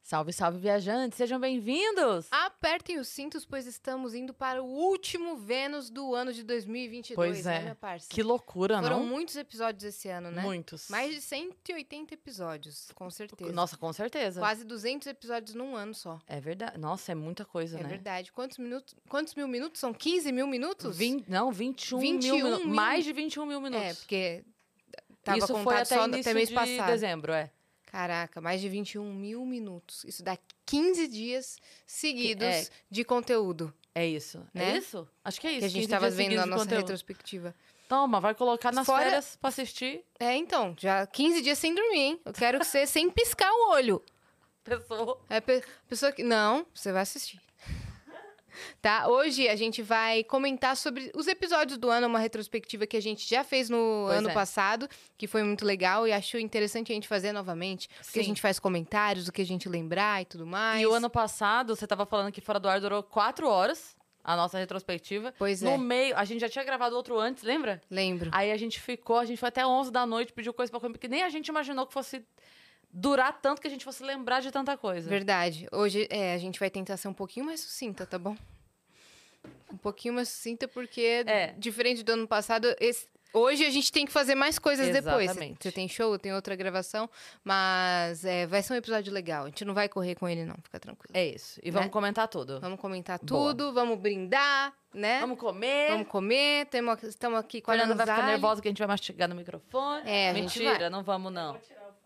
Salve, salve, viajantes! Sejam bem-vindos! Apertem os cintos, pois estamos indo para o último Vênus do ano de 2022, Pois é. né, minha parça? Que loucura, Foram não? muitos episódios esse ano, né? Muitos. Mais de 180 episódios, com certeza. Nossa, com certeza. Quase 200 episódios num ano só. É verdade. Nossa, é muita coisa, É né? verdade. Quantos mil minutos? São 15 mil minutos? 21 mil 21 minutos. mil. Mais de 21 mil minutos. É, porque tava Isso contado foi até só início até mês de passado. dezembro, é. Caraca, mais de 21 mil minutos. Isso dá 15 dias seguidos É. de conteúdo. É isso. Né? É isso? Acho que é isso. Que a gente 15 tava dias vendo seguidos na de nossa conteúdo. retrospectiva. Toma, vai colocar nas Fora- férias pra assistir. É, então, já 15 dias sem dormir, hein? Eu quero que você sem piscar o olho. Pessoa. É pessoa que... Não, você vai assistir. Tá? Hoje a gente vai comentar sobre os episódios do ano, uma retrospectiva que a gente já fez no Pois ano é. passado, que foi muito legal e acho interessante a gente fazer novamente, porque a Sim. gente faz comentários, o que a gente lembrar e tudo mais. E o ano passado, você tava falando que Fora do Ar durou 4 horas, a nossa retrospectiva. Pois No é, meio, a gente já tinha gravado outro antes, lembra? lembro. Aí a gente foi até 11 da noite, pediu coisa pra comer, porque nem a gente imaginou que fosse durar tanto, que a gente fosse lembrar de tanta coisa. Verdade. Hoje a gente vai tentar ser um pouquinho mais sucinta, tá bom? Um pouquinho mais sucinta, porque É. diferente do ano passado, hoje a gente tem que fazer mais coisas depois. Exatamente. Você tem show, tem outra gravação, mas vai ser um episódio legal. A gente não vai correr com ele, não, fica tranquilo. É isso. E vamos Né? comentar tudo. Vamos comentar Boa. tudo, vamos brindar, né? Vamos comer. Vamos comer, estamos aqui com a Fernanda vai ficar Nanzali. nervosa que a gente vai mastigar no microfone. É, a gente Mentira, vai. não vamos, não.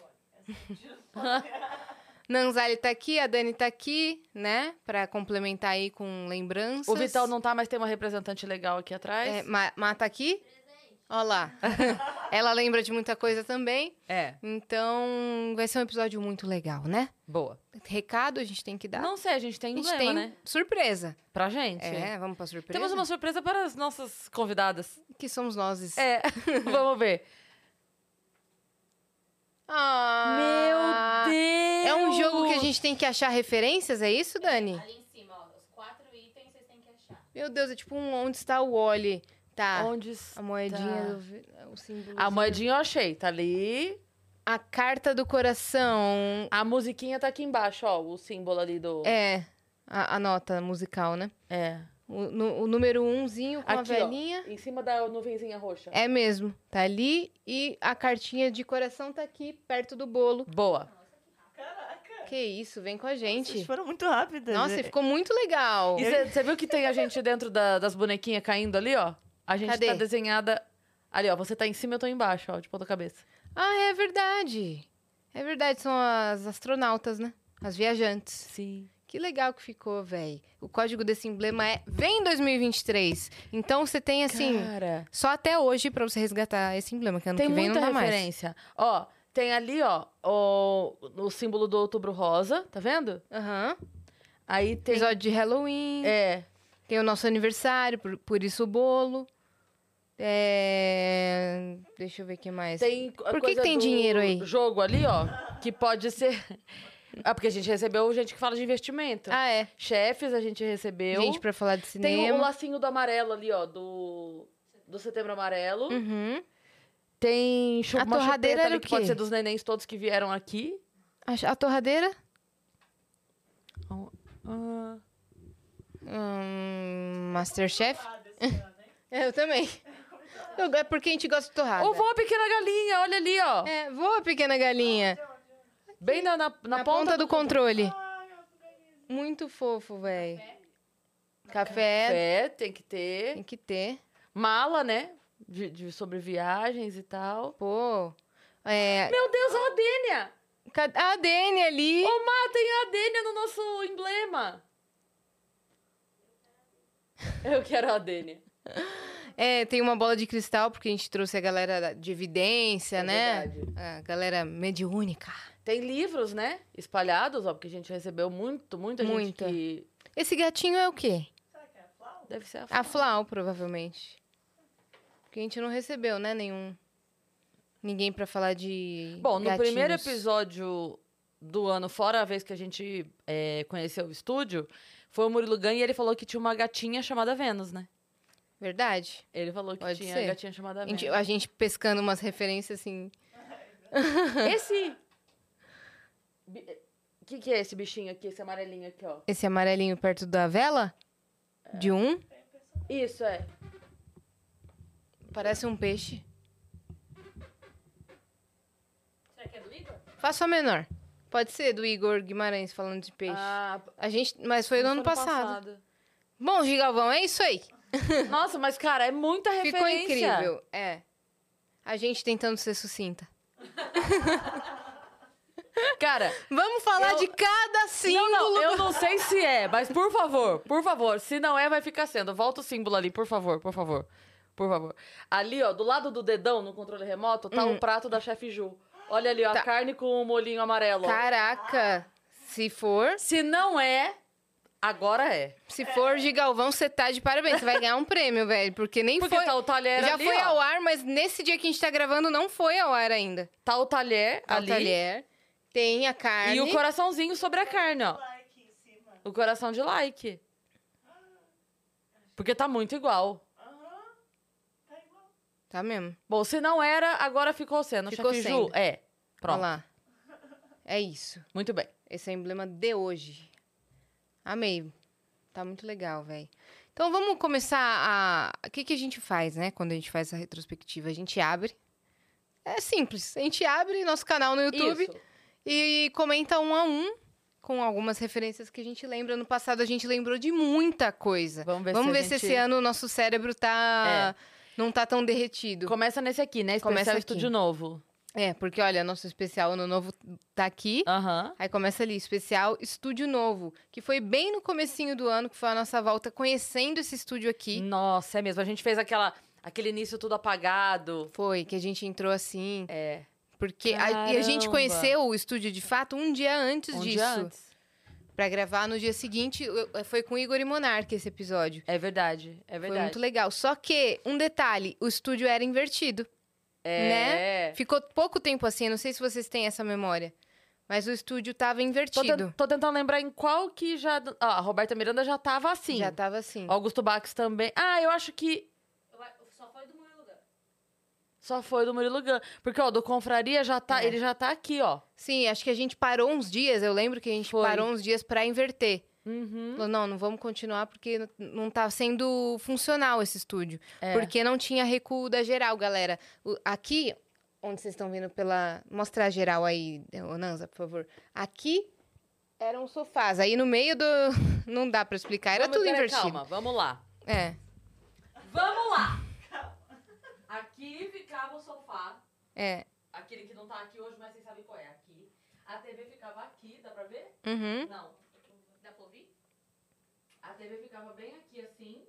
Nanzali tá aqui, a Dani tá aqui, né? Pra complementar aí com lembranças. O Vital não tá, mas tem uma representante legal aqui atrás. Má tá aqui? Olha lá. Ela lembra de muita coisa também. É, Então, vai ser um episódio muito legal, né? boa. Recado a gente tem que dar. Não sei, a gente tem a gente emblema, tem né? surpresa. Pra gente. É, vamos pra surpresa? Temos uma surpresa para as nossas convidadas. Que somos nós. É, vamos ver. Ah, Meu Deus! É um jogo que a gente tem que achar referências, é isso, Dani? Ali em cima, ó, os 4 itens vocês têm que achar. Meu Deus, é tipo onde está o Wally. Tá, Onde está? a moedinha, o símbolo. A moedinha eu achei, tá ali. A carta do coração. A musiquinha tá aqui embaixo, ó, o símbolo ali do... É, a nota musical, né? É. O número 1zinho com Aqui, a velhinha. ó, em cima da nuvenzinha roxa. É mesmo, tá ali. E a cartinha de coração tá aqui, perto do bolo. Boa. Que isso, vem com a Vocês gente. foram muito rápidas. Nossa, ficou muito legal. E você viu que tem a gente dentro das bonequinhas caindo ali, ó? A gente Cadê? tá desenhada... Ali, ó, você tá em cima, eu tô embaixo, ó, de ponta cabeça. Ah, é verdade. É verdade, são as astronautas, né? As viajantes. Sim. Que legal que ficou, véi. O código desse emblema é VEM 2023. Então você tem, assim, Cara, só até hoje pra você resgatar esse emblema, que ano tem que vem muita não dá mais. referência. Ó, tem ali, ó, o símbolo do Outubro Rosa, tá vendo? Aham. Aí tem... Episódio de Halloween. É, Tem o nosso aniversário, por isso o bolo. Deixa eu ver o que mais. tem... Por que tem dinheiro aí? Jogo ali, ó, que pode ser... Ah, porque a gente recebeu gente que fala de investimento. Ah, é. Chefes a gente recebeu. Gente pra falar de Tem o cinema. lacinho do amarelo ali, ó, do Setembro Amarelo. Uhum. Tem A uma torradeira chupeta era ali o que pode quê? ser dos nenéns todos que vieram aqui. A torradeira? Ah, Masterchef? Eu também. É porque a gente gosta de torrada. Ou voa pequena galinha, olha ali, ó. Voa, pequena galinha. Bem na ponta do controle. Muito fofo, velho. Café. Café, tem que ter. Tem que ter. Mala, né? Sobre viagens e tal. Pô. Meu Deus, a Adênia! A Dani ali. Ô, Má, tem a Adênia no nosso emblema. Eu quero a Adênia. Tem uma bola de cristal, porque a gente trouxe a galera de evidência, É né? verdade. A galera mediúnica. Tem livros, né? Espalhados, ó, porque a gente recebeu muita gente Muita. que... Esse gatinho é o quê? Deve ser A Flau, provavelmente. Porque a gente não recebeu, né? Ninguém pra falar de Bom, no gatinhos. primeiro episódio do ano, fora a vez que a gente conheceu o estúdio, foi o Murilo Gun e ele falou que tinha uma gatinha chamada Vênus, né? Verdade. Ele falou que Pode tinha ser. gatinha chamada Vênus. A gente pescando umas referências assim. Esse que é esse bichinho aqui, esse amarelinho aqui, ó? Esse amarelinho perto da vela? De um? Isso, é. Parece um peixe. Será que é do Igor? Faça menor. Pode ser do Igor Guimarães falando de peixe. Ah, Mas foi no ano passado. Bom, Gigalvão, é isso aí. Nossa, mas, cara, é muita referência. Ficou incrível. É. A gente tentando ser sucinta. Cara, Vamos falar de cada símbolo. não, eu não sei se é, mas por favor, se não é, vai ficar sendo. Volta o símbolo ali, por favor. Ali, ó, do lado do dedão, no controle remoto, tá o prato da Chef Ju. Olha ali, ó, a carne com o molhinho amarelo. Caraca. Se for... Se não é, agora é. Se for Gigalvão, você tá de parabéns. Você vai ganhar um prêmio, velho. Porque nem Porque foi... tá o talher Já ali, foi ó. ao ar, mas nesse dia que a gente tá gravando, não foi ao ar ainda. Tá o talher Tá ali. o talher. Tem a carne. E o coraçãozinho sobre a carne, ó. Like em cima. O coração de like. Porque tá muito igual. Aham. Tá igual. Tá mesmo. Bom, se não era, agora ficou sendo. Ficou Chef Ju, sendo. é. Pronto. Olha lá. É isso. Muito bem. Esse é o emblema de hoje. Amei. Tá muito legal, velho. Então vamos começar a... O que a gente faz, né? Quando a gente faz essa retrospectiva? A gente abre. É simples. A gente abre nosso canal no YouTube Isso. e comenta um a um com algumas referências que a gente lembra. No passado a gente lembrou de muita coisa. Vamos ver, Vamos se, ver se esse ano o nosso cérebro tá... não tá tão derretido. Começa nesse aqui, né? Começa Especial aqui. Estúdio Novo. É, porque olha, nosso especial Ano Novo tá aqui. Aham. Aí começa ali, especial Estúdio Novo, que foi bem no comecinho do ano, que foi a nossa volta conhecendo esse estúdio aqui. Nossa, é mesmo. A gente fez aquele início tudo apagado. Foi, que a gente entrou assim. É. Porque e a gente Caramba. conheceu o estúdio de fato um dia antes Um disso. dia antes. Pra gravar no dia seguinte, foi com Igor e Monark esse episódio. É verdade, é Foi verdade. muito legal. Só que, um detalhe, o estúdio era invertido. É. Ficou pouco tempo assim, não sei se vocês têm essa memória. Mas o estúdio tava invertido. Tô tentando lembrar em qual que já... Ah, a Roberta Miranda já tava assim. Já tava assim. Augusto Bax também. Ah, eu acho que Só foi do Murilo Gun. só foi do Murilo Gun. Porque, ó, do Confraria já tá... É. Ele já tá aqui, ó. Sim, acho que a gente parou uns dias. Eu lembro que a gente Foi. parou uns dias pra inverter. Uhum. Falou, não vamos continuar porque não tá sendo funcional esse estúdio. É. Porque não tinha recuo da geral, galera. Aqui, onde vocês estão vendo pela... Mostra a geral aí, ô Nanza, por favor. Aqui eram sofás. Aí no meio do... Não dá pra explicar. Era tudo Peraí, invertido. Calma, vamos lá. É, Vamos lá! Aqui ficava o sofá. é. Aquele que não tá aqui hoje, mas vocês sabem qual é. Aqui. A TV ficava aqui, dá pra ver? Uhum. Não. Dá pra ouvir? A TV ficava bem aqui, assim.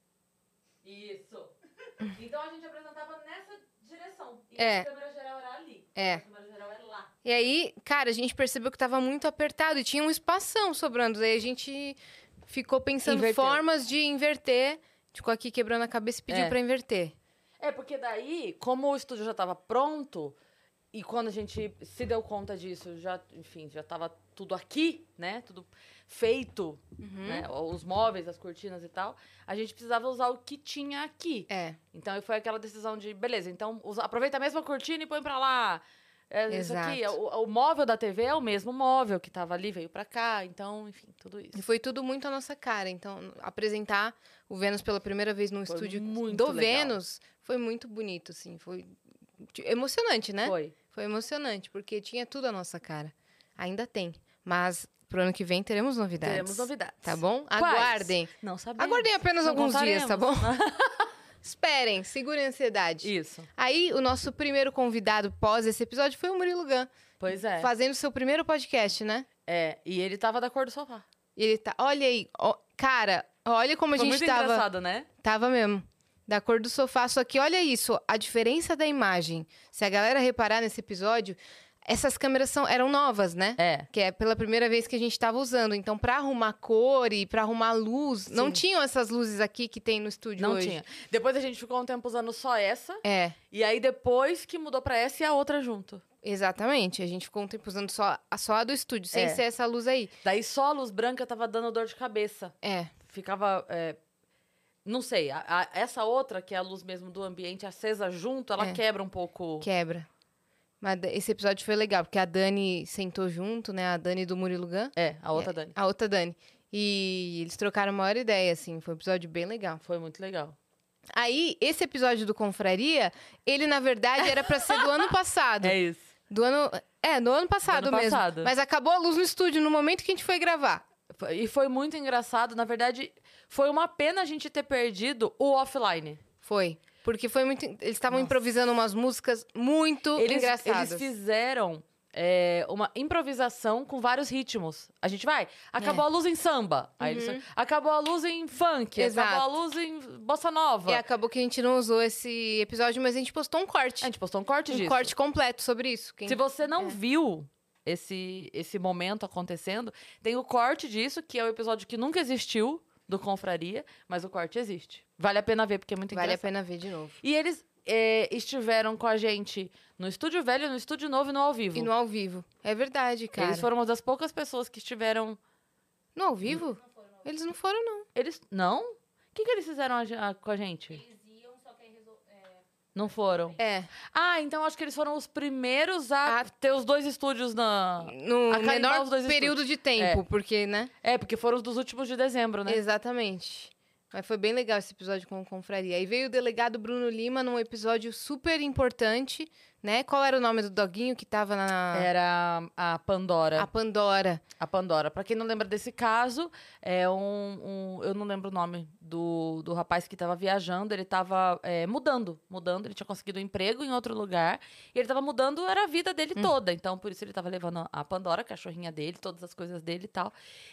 Isso. Então a gente apresentava nessa direção. E É. a câmera geral era ali. É. A câmera geral era lá. E aí, cara, a gente percebeu que tava muito apertado e tinha um espação sobrando. Aí a gente ficou pensando Inverteu. formas de inverter. Ficou aqui quebrando a cabeça e pediu É. pra inverter. É, porque daí, como o estúdio já tava pronto, e quando a gente se deu conta disso, já, enfim, já tava tudo aqui, né? Tudo feito, né? Os móveis, as cortinas e tal. A gente precisava usar o que tinha aqui. É, Então foi aquela decisão de, beleza, então aproveita a mesma cortina e põe pra lá. Isso aqui, Exato. o móvel da TV é o mesmo móvel que tava ali, veio pra cá, então, enfim, tudo isso. e foi tudo muito a nossa cara. Então, apresentar o Vênus pela primeira vez num Foi estúdio muito do legal. Vênus foi muito bonito, assim. Foi emocionante, né? Foi. Foi emocionante, porque tinha tudo a nossa cara. Ainda tem. Mas pro ano que vem teremos novidades. Teremos novidades. Tá bom? Quais? Aguardem. Não sabemos. Aguardem apenas Não alguns dias, tá bom? contaremos. Esperem, segurem a ansiedade. Isso. Aí, o nosso primeiro convidado pós esse episódio foi o Murilo Gun, Pois é. fazendo seu primeiro podcast, né? É, e ele tava da cor do sofá. E ele tá. Olha aí, ó, cara, olha como a Foi gente muito tava. engraçado, né? Tava mesmo. Da cor do sofá. Só que olha isso, a diferença da imagem. Se a galera reparar nesse episódio, essas câmeras eram novas, né? É. Que é pela primeira vez que a gente tava usando. Então, pra arrumar cor e pra arrumar luz, não Sim. tinham essas luzes aqui que tem no estúdio Não hoje. tinha. Depois a gente ficou um tempo usando só essa. É, E aí depois que mudou pra essa e a outra junto. exatamente. A gente ficou um tempo usando só a do estúdio, sem É. ser essa luz aí. Daí só a luz branca tava dando dor de cabeça. É, Ficava. Não sei, essa outra, que é a luz mesmo do ambiente acesa junto, ela É. quebra um pouco. quebra. Mas esse episódio foi legal, porque a Dani sentou junto, né? A Dani do Murilo Gun. A outra Dani. A outra Dani. E eles trocaram a maior ideia, assim. Foi um episódio bem legal. Foi muito legal. Aí, esse episódio do Confraria, ele, na verdade, era pra ser do ano passado. É isso. Do ano passado Do ano mesmo. passado. Mas acabou a luz no estúdio no momento que a gente foi gravar. E foi muito engraçado. Na verdade, foi uma pena a gente ter perdido o offline. Foi. Porque foi muito... Eles estavam Nossa. improvisando umas músicas muito engraçadas. Eles fizeram uma improvisação com vários ritmos. A gente vai, acabou a luz em samba. Aí eles, acabou a luz em funk. Exato. Acabou a luz em bossa nova. E acabou que a gente não usou esse episódio, mas a gente postou um corte. A gente postou um corte disso. Um corte completo sobre isso. Se você não viu esse momento acontecendo, tem o corte disso, que é o episódio que nunca existiu do Confraria, mas o corte existe. Vale a pena ver, porque é muito Vale a engraçado. pena ver de novo. E eles estiveram com a gente no Estúdio Velho, no Estúdio Novo e no Ao Vivo. E no ao vivo. É verdade, cara. Eles foram uma das poucas pessoas que estiveram... No ao vivo? Eles não foram, não. Eles... Não? O que eles fizeram com a gente? Eles iam, só que aí Não foram. É. Ah, então acho que eles foram os primeiros a ter os dois estúdios na... No A carimbar menor os dois período de tempo, porque, né? porque foram os dos últimos de dezembro, né? Exatamente. Mas foi bem legal esse episódio com o Confraria. Aí veio o delegado Bruno Lima num episódio super importante, né? Qual era o nome do doguinho que tava na... Era a Pandora. A Pandora. A Pandora. Pra quem não lembra desse caso, é eu não lembro o nome do rapaz que tava viajando. Ele tava mudando. Ele tinha conseguido um emprego em outro lugar. E ele tava mudando, era a vida dele toda. Então, por isso ele tava levando a Pandora, a cachorrinha dele, todas as coisas dele e tal.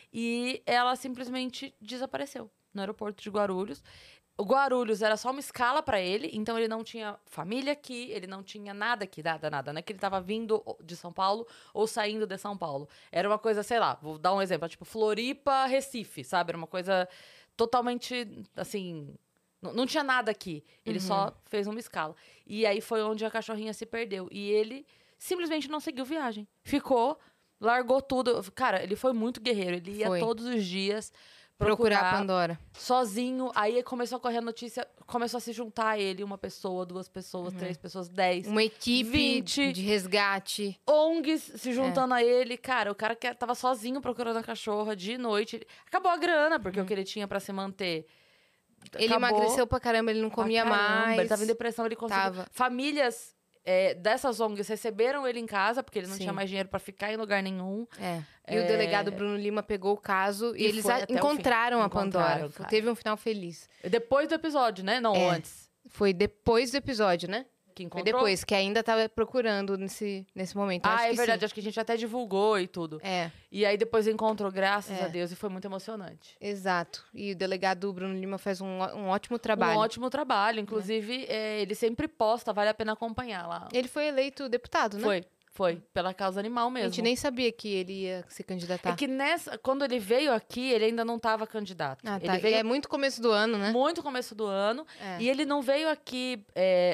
E ela simplesmente desapareceu no aeroporto de Guarulhos. O Guarulhos era só uma escala pra ele, então ele não tinha família aqui, ele não tinha nada aqui, nada. Não é que ele tava vindo de São Paulo ou saindo de São Paulo. Era uma coisa, sei lá, vou dar um exemplo, tipo Floripa, Recife, sabe? Era uma coisa totalmente, assim, não tinha nada aqui. Ele só fez uma escala. E aí foi onde a cachorrinha se perdeu. E ele simplesmente não seguiu viagem. Ficou, largou tudo. Cara, ele foi muito guerreiro. Ele ia todos os dias Procurar a Pandora. sozinho. Aí começou a correr a notícia, começou a se juntar a ele, uma pessoa, 2 pessoas, 3 pessoas, 10. Uma equipe 20. de resgate. ONGs se juntando a ele. Cara, o cara que tava sozinho procurando a cachorra de noite. Acabou a grana, porque o que ele tinha pra se manter. Ele acabou emagreceu pra caramba, ele não comia pra caramba. mais. Ele tava em depressão, ele conseguiu. Tava. Famílias dessas ONGs receberam ele em casa, porque ele não Sim. tinha mais dinheiro pra ficar em lugar nenhum. E o delegado Bruno Lima pegou o caso e eles foi até o encontraram fim. a Pandora. Encontraram, cara. Teve um final feliz. Depois do episódio, né? Não antes. Foi depois do episódio, né? Que Foi encontrou. depois, que ainda tava procurando nesse momento. Eu acho É que verdade, sim. acho que a gente até divulgou e tudo. É, E aí depois encontrou, graças a Deus, e foi muito emocionante. exato. E o delegado Bruno Lima faz um ótimo trabalho. Um ótimo trabalho. Inclusive, ele sempre posta, vale a pena acompanhar lá. Ele foi eleito deputado, né? Foi. Pela causa animal A mesmo. gente nem sabia que ele ia se candidatar. É que quando ele veio aqui, ele ainda não estava candidato. Ah, tá. Ele veio E é muito começo do ano, né? muito começo do ano. É. E ele não veio aqui.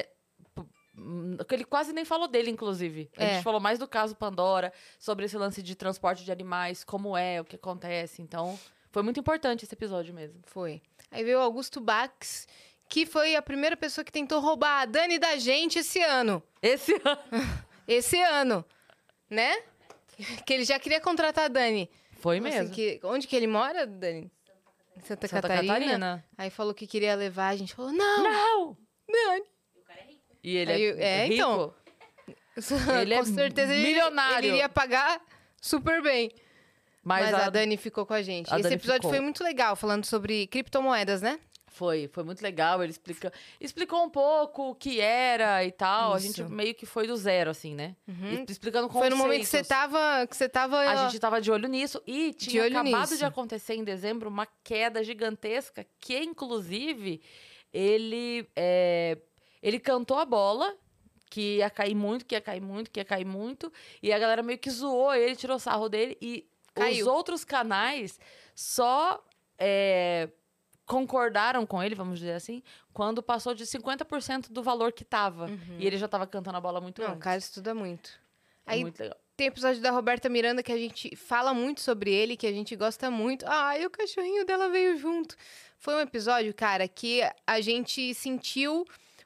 Ele quase nem falou dele, inclusive. A gente falou mais do caso Pandora, sobre esse lance de transporte de animais, como o que acontece. Então, foi muito importante esse episódio mesmo. Foi. Aí veio o Augusto Bax, que foi a primeira pessoa que tentou roubar a Dani da gente esse ano. Esse ano, né? Que ele já queria contratar a Dani. Foi Assim, mesmo. onde que ele mora, Dani? Santa Catarina. Aí falou que queria levar, a gente falou, não, Não! Dani. E ele Aí, é rico? então. Ele Com é certeza milionário. ele iria pagar super bem. Mas a a Dani ficou com a gente. a Esse Dani episódio ficou. foi muito legal, falando sobre criptomoedas, né? Foi muito legal. Ele explicou um pouco o que era e tal. Isso. A gente meio que foi do zero, assim, né? Explicando conceitos. Foi no momento que você tava A gente tava de olho nisso. E tinha olho acabado nisso. de acontecer em dezembro uma queda gigantesca que, inclusive, ele cantou a bola, que ia cair muito, que ia cair muito, que ia cair muito. E a galera meio que zoou ele, tirou sarro dele. E Caiu. os outros canais só concordaram com ele, vamos dizer assim, quando passou de 50% do valor que tava. E ele já tava cantando a bola muito Não, o antes. cara estuda muito. É Aí muito legal. tem episódio da Roberta Miranda que a gente fala muito sobre ele, que a gente gosta muito. E o cachorrinho dela veio junto. Foi um episódio, cara, que a gente sentiu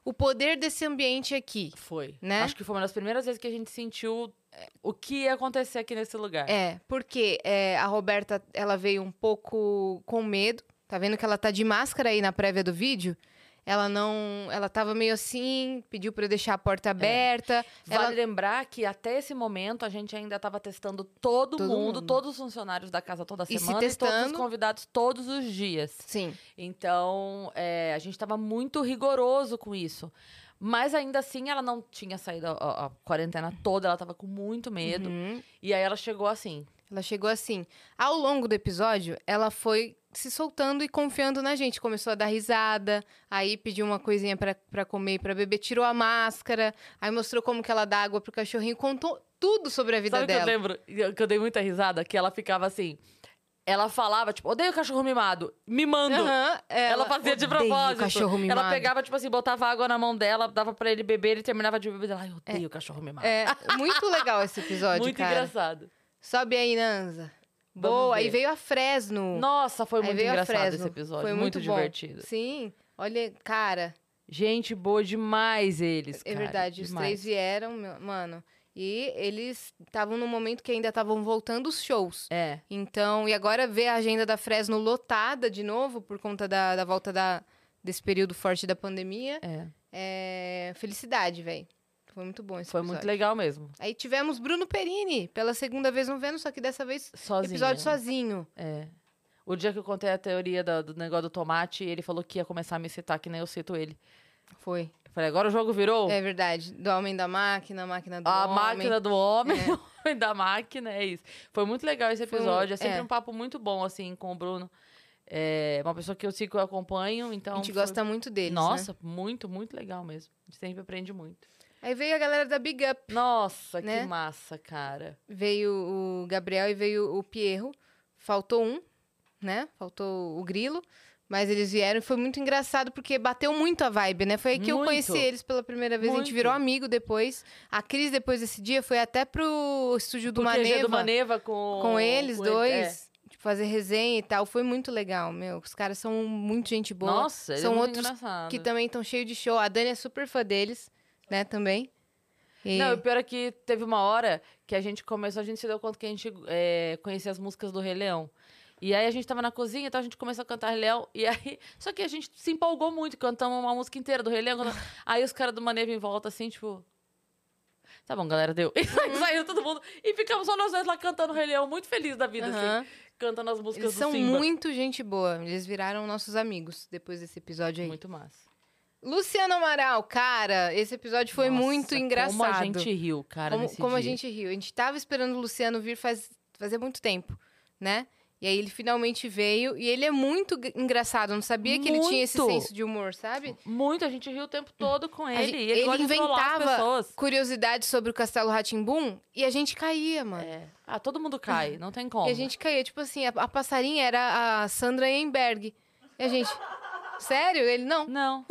o poder desse ambiente aqui. Foi. Né? Acho que foi uma das primeiras vezes que a gente sentiu o que ia acontecer aqui nesse lugar. Porque a Roberta, ela veio um pouco com medo. Tá vendo que ela tá de máscara aí na prévia do vídeo? Ela tava meio assim, pediu pra eu deixar a porta aberta. Vale lembrar que até esse momento a gente ainda estava testando todo mundo, todos os funcionários da casa toda E se semana e todos os testando. convidados todos os dias. Sim. Então, a gente estava muito rigoroso com isso. Mas ainda assim, ela não tinha saído a quarentena toda, ela estava com muito medo. Uhum. E aí ela chegou assim. Ela chegou assim. Ao longo do episódio, ela foi se soltando e confiando na gente. Começou a dar risada, aí pediu uma coisinha pra comer e pra beber, tirou a máscara, aí mostrou como que ela dá água pro cachorrinho, contou tudo sobre a vida Sabe dela. que eu lembro que eu dei muita risada? Que ela ficava assim. Ela falava, tipo, odeio cachorro mimado, mimando. Aham, Ela fazia de odeia o propósito. cachorro mimado. Ela pegava, tipo assim, botava água na mão dela, dava pra ele beber, ele terminava de beber. Ai, eu odeio o cachorro mimado. Muito legal esse episódio, Muito cara. engraçado. Sobe aí, Nanza. Vamos Boa, ver. aí veio a Fresno. Nossa, foi Aí muito veio a engraçado Fresno. esse episódio. Foi muito bom. divertido. Sim, olha, cara, Gente boa demais eles, é cara. verdade, os demais. 3 vieram, mano, e eles estavam num momento que ainda estavam voltando os shows. É. Então, e agora ver a agenda da Fresno lotada de novo, por conta da volta desse período forte da pandemia, é felicidade, velho. Foi muito bom esse Foi episódio. muito legal mesmo. Aí tivemos Bruno Perini, pela segunda vez no Vênus, só que dessa vez Sozinho. episódio sozinho. É. O dia que eu contei a teoria do negócio do tomate, ele falou que ia começar a me citar, que nem eu cito ele. Foi. Eu falei, agora o jogo virou É verdade. Do homem da máquina, a máquina do a homem. máquina do homem, o homem da máquina, é isso. Foi muito legal esse Foi episódio. É sempre é. um papo muito bom, assim, com o Bruno. É uma pessoa que eu sigo e acompanho, então... A gente foi- gosta muito deles, né? Nossa, muito, muito legal mesmo. A gente sempre aprende muito. Aí veio a galera da Big Up. Nossa, Né? que massa, cara. Veio o Gabriel e veio o Pierro. Faltou um, né? Faltou o Grilo. Mas eles vieram e foi muito engraçado, porque bateu muito a vibe, né? Foi aí que eu Muito. conheci eles pela primeira vez. A gente Muito. virou amigo depois. A Cris, depois desse dia, foi até pro estúdio do Porque Maneva. do Maneva com Eles com dois. é. Tipo, fazer resenha e tal. Foi muito legal, meu. Os caras são muito gente boa. Nossa, São ele é muito outros engraçado. que também estão cheios de show. A Dani é super fã deles, né? Também. E... Não, o pior é que teve uma hora que a gente se deu conta que a gente conhecia as músicas do Rei Leão. E aí a gente tava na cozinha, então a gente começou a cantar Rei Leão, e aí... Só que a gente se empolgou muito, cantamos uma música inteira do Rei Leão. Aí os caras do Maneva em volta, assim, tipo... Tá bom, galera, deu. E saiu todo mundo, e ficamos só nós dois lá cantando Rei Leão, muito feliz da vida, Aham. assim. Cantando as músicas Eles do são Simba. muito gente boa. Eles viraram nossos amigos depois desse episódio aí. Muito massa. Luciano Amaral, cara, esse episódio foi Nossa, muito engraçado. Como a gente riu, cara, nesse Como a dia. gente riu. A gente tava esperando o Luciano vir fazia muito tempo, né? E aí ele finalmente veio. E ele é muito engraçado. Eu não sabia que ele tinha esse Muito. senso de humor, sabe? Muito, a gente riu o tempo todo com A ele. gente- E ele gosta de trollar as inventava pessoas. curiosidades sobre o Castelo Rá-Tim-Bum e a gente caía, mano. É. Ah, todo mundo cai, não tem como. E a gente caía. Tipo assim, a passarinha era a Sandra Emberg. E a gente... Sério? Ele não. Não,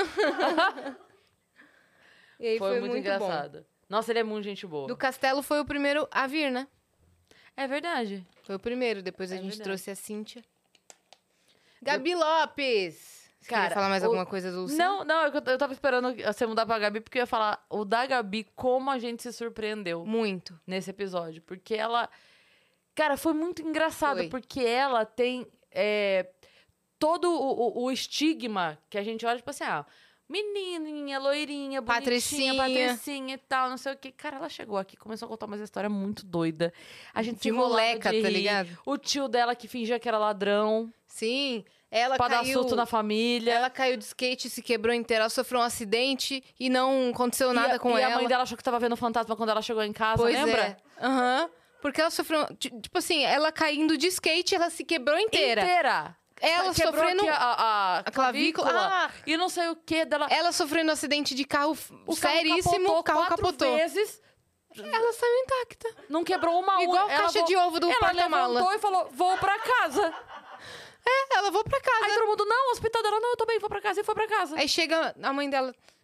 E aí foi foi, muito bom. engraçado. Nossa, ele é muito gente boa. Do Castelo foi o primeiro a vir, né? É verdade. Foi o primeiro. Depois a É gente verdade. trouxe a Cíntia. Gabi Lopes! Você Cara, queria falar mais o- alguma coisa do Luciano? Não, eu tava esperando você mudar pra Gabi, porque eu ia falar o da Gabi, como a gente se surpreendeu Muito. nesse episódio. Porque ela... Cara, foi muito engraçado, Foi. porque ela tem todo o estigma que a gente olha, tipo assim, menininha, loirinha, bonitinha, patricinha e tal, não sei o quê. Cara, ela chegou aqui, começou a contar uma história muito doida. A gente De se enrolava moleca, de tá rir. ligado? O tio dela que fingia que era ladrão, Sim. Ela pra dar caiu... surto na família. Ela caiu de skate, se quebrou inteira. Ela sofreu um acidente e não aconteceu nada com e ela. a mãe dela achou que tava vendo fantasma quando ela chegou em casa, Pois lembra? é. Aham. Porque ela sofreu... Tipo assim, ela caindo de skate, ela se quebrou inteira. Ela Quebrou sofrendo... aqui a clavícula. Ah! E não sei o que dela. Ela sofrendo um acidente de carro O seríssimo. O carro quatro capotou. vezes, Ela saiu intacta. não quebrou uma unha. Igual a Ela caixa de ovo do Ela porta-mala. levantou e falou, vou pra casa. Ela vou pra casa. Aí todo mundo, não, hospital dela, não, eu tô bem, vou pra casa. E foi pra casa. Aí chega a mãe dela.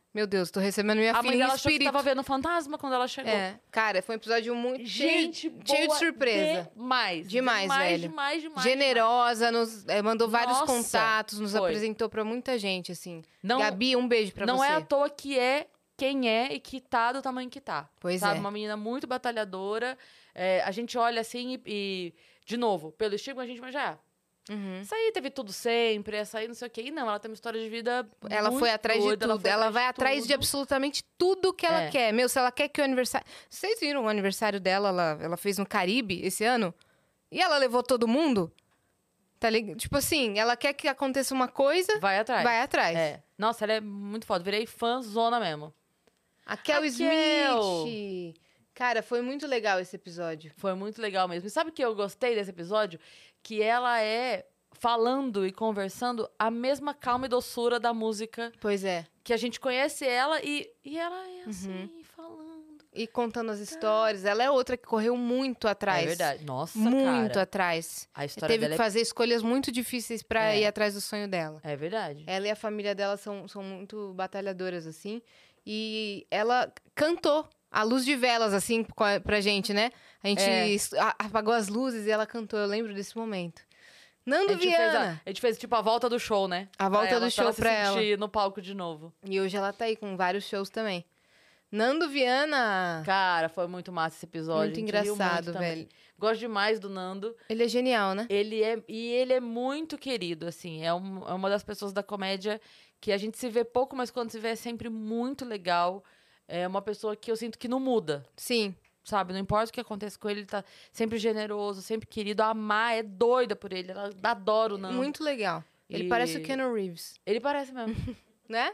Meu Deus, tô recebendo minha A filha mãe em dela achou que espírito. tava vendo fantasma quando ela chegou. É, cara, foi um episódio muito Gente, cheio de boa surpresa. Demais. Demais, velho. Demais. Generosa, mandou vários Nossa, contatos, nos foi. apresentou pra muita gente, assim. Não, Gabi, um beijo pra não você. é à toa que é quem é e que tá do tamanho que tá. Pois sabe? é. Uma menina muito batalhadora. A gente olha assim e, de novo, pelo estigma a gente mas já. Uhum. Essa aí teve tudo sempre, essa aí não sei o quê. E não, ela tem uma história de vida Ela muito foi atrás doida, de tudo. foi Ela vai atrás de tudo. absolutamente tudo que ela É. quer. Meu, se ela quer que o aniversário... Vocês viram o aniversário dela? Ela fez no Caribe esse ano? E ela levou todo mundo? Tá ligado? Tipo assim, ela quer que aconteça uma coisa, Vai atrás. vai atrás. É. Nossa, ela é muito foda. Virei fãzona mesmo. A Kel Kel! Smith. Cara, foi muito legal esse episódio. Foi muito legal mesmo. E sabe o que eu gostei desse episódio? Que ela é, falando e conversando, a mesma calma e doçura da música. Pois é. Que a gente conhece ela e ela é assim, falando. E contando as histórias. Ela é outra que correu muito atrás. É verdade. Nossa, Muito cara. atrás. A história Teve dela que fazer escolhas muito difíceis pra É. ir atrás do sonho dela. é verdade. Ela e a família dela são muito batalhadoras, assim. E ela cantou à luz de velas, assim, pra gente, né? A gente É. apagou as luzes e ela cantou. Eu lembro desse momento. Nando A gente, fez Viana. a gente fez, tipo, a volta do show, né? A volta Pra do show pra ela. ela. se sentir no palco de novo. E hoje ela tá aí com vários shows também. Nando Viana. Cara, foi muito massa esse episódio. Muito a gente riu engraçado, muito também. velho. Gosto demais do Nando. Ele é genial, né? Ele é muito querido, assim. É uma das pessoas da comédia que a gente se vê pouco, mas quando se vê é sempre muito legal. É uma pessoa que eu sinto que não muda, Sim. sabe? Não importa o que aconteça com ele, ele tá sempre generoso, sempre querido. A Má é doida por ele, ela adora o Nando. Muito legal. Ele E- parece o Keanu Reeves, Ele parece mesmo. né?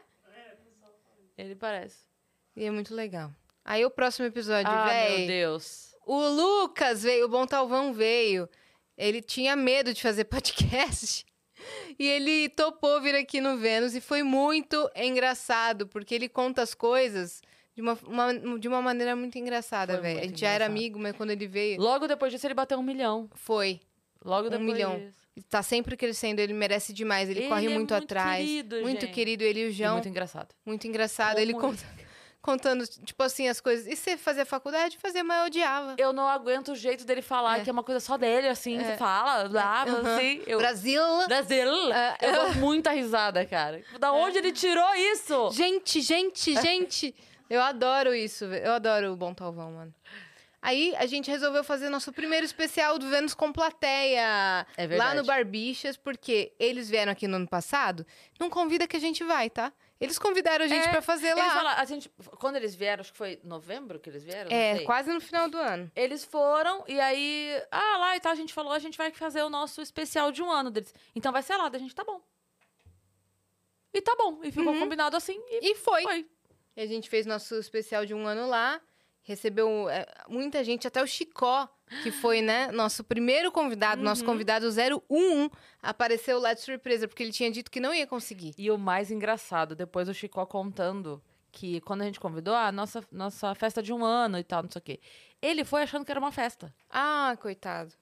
Ele parece. E é muito legal. Aí o próximo episódio, Ah, meu véi. Deus. O Lucas veio, o Bom Talvão veio. Ele tinha medo de fazer podcast. E ele topou vir aqui no Vênus. E foi muito engraçado, porque ele conta as coisas de uma maneira muito engraçada, Foi velho. A muito gente já era engraçado. amigo, mas quando ele veio, Logo depois disso, ele bateu 1 milhão. foi. Logo 1 depois milhão. disso. Tá sempre crescendo, ele merece demais. Ele corre Ele é muito muito atrás. querido, muito gente. querido. Ele e o E João, muito engraçado. muito engraçado. Como Ele ele- contando, tipo assim, as coisas. E você fazia faculdade? Fazia, mas eu odiava. Eu não aguento o jeito dele falar, É. que é uma coisa só dele, assim. Você fala, blá, Aham. assim. Eu, Brasil. Brasil. É. Eu dou muita risada, cara. Da onde ele tirou isso? Gente. Eu adoro isso. Eu adoro o Bom Talvão, mano. Aí a gente resolveu fazer nosso primeiro especial do Vênus com plateia. É verdade. Lá no Barbichas, porque eles vieram aqui no ano passado. Não convida que a gente vai, tá? Eles convidaram a gente É, pra fazer Eles lá. falaram, quando eles vieram, acho que foi novembro que eles vieram? Não É, sei. quase no final do ano. Eles foram e aí, lá e tal, a gente falou, a gente vai fazer o nosso especial de 1 ano deles. Então vai ser lá, da gente, tá bom. E tá bom, e ficou combinado assim e E foi. foi. E a gente fez nosso especial de 1 ano lá. Recebeu muita gente, até o Chicó, que foi, né, nosso primeiro convidado, nosso convidado 011, apareceu lá de surpresa, porque ele tinha dito que não ia conseguir. E o mais engraçado, depois o Chicó contando que quando a gente convidou, nossa festa de 1 ano e tal, não sei o quê. Ele foi achando que era uma festa. Ah, coitado.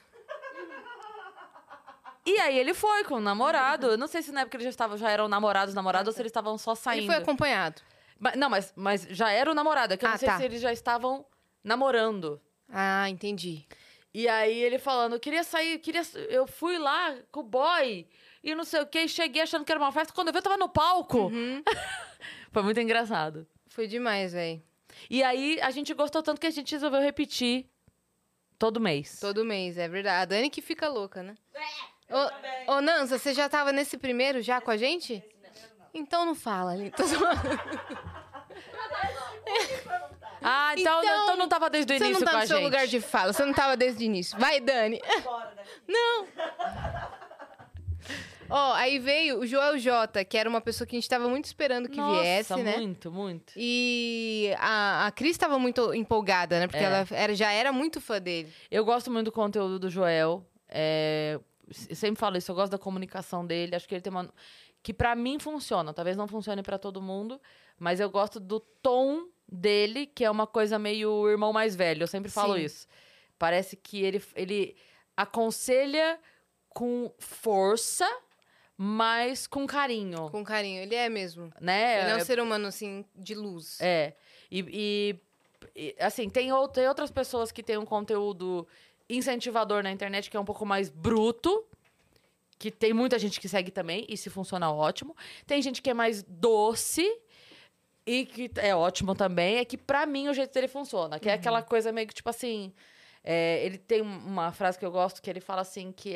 E aí ele foi com o namorado. Eu não sei se na época eles já eram namorados ou se eles estavam só saindo. Ele foi acompanhado. Mas já era o namorado. É que eu não sei tá. se eles já estavam namorando. Ah, entendi. E aí ele falando, queria sair, eu fui lá com o boy e não sei o quê, e cheguei achando que era uma festa. Quando eu vi, eu tava no palco. Foi muito engraçado. Foi demais, velho. E aí a gente gostou tanto que a gente resolveu repetir todo mês. Todo mês, é verdade. A Dani que fica louca, né? também. Ô, Nanza, você já tava nesse primeiro já com a gente? Então não fala, ali. Tô zoando. Ah, então não tava desde o Você início não tá com a no seu gente. lugar de fala, você não tava desde o início. Vai, Dani. Bora daqui. Não. Ó, aí veio o Joel J, que era uma pessoa que a gente tava muito esperando que Nossa, viesse, né? muito. E a Cris tava muito empolgada, né? Porque É. ela já era muito fã dele. Eu gosto muito do conteúdo do Joel. Eu sempre falo isso, eu gosto da comunicação dele. Acho que ele tem uma... Que pra mim funciona. Talvez não funcione pra todo mundo. Mas eu gosto do tom dele, que é uma coisa meio irmão mais velho. Eu sempre falo Sim. isso. Parece que ele aconselha com força, mas com carinho, Com carinho. Ele é mesmo. né? Ele é um ser humano, assim, de luz. É. Assim, tem outras pessoas que têm um conteúdo incentivador na internet que é um pouco mais bruto, que tem muita gente que segue também, e se funciona, ótimo. Tem gente que é mais doce, e que é ótimo também. É que, pra mim, o jeito dele funciona. Que é aquela coisa meio que, tipo assim... ele tem uma frase que eu gosto, que ele fala assim, que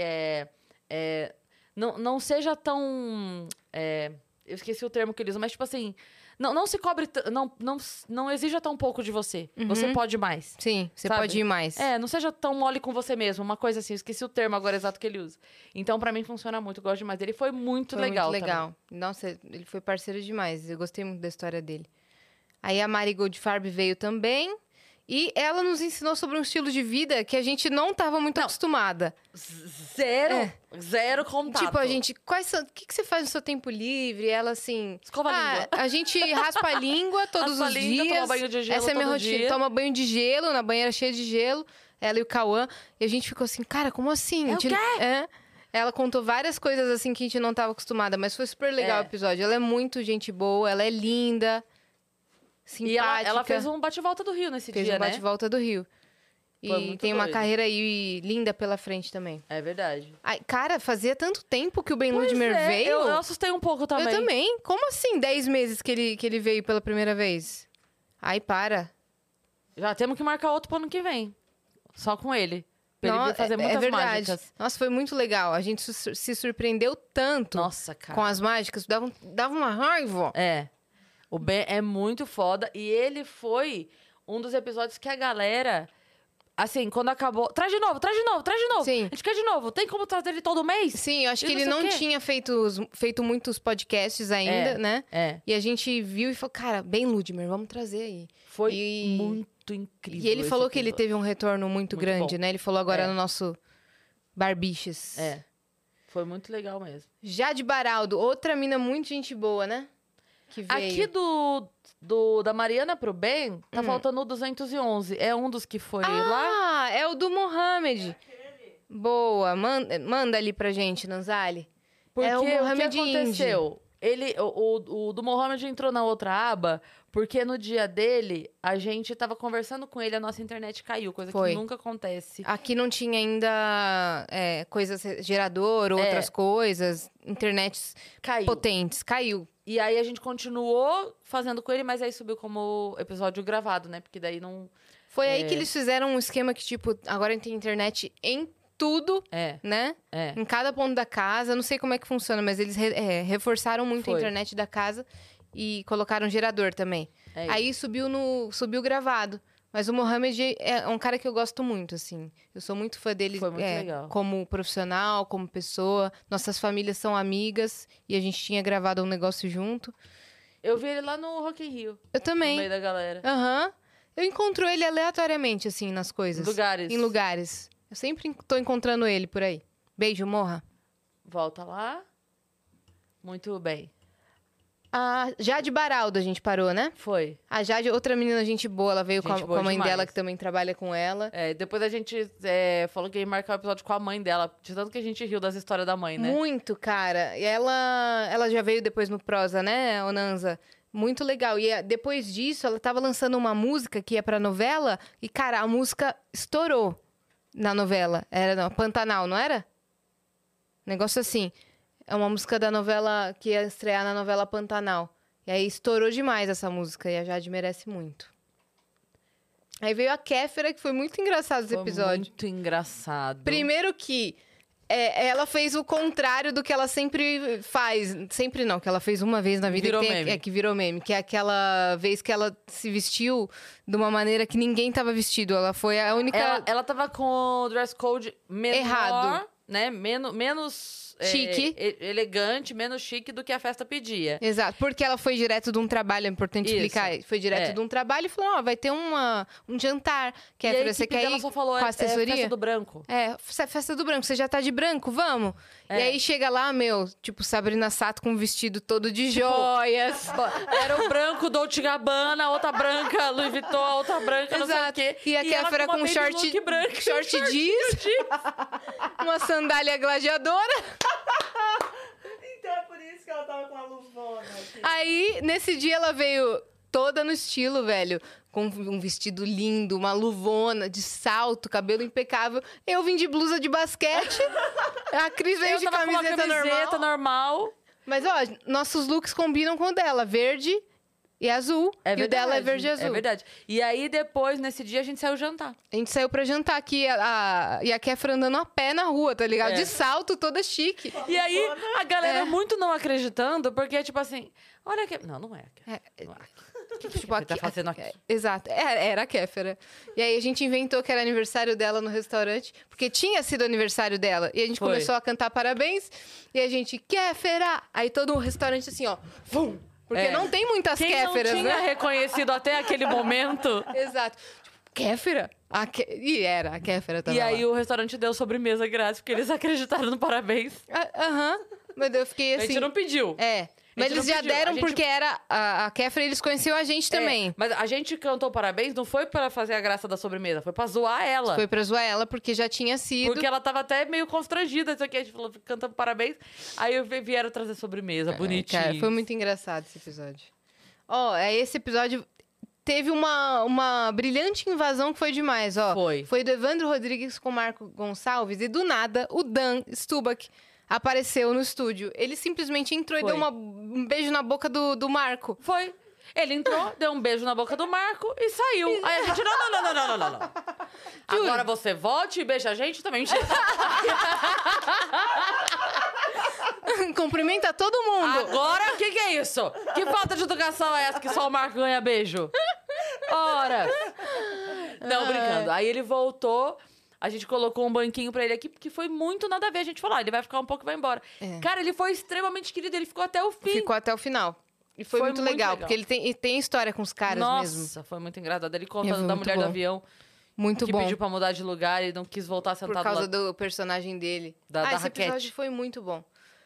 não seja tão... eu esqueci o termo que ele usa, mas, tipo assim... Não se cobre... Não exija tão pouco de você. Você pode mais. Sim, você Sabe? pode ir mais. Não seja tão mole com você mesmo. Uma coisa assim, eu esqueci o termo agora exato que ele usa. Então, pra mim, funciona muito. Eu gosto demais dele. Foi muito legal Muito legal. Nossa, ele foi parceiro demais. Eu gostei muito da história dele. Aí a Mari Goldfarb veio também. E ela nos ensinou sobre um estilo de vida que a gente não estava muito acostumada. Zero contato. Tipo, a gente... O que você faz no seu tempo livre? Ela, assim... Escova a língua. A gente raspa a língua todos Raspa os a língua, dias. toma banho de gelo Essa é a minha todo rotina. dia. Toma banho de gelo, na banheira cheia de gelo. Ela e o Cauã. E a gente ficou assim, cara, como assim? É o quê? Ela contou várias coisas, assim, que a gente não estava acostumada. Mas foi super legal o episódio. Ela é muito gente boa, ela é linda... simpática. E ela fez um bate-volta do Rio nesse dia, né? Fez um bate-volta do Rio. Foi E muito tem uma doido. carreira aí linda pela frente também. É verdade. Ai, cara, fazia tanto tempo que o Ben Ludmer Pois é, veio. Eu assustei um pouco também. Eu também. Como assim 10 meses que ele veio pela primeira vez? Ai, para. Já temos que marcar outro pro ano que vem. Só com ele. Pra ele vir fazer muitas é verdade. mágicas. Nossa, foi muito legal. A gente se surpreendeu tanto Nossa, cara. com as mágicas. Dava uma raiva. O Ben é muito foda. E ele foi um dos episódios que a galera... Assim, quando acabou... Traz de novo. Sim. A gente quer de novo. Tem como trazer ele todo mês? Sim, eu acho E que não ele sei o não quê. tinha feito muitos podcasts ainda, né? E a gente viu e falou, cara, Ben Ludmer, vamos trazer aí. Foi E- muito incrível. E ele esse falou que ele episódio. teve um retorno muito grande, bom. né? Ele falou agora É. no nosso Barbichas. Foi muito legal mesmo. Jade Baraldo, outra mina muito gente boa, né? Que veio. Aqui da Mariana pro Ben, tá faltando o 211. É um dos que foi lá? Ah, é o do Mohamed. Boa, manda ali pra gente, Nanzali. Porque é o o que Mohamed aconteceu? O do Mohamed entrou na outra aba, porque no dia dele, a gente tava conversando com ele, a nossa internet caiu, coisa Foi. que nunca acontece. Aqui não tinha ainda coisas, gerador, outras coisas, internets Caiu. potentes. Caiu. E aí a gente continuou fazendo com ele, mas aí subiu como episódio gravado, né? Porque daí não... Foi aí que eles fizeram um esquema que, tipo, agora tem internet em tudo, né? Em cada ponto da casa. Não sei como é que funciona, mas eles reforçaram muito a Foi. internet da casa e colocaram gerador também. É Aí subiu gravado. Mas o Mohamed é um cara que eu gosto muito, assim. Eu sou muito fã dele Foi muito legal. como profissional, como pessoa. Nossas famílias são amigas e a gente tinha gravado um negócio junto. Eu vi ele lá no Rock in Rio, Eu no também. meio da galera. Aham. Eu encontro ele aleatoriamente, assim, nas coisas. Lugares. Em lugares. Eu sempre tô encontrando ele por aí. Beijo, Morra. Volta lá. Muito bem. A Jade Baraldo a gente parou, né? Foi. A Jade, outra menina gente boa, ela veio Gente com boa a mãe demais. dela, que também trabalha com ela. Depois a gente falou que ia marcar o episódio com a mãe dela. De tanto que a gente riu das histórias da mãe, né? Muito, cara. E ela já veio depois no Prosa, né, Onanza? Muito legal. E depois disso, ela tava lançando uma música que ia pra novela. E, cara, a música estourou na novela. Era no Pantanal, não era? Negócio assim. É uma música da novela que ia estrear na novela Pantanal. E aí estourou demais essa música. E a Jade merece muito. Aí veio a Kéfera, que foi muito engraçado esse Foi episódio. muito engraçado. Primeiro que ela fez o contrário do que ela sempre faz. Sempre não, que ela fez uma vez na vida. Virou que meme. que virou meme. Que é aquela vez que ela se vestiu de uma maneira que ninguém tava vestido. Ela foi a única... Ela tava com o dress code menor, Errado. né? Menos Chique. Elegante, menos chique do que a festa pedia. Exato, porque ela foi direto de um trabalho, é importante Isso. explicar. Foi direto É. de um trabalho e falou, vai ter um jantar. E a Você equipe quer dela ir só falou, com a assessoria? festa do branco. Festa do branco, você já tá de branco, vamos? É. E aí chega lá, tipo, Sabrina Sato com um vestido todo de joias. Era o branco Dolce Gabbana, outra branca Louis Vuitton, outra branca não sei o Exato. quê. E a ela Kéfera uma com baby short, look branco, short jeans, uma sandália gladiadora. ela tava com a luvona aqui. Aí, nesse dia, ela veio toda no estilo, velho. Com um vestido lindo, uma luvona, de salto, cabelo impecável. Eu vim de blusa de basquete. A Cris veio Eu de tava com uma camiseta camiseta normal. Mas, ó, nossos looks combinam com o dela. Verde e azul. E o dela é verde e azul. É verdade. E aí, depois, nesse dia, a gente saiu jantar. A gente saiu pra jantar aqui. E a Kéfera andando a pé na rua, tá ligado? É. De salto, toda chique. E aí, a galera É. muito não acreditando, porque, tipo assim, olha que... Não, não é. Não é. O que Tipo, tá fazendo aqui? Exato. Era a Kéfera. E aí a gente inventou que era aniversário dela no restaurante, porque tinha sido aniversário dela. E a gente Foi. começou a cantar parabéns. E a gente, Kéfera! Aí todo o restaurante assim, ó. Vum! Porque É. não tem muitas Quem Kéferas, não tinha né? reconhecido até aquele momento... Exato. Tipo, Kéfera? E era, a Kéfera tava E aí lá. o restaurante deu sobremesa grátis, porque eles acreditaram no parabéns. Aham. Mas eu fiquei A assim... gente não pediu. É. Mas gente eles não já pediu. deram A gente- porque era a Kéfera, eles conheciam a gente também. É, mas a gente cantou parabéns, não foi pra fazer a graça da sobremesa, foi pra zoar ela. Foi pra zoar ela, porque já tinha sido. Porque ela tava até meio constrangida, isso aqui, a gente falou, cantando parabéns. Aí vieram trazer sobremesa, bonitinho. Cara, foi muito engraçado esse episódio. Ó, esse episódio teve uma brilhante invasão que foi demais, ó. Foi. Foi do Evandro Rodrigues com o Marco Gonçalves e do nada o Dan Stubach apareceu no estúdio. Ele simplesmente entrou Foi. e deu um beijo na boca do Marco. Foi. Ele entrou, deu um beijo na boca do Marco e saiu. Aí a gente, não. Agora você volte e beija a gente também. Cumprimenta todo mundo. Agora, o que é isso? Que falta de educação é essa que só o Marco ganha beijo? Ora! Não, brincando. Aí ele voltou, a gente colocou um banquinho pra ele aqui, porque foi muito nada a ver. A gente falou, ele vai ficar um pouco e vai embora. É. Cara, ele foi extremamente querido, ele ficou até o fim. Ficou até o final. E foi muito legal, legal. porque ele tem história com os caras Nossa, mesmo. foi muito engraçado. Ele contando Foi da muito mulher do bom. avião, Muito que bom. pediu pra mudar de lugar e não quis voltar Por sentado causa lá. do personagem dele. Da esse Raquete. episódio foi muito bom.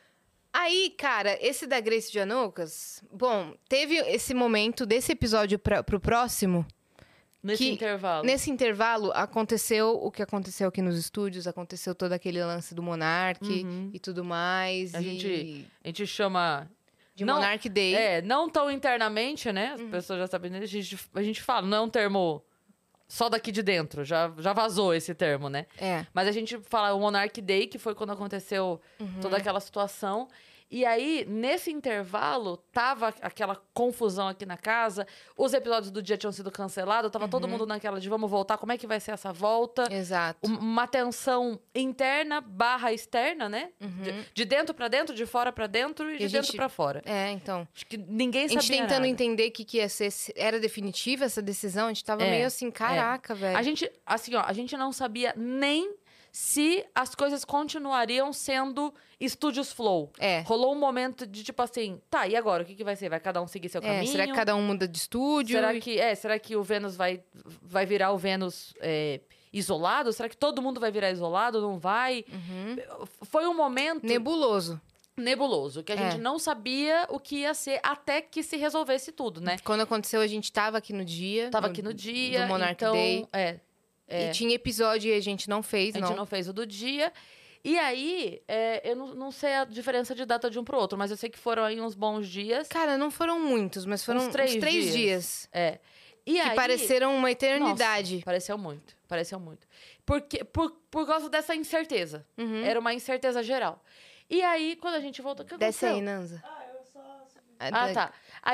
Aí, cara, esse da Grace Janoucas... Bom, teve esse momento desse episódio pro próximo. Nesse que intervalo. Nesse intervalo, aconteceu o que aconteceu aqui nos estúdios. Aconteceu todo aquele lance do Monark Uhum. e tudo mais. A e gente chama... de não- Monark Day. É, não tão internamente, né? As pessoas já sabem, a gente fala, não é um termo só daqui de dentro, já vazou esse termo, né? É. Mas a gente fala o Monarch Day, que foi quando aconteceu toda aquela situação. E aí, nesse intervalo, tava aquela confusão aqui na casa. Os episódios do dia tinham sido cancelados. Tava todo mundo naquela de vamos voltar. Como é que vai ser essa volta? Exato. Uma tensão interna / externa, né? De dentro pra dentro, de fora pra dentro e E de a dentro gente- pra fora. É, então. Acho que ninguém A sabia gente tentando nada. entender o que ia ser. Se era definitiva essa decisão, a gente tava É, meio assim, caraca, velho. A gente, assim, ó, a gente não sabia nem se as coisas continuariam sendo estúdios flow. É. Rolou um momento de tipo assim, tá, e agora? O que vai ser? Vai cada um seguir seu É, caminho? será que cada um muda de estúdio? Será que o Vênus vai virar o Vênus isolado? Será que todo mundo vai virar isolado? Não vai? Foi um momento Nebuloso. nebuloso, que a É. gente não sabia o que ia ser até que se resolvesse tudo, né? Quando aconteceu, a gente tava aqui no dia. Tava aqui no dia, Do Monarch então... Day. É. E tinha episódio e a gente não fez, A gente não fez o do dia. E aí, eu não sei a diferença de data de um pro outro, mas eu sei que foram aí uns bons dias. Cara, não foram muitos, mas foram uns 3 dias. É. E Que aí, pareceram uma eternidade. Nossa, pareceu muito. Porque, por causa dessa incerteza. Uhum. Era uma incerteza geral. E aí, quando a gente voltou, o que Desce aconteceu? aí, Nanza. Ah, eu só subi. Ah, tá.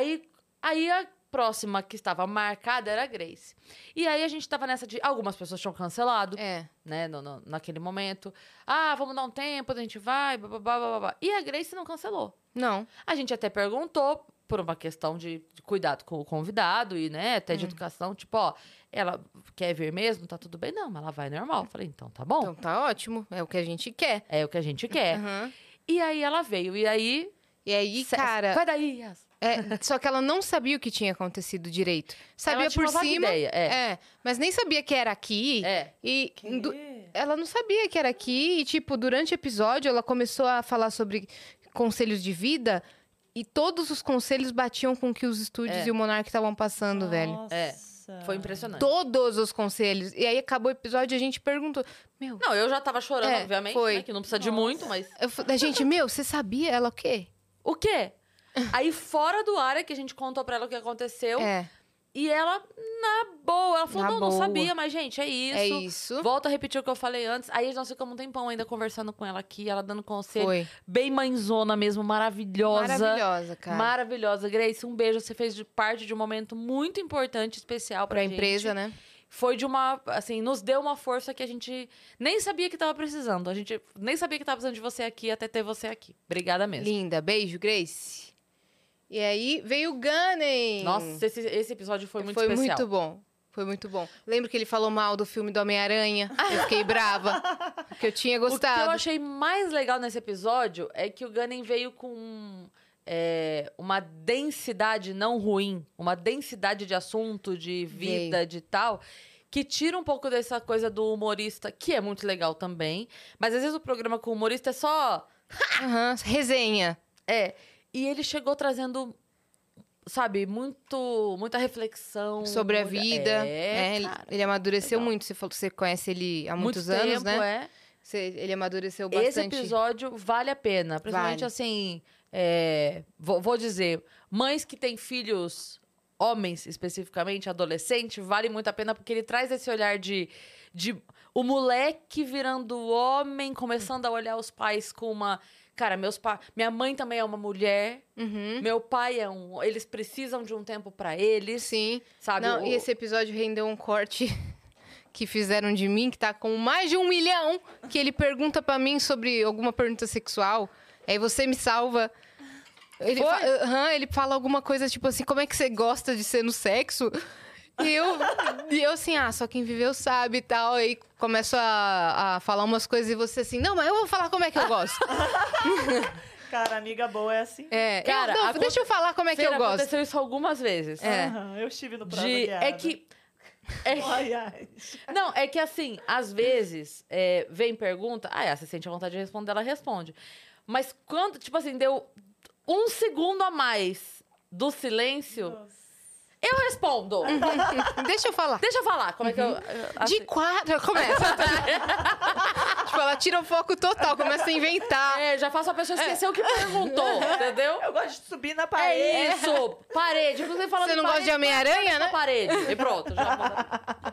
Aí a próxima que estava marcada era a Grace. E aí a gente tava nessa de... Algumas pessoas tinham cancelado, É. né? Naquele momento. Ah, vamos dar um tempo, a gente vai, bababá, bababá. E a Grace não cancelou. Não. A gente até perguntou, por uma questão de cuidado com o convidado e, né, até de educação. Tipo, ó, ela quer vir mesmo? Tá tudo bem? Não, mas ela vai normal. Falei, então tá bom. Então tá ótimo. É o que a gente quer. É o que a gente quer. Uhum. E aí ela veio. E aí... E aí, cara... Vai daí, Yas. Só que ela não sabia o que tinha acontecido direito. Sabia Ela tinha por uma vaga cima. ideia, Mas nem sabia que era aqui. É. E Que? ela não sabia que era aqui. E, tipo, durante o episódio, ela começou a falar sobre conselhos de vida. E todos os conselhos batiam com o que os estúdios É. e o Monark estavam passando, velho. Nossa. Foi impressionante. Todos os conselhos. E aí acabou o episódio e a gente perguntou: Meu, Não, eu já tava chorando, É, obviamente, foi. né? Que não precisa de muito, mas... a gente, meu, você sabia? Ela o quê? o quê? Aí, fora do ar, é que a gente contou pra ela o que aconteceu. É, E ela, na boa, ela falou, Na não boa. sabia, mas, gente, é isso. é isso. Volto a repetir o que eu falei antes. Aí nós ficamos um tempão ainda conversando com ela aqui, ela dando conselho. Foi. Bem mãezona mesmo, maravilhosa. Maravilhosa, cara. Maravilhosa. Grace, um beijo. Você fez parte de um momento muito importante, especial pra Pra gente. empresa, né? Foi de uma, assim, nos deu uma força que a gente nem sabia que tava precisando. A gente nem sabia que tava precisando de você aqui até ter você aqui. Obrigada mesmo. Linda. Beijo, Grace. E aí veio o Gunning. Nossa, esse episódio foi muito Foi especial. muito bom. Foi muito bom. Lembro que ele falou mal do filme do Homem-Aranha. Eu fiquei brava. Porque eu tinha O que eu gostado. achei mais legal nesse episódio é que o Gunning veio com uma densidade não ruim, uma densidade de assunto, de vida, de tal, que tira um pouco dessa coisa do humorista, que é muito legal também. Mas às vezes o programa com o humorista é só. Aham, resenha. E ele chegou trazendo, sabe, muita reflexão. Sobre a vida. né? Cara, Ele amadureceu legal. muito. Você falou que você conhece ele há muito muitos anos, tempo, né? Ele amadureceu bastante. Esse episódio vale a pena. Principalmente, Vale. assim, vou dizer, mães que têm filhos, homens especificamente, adolescente, vale muito a pena porque ele traz esse olhar de o moleque virando homem, começando a olhar os pais com uma... Cara, minha mãe também é uma mulher, Uhum. meu pai é eles precisam de um tempo pra eles, Sim. sabe? Não, e esse episódio rendeu um corte que fizeram de mim, que tá com mais de 1 milhão, que ele pergunta pra mim sobre alguma pergunta sexual. Aí você me salva. Ele, ele fala alguma coisa tipo assim, como é que você gosta de ser no sexo? E eu assim, só quem viveu sabe e tal. Aí começo a falar umas coisas e você assim, não, mas eu vou falar como é que eu gosto. Cara, amiga boa é assim. Cara, deixa eu falar como é que eu gosto. Aconteceu isso algumas vezes. Aham, eu estive no prova É que... Não, é que assim, às vezes, vem pergunta, você sente a vontade de responder, ela responde. Mas quando, tipo assim, deu 1 segundo a mais do silêncio, eu respondo. Deixa eu falar. Deixa eu falar, como é que eu... De 4, começa. Tipo, ela tira o foco total, começa a inventar. Já faço a pessoa esquecer o que perguntou, entendeu? Eu gosto de subir na parede. É isso, parede. Inclusive falando Você não gosta de Homem-Aranha, né? Parede. E pronto, já manda.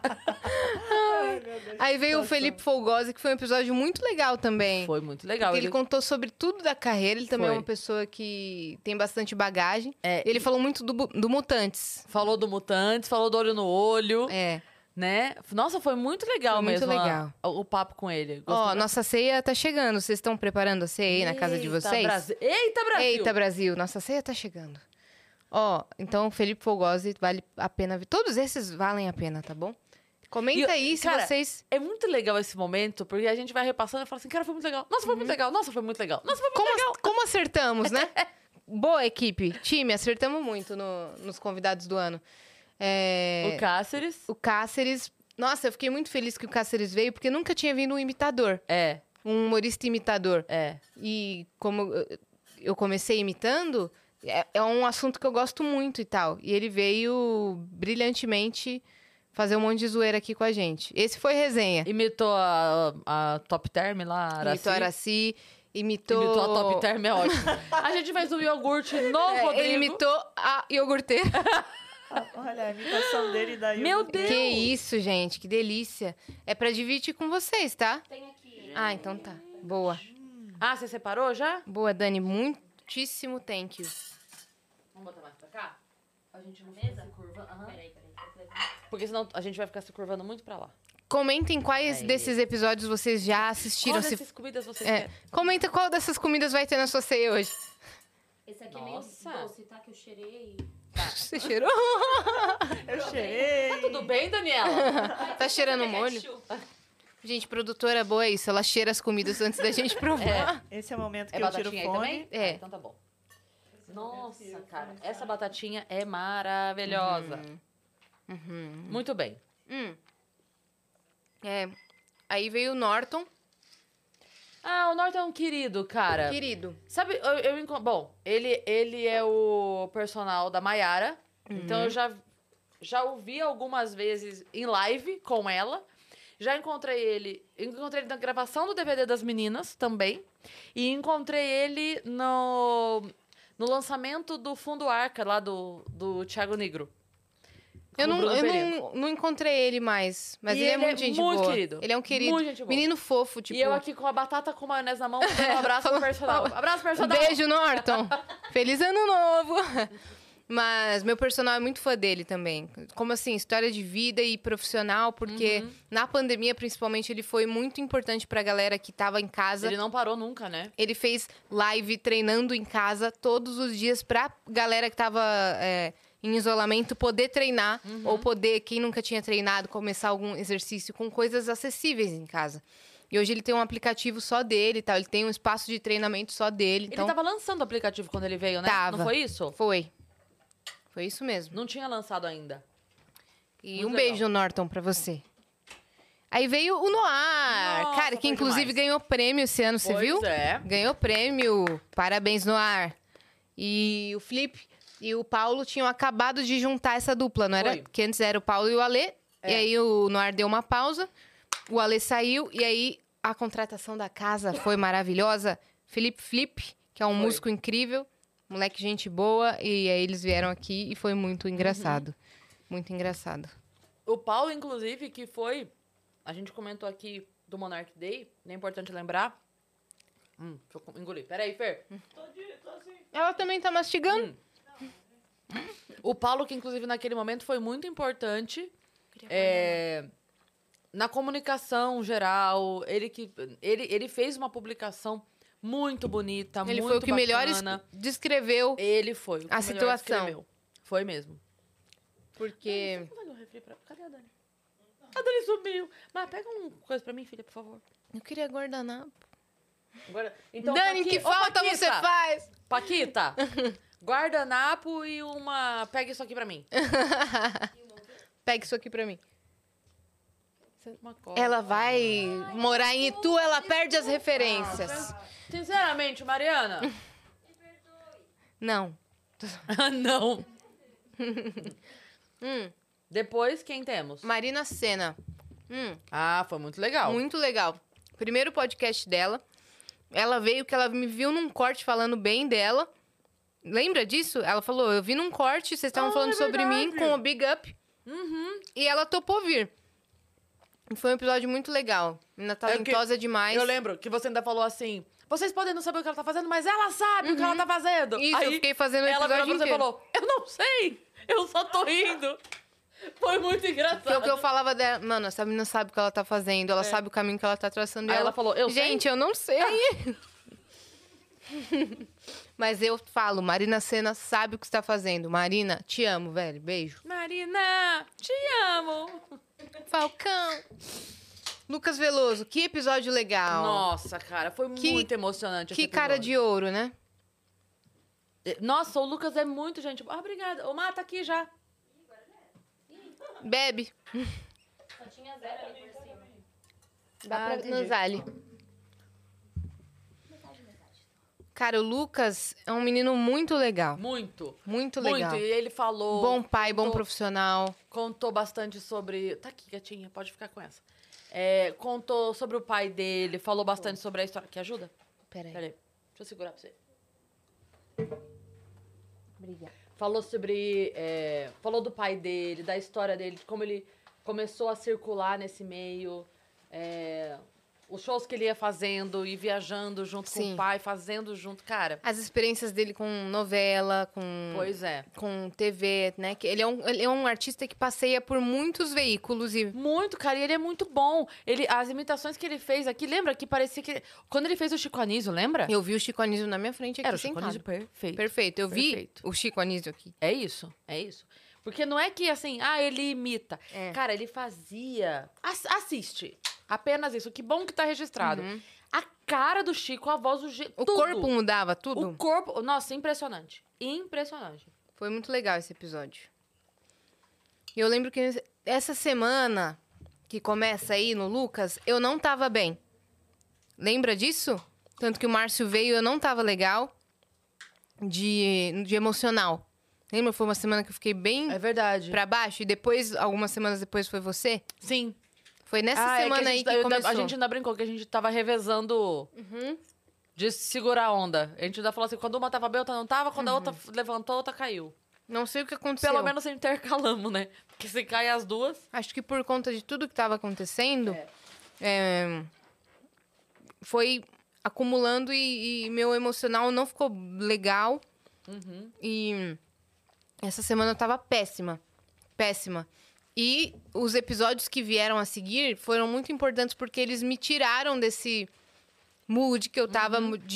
Ai, meu Deus, Aí que veio o situação. Felipe Folgosi, que foi um episódio muito legal também. Foi muito legal. Porque ele contou sobre tudo da carreira. Ele também é Foi. uma pessoa que tem bastante bagagem. É, Ele falou muito do Mutantes. falou do Mutantes, falou do Olho no Olho, É. né? Nossa, foi muito legal Foi muito mesmo legal. o papo com ele. Ó, Gostei nossa ceia tá chegando. Vocês estão preparando a ceia aí na casa de vocês? Eita, Brasil! Eita, Brasil, nossa ceia tá chegando. Ó, então, Felipe Folgosi, vale a pena ver. Todos esses valem a pena, tá bom? Comenta aí se cara, vocês... É muito legal esse momento, porque a gente vai repassando e fala assim, cara, foi muito legal. Nossa, foi muito legal. Nossa, foi muito legal. Nossa, foi muito legal. Como acertamos, né? Boa equipe, time, acertamos muito nos convidados do ano. O Cáceres. O Cáceres... Nossa, eu fiquei muito feliz que o Cáceres veio, porque nunca tinha vindo um imitador. Um humorista imitador. E como eu comecei imitando, é um assunto que eu gosto muito e tal. E ele veio brilhantemente fazer um monte de zoeira aqui com a gente. Esse foi resenha. Imitou a Top Term lá, a Araci. Imitou a Araci, imitou a Top Term, é ótimo. A gente fez o iogurte no Rodrigo. Ele imitou a iogurteira. Olha, a imitação dele da Meu Yuri. Deus! Que isso, gente, que delícia. É pra dividir com vocês, tá? Tem aqui. Ah, então tá. Boa. Você separou já? Boa, Dani. Muitíssimo thank you. Vamos botar mais pra cá? A gente não Mesa? se curva. Aham. Peraí. Porque senão a gente vai ficar se curvando muito pra lá. Comentem quais Aí. desses episódios vocês já assistiram. Qual Se... dessas comidas vocês É. querem? Comenta qual dessas comidas vai ter na sua ceia hoje. Esse aqui Nossa. é meio doce, tá? Que eu cheirei. Você cheirou? Eu cheirei. Tá tudo bem, Daniela? Tá cheirando molho? Gente, produtora boa é isso. Ela cheira as comidas antes da gente provar. Esse é o momento que É eu tiro batatinha o aí fone. também? É. Então tá bom. Nossa, cara. Essa batatinha é maravilhosa. Muito bem. É. Aí veio o Norton. O Norton é um querido, cara. Querido. Sabe, bom, ele é o personal da Mayara. Então eu já ouvi algumas vezes em live com ela. Já encontrei ele na gravação do DVD das meninas também. E encontrei ele no lançamento do Fundo Arca, lá do Thiago Negro. Eu, Com o Bruno Pereira. não encontrei ele mais, mas E ele é muito gente boa. querido. Ele é um querido. Muito gente boa. Menino fofo, tipo... E eu aqui com a batata com maionese na mão, dando um abraço pro personal. Abraço, personal! Beijo, Norton. Feliz ano novo. Mas meu personal é muito fã dele também. Como assim, história de vida e profissional, porque na pandemia, principalmente, ele foi muito importante pra galera que tava em casa. Ele não parou nunca, né? Ele fez live treinando em casa todos os dias pra galera que tava em isolamento poder treinar. Ou poder, quem nunca tinha treinado, começar algum exercício com coisas acessíveis em casa. E hoje ele tem um aplicativo só dele e tal. Ele tem um espaço de treinamento só dele. Então, Ele tava lançando o aplicativo quando ele veio, né? Tava. Não foi isso? foi. Foi isso mesmo. Não tinha lançado ainda. E Muito um legal. beijo, Norton, pra você. Aí veio o Noir. Nossa, Cara, que foi inclusive demais. ganhou prêmio esse ano, você viu? Pois é. Ganhou prêmio. Parabéns, Noir. E o Felipe e o Paulo tinham acabado de juntar essa dupla, não era? Foi. Porque antes era o Paulo e o Alê. E aí o Noir deu uma pausa. O Alê saiu. E aí a contratação da casa foi maravilhosa. Felipe Flip, que é um Foi. músico incrível. Moleque, gente boa. E aí eles vieram aqui e foi muito engraçado. Muito engraçado. O Paulo, inclusive, que foi... A gente comentou aqui do Monarch Day. É importante lembrar. Deixa eu engolir. Peraí, Fer. Ela também tá mastigando? O Paulo, que inclusive naquele momento foi muito importante na comunicação geral. Ele fez uma publicação muito bonita, Ele muito foi o que melhor bacana. descreveu. Ele foi o que a melhor situação. escreveu. Foi mesmo. Porque... Cadê a Dani? A Dani sumiu. Mas pega uma coisa pra mim, filha, por favor. Eu queria guardanapo. Agora, então, Dani, que falta Paquita, você faz? Paquita, guardanapo e uma... Pega isso aqui pra mim. Pega isso aqui pra mim. Uma cola. Ela vai morar em Itu, ela perde as referências. Sinceramente, Mariana... Não. Não. Depois, quem temos? Marina Sena. Ah, foi muito legal. Muito legal. Primeiro podcast dela. Ela veio que ela me viu num corte falando bem dela. Lembra disso? Ela falou, eu vi num corte, vocês estavam falando sobre mim verdade. com o Big Up. E ela topou vir. E foi um episódio muito legal. Menina talentosa demais. Eu lembro que você ainda falou assim... Vocês podem não saber o que ela tá fazendo, mas ela sabe o que ela tá fazendo. Isso, Aí, eu fiquei fazendo o ela episódio virou pra você e inteiro. falou, eu não sei, eu só tô rindo. Foi muito engraçado. Que é o que eu falava dela. Mano, essa menina sabe o que ela tá fazendo. Ela sabe o caminho que ela tá traçando. Aí E ela falou, eu sei? Gente, eu não sei. Mas eu falo, Marina Sena sabe o que está fazendo. Marina, te amo, velho. Beijo. Marina, te amo. Falcão. Lucas Veloso, que episódio legal. Nossa, cara, foi muito emocionante Que esse cara episódio. de ouro, né? Nossa, o Lucas é muito gente... Ah, obrigada. Ô, Má, tá aqui já. Bebe. Só tinha 0 ali por cima. Dá pra entendi. Nanzali. Cara, o Lucas é um menino muito legal. Muito. Muito legal. Muito. E ele falou... Bom pai, bom contou- profissional. Contou bastante sobre... Tá aqui, gatinha, pode ficar com essa. Contou sobre o pai dele, falou bastante sobre a história. Quer ajuda? Peraí. Peraí, deixa eu segurar pra você. Obrigada. Falou sobre... falou do pai dele, da história dele, de como ele começou a circular nesse meio. Os shows que ele ia fazendo e viajando junto com Sim. o pai, fazendo junto. Cara, As experiências dele com novela, pois é. com TV, né? Que ele é um artista que passeia por muitos veículos e... Muito, cara, e ele é muito bom. As imitações que ele fez aqui, lembra que parecia que... Quando ele fez o Chico Anísio, lembra? Eu vi o Chico Anísio na minha frente aqui Era o Chico sentado. Anísio perfeito. Perfeito. Eu vi Perfeito. o Chico Anísio aqui. É isso, é isso. Porque não é que, assim, ele imita. É. Cara, ele fazia... Assiste. Apenas isso. Que bom que tá registrado. A cara do Chico, a voz, O tudo. corpo mudava tudo. O corpo... Nossa, impressionante. Impressionante. Foi muito legal esse episódio. E eu lembro que essa semana que começa aí no Lucas, eu não tava bem. Lembra disso? Tanto que o Márcio veio, eu não tava legal de emocional. Lembra? Foi uma semana que eu fiquei bem É verdade. pra baixo e depois, algumas semanas depois, foi você? Sim. Foi nessa é semana que a aí gente, que começou. a gente ainda brincou que a gente tava revezando de segurar a onda. A gente ainda falou assim, quando uma tava bem, a outra não tava. Quando a outra levantou, a outra caiu. Não sei o que aconteceu. Pelo menos intercalamos, né? Porque se cai as duas... Acho que por conta de tudo que tava acontecendo, foi acumulando e meu emocional não ficou legal. E essa semana eu tava péssima. Péssima. E os episódios que vieram a seguir foram muito importantes porque eles me tiraram desse mood que eu tava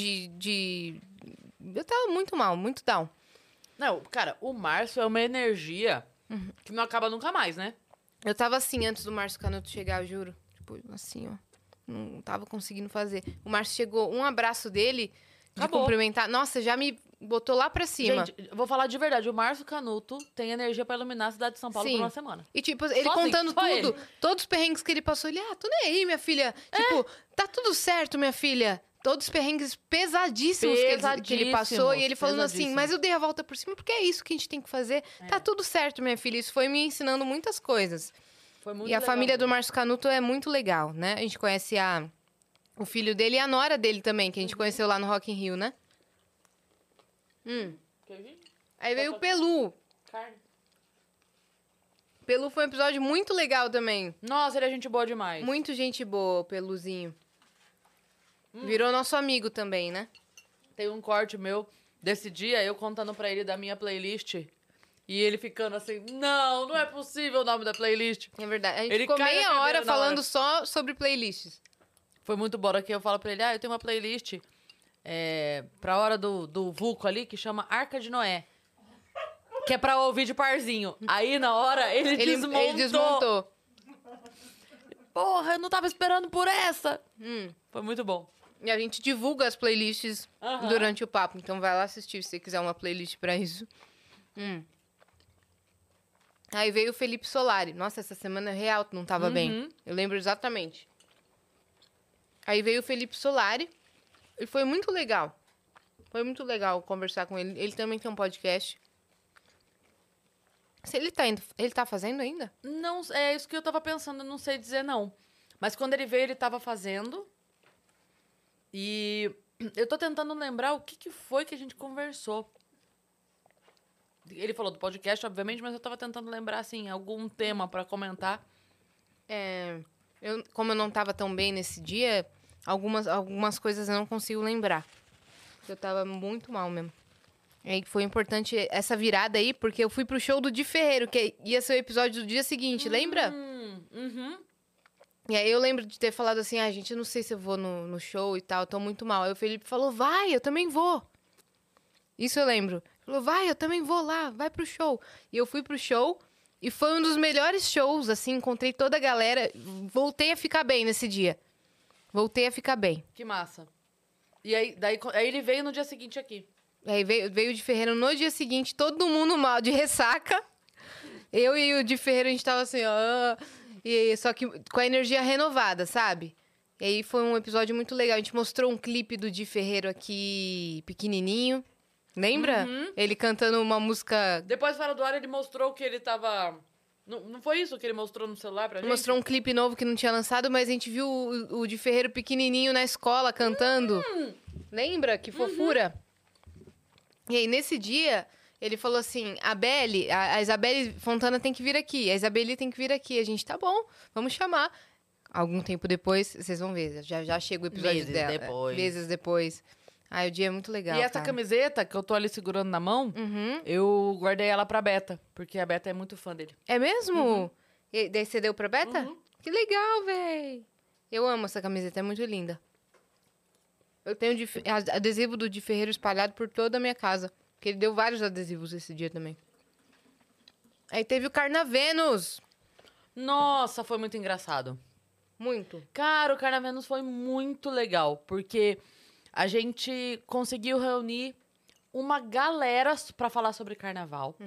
eu tava muito mal, muito down. Não, cara, o Márcio é uma energia que não acaba nunca mais, né? Eu tava assim antes do Márcio Canuto chegar, eu juro. Tipo, assim, ó. Não tava conseguindo fazer. O Márcio chegou, um abraço dele, de Acabou. cumprimentar. Nossa, já me botou lá pra cima. Gente, eu vou falar de verdade. O Márcio Canuto tem energia pra iluminar a cidade de São Paulo Sim. por uma semana. E, tipo, ele Sozinho, contando só tudo, ele. todos os perrengues que ele passou. Ele, tô nem aí, minha filha. Tipo, tá tudo certo, minha filha. Todos os perrengues pesadíssimos que ele passou. E ele falando assim, mas eu dei a volta por cima porque é isso que a gente tem que fazer. Tá tudo certo, minha filha. Isso foi me ensinando muitas coisas. Foi muito E a legal família do mesmo. Márcio Canuto é muito legal, né? A gente conhece o filho dele e a nora dele também, que a gente conheceu lá no Rock in Rio, né? Queijinho? Aí veio o Pelu. Carne. Pelu foi um episódio muito legal também. Nossa, ele é gente boa demais. Muito gente boa, o Peluzinho. Virou nosso amigo também, né? Tem um corte meu desse dia, eu contando pra ele da minha playlist. E ele ficando assim, não é possível o nome da playlist. É verdade. A gente Ele ficou cai na meia cadeira hora na falando hora. só sobre playlists. Foi muito bom que eu falo pra ele, eu tenho uma playlist pra hora do Vulco ali, que chama Arca de Noé. Que é pra ouvir de parzinho. Aí, na hora, ele desmontou. Porra, eu não tava esperando por essa. Foi muito bom. E a gente divulga as playlists durante o papo. Então vai lá assistir se você quiser uma playlist pra isso. Aí veio o Felipe Solari. Nossa, essa semana real não tava bem. Eu lembro exatamente. Aí veio o Felipe Solari. E foi muito legal. Foi muito legal conversar com ele. Ele também tem um podcast. Se ele tá fazendo ainda? Não, é isso que eu tava pensando, eu não sei dizer não. Mas quando ele veio, ele tava fazendo. E eu tô tentando lembrar o que foi que a gente conversou. Ele falou do podcast, obviamente, mas eu tava tentando lembrar, assim, algum tema pra comentar. Como eu não tava tão bem nesse dia, algumas coisas eu não consigo lembrar. Eu tava muito mal mesmo. E aí foi importante essa virada aí, porque eu fui pro show do Di Ferreiro, que ia ser o episódio do dia seguinte, lembra? E aí eu lembro de ter falado assim, gente, eu não sei se eu vou no show e tal, eu tô muito mal. Aí o Felipe falou, vai, eu também vou. Isso eu lembro. Ele falou, vai, eu também vou lá, vai pro show. E eu fui pro show e foi um dos melhores shows, assim, encontrei toda a galera. Voltei a ficar bem nesse dia. Voltei a ficar bem. Que massa. E aí ele veio no dia seguinte aqui. Aí veio o Di Ferreiro no dia seguinte, todo mundo mal, de ressaca. Eu e o Di Ferreiro, a gente tava assim, só que com a energia renovada, sabe? E aí foi um episódio muito legal. A gente mostrou um clipe do Di Ferreiro aqui, pequenininho. Lembra? Ele cantando uma música... Depois, fora do ar, ele mostrou que ele tava... Não foi isso que ele mostrou no celular pra gente? Mostrou um clipe novo que não tinha lançado, mas a gente viu o Di Ferreiro pequenininho na escola cantando. Lembra? Que fofura. E aí, nesse dia, ele falou assim, a Isabelle Fontana tem que vir aqui, a Isabeli tem que vir aqui. A gente, tá bom, vamos chamar. Algum tempo depois, vocês vão ver, já chega o episódio Meses dela. depois. Meses depois. Ai, o dia é muito legal, E essa cara. camiseta que eu tô ali segurando na mão, eu guardei ela pra Beta, porque a Beta é muito fã dele. É mesmo? E daí você deu pra Beta? Que legal, véi. Eu amo essa camiseta, é muito linda. Eu tenho adesivo do Di Ferreiro espalhado por toda a minha casa. Porque ele deu vários adesivos esse dia também. Aí teve o Carnavenus. Nossa, foi muito engraçado. Muito. Cara, o Carnavenus foi muito legal, porque a gente conseguiu reunir uma galera pra falar sobre carnaval.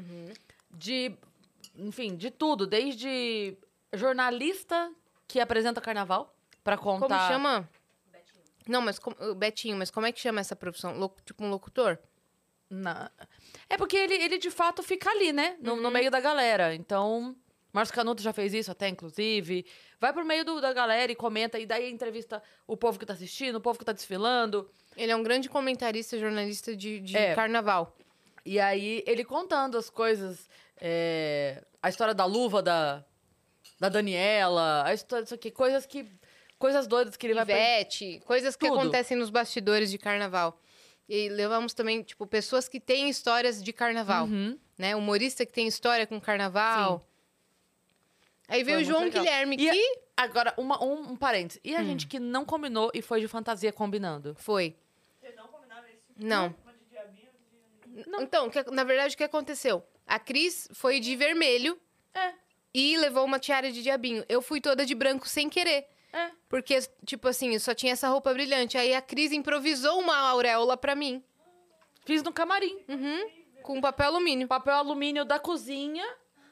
Enfim, de tudo. Desde jornalista que apresenta carnaval pra contar... Como chama? Não, mas Betinho, mas como é que chama essa profissão? Tipo um locutor? É porque ele de fato fica ali, né? No meio da galera. Então, Márcio Canuto já fez isso até, inclusive. Vai pro meio da galera e comenta, e daí entrevista o povo que tá assistindo, o povo que tá desfilando. Ele é um grande comentarista, jornalista de É. carnaval. E aí, ele contando as coisas, a história da luva da Daniela, a história disso aqui, coisas doidas que ele vai... Ivete, coisas que Tudo. acontecem nos bastidores de carnaval. E levamos também, tipo, pessoas que têm histórias de carnaval, Uhum. né? Humorista que tem história com carnaval. Aí veio Foi o João muito legal. Guilherme, E que Agora, um parênteses. E a gente que não combinou e foi de fantasia combinando? foi. Vocês não combinaram isso? Não. Uma de diabinho, de... Então, na verdade, o que aconteceu? A Cris foi de vermelho e levou uma tiara de diabinho. Eu fui toda de branco sem querer. É. Porque, tipo assim, eu só tinha essa roupa brilhante. Aí a Cris improvisou uma auréola pra mim. Fiz no camarim. Com papel alumínio. Papel alumínio da cozinha.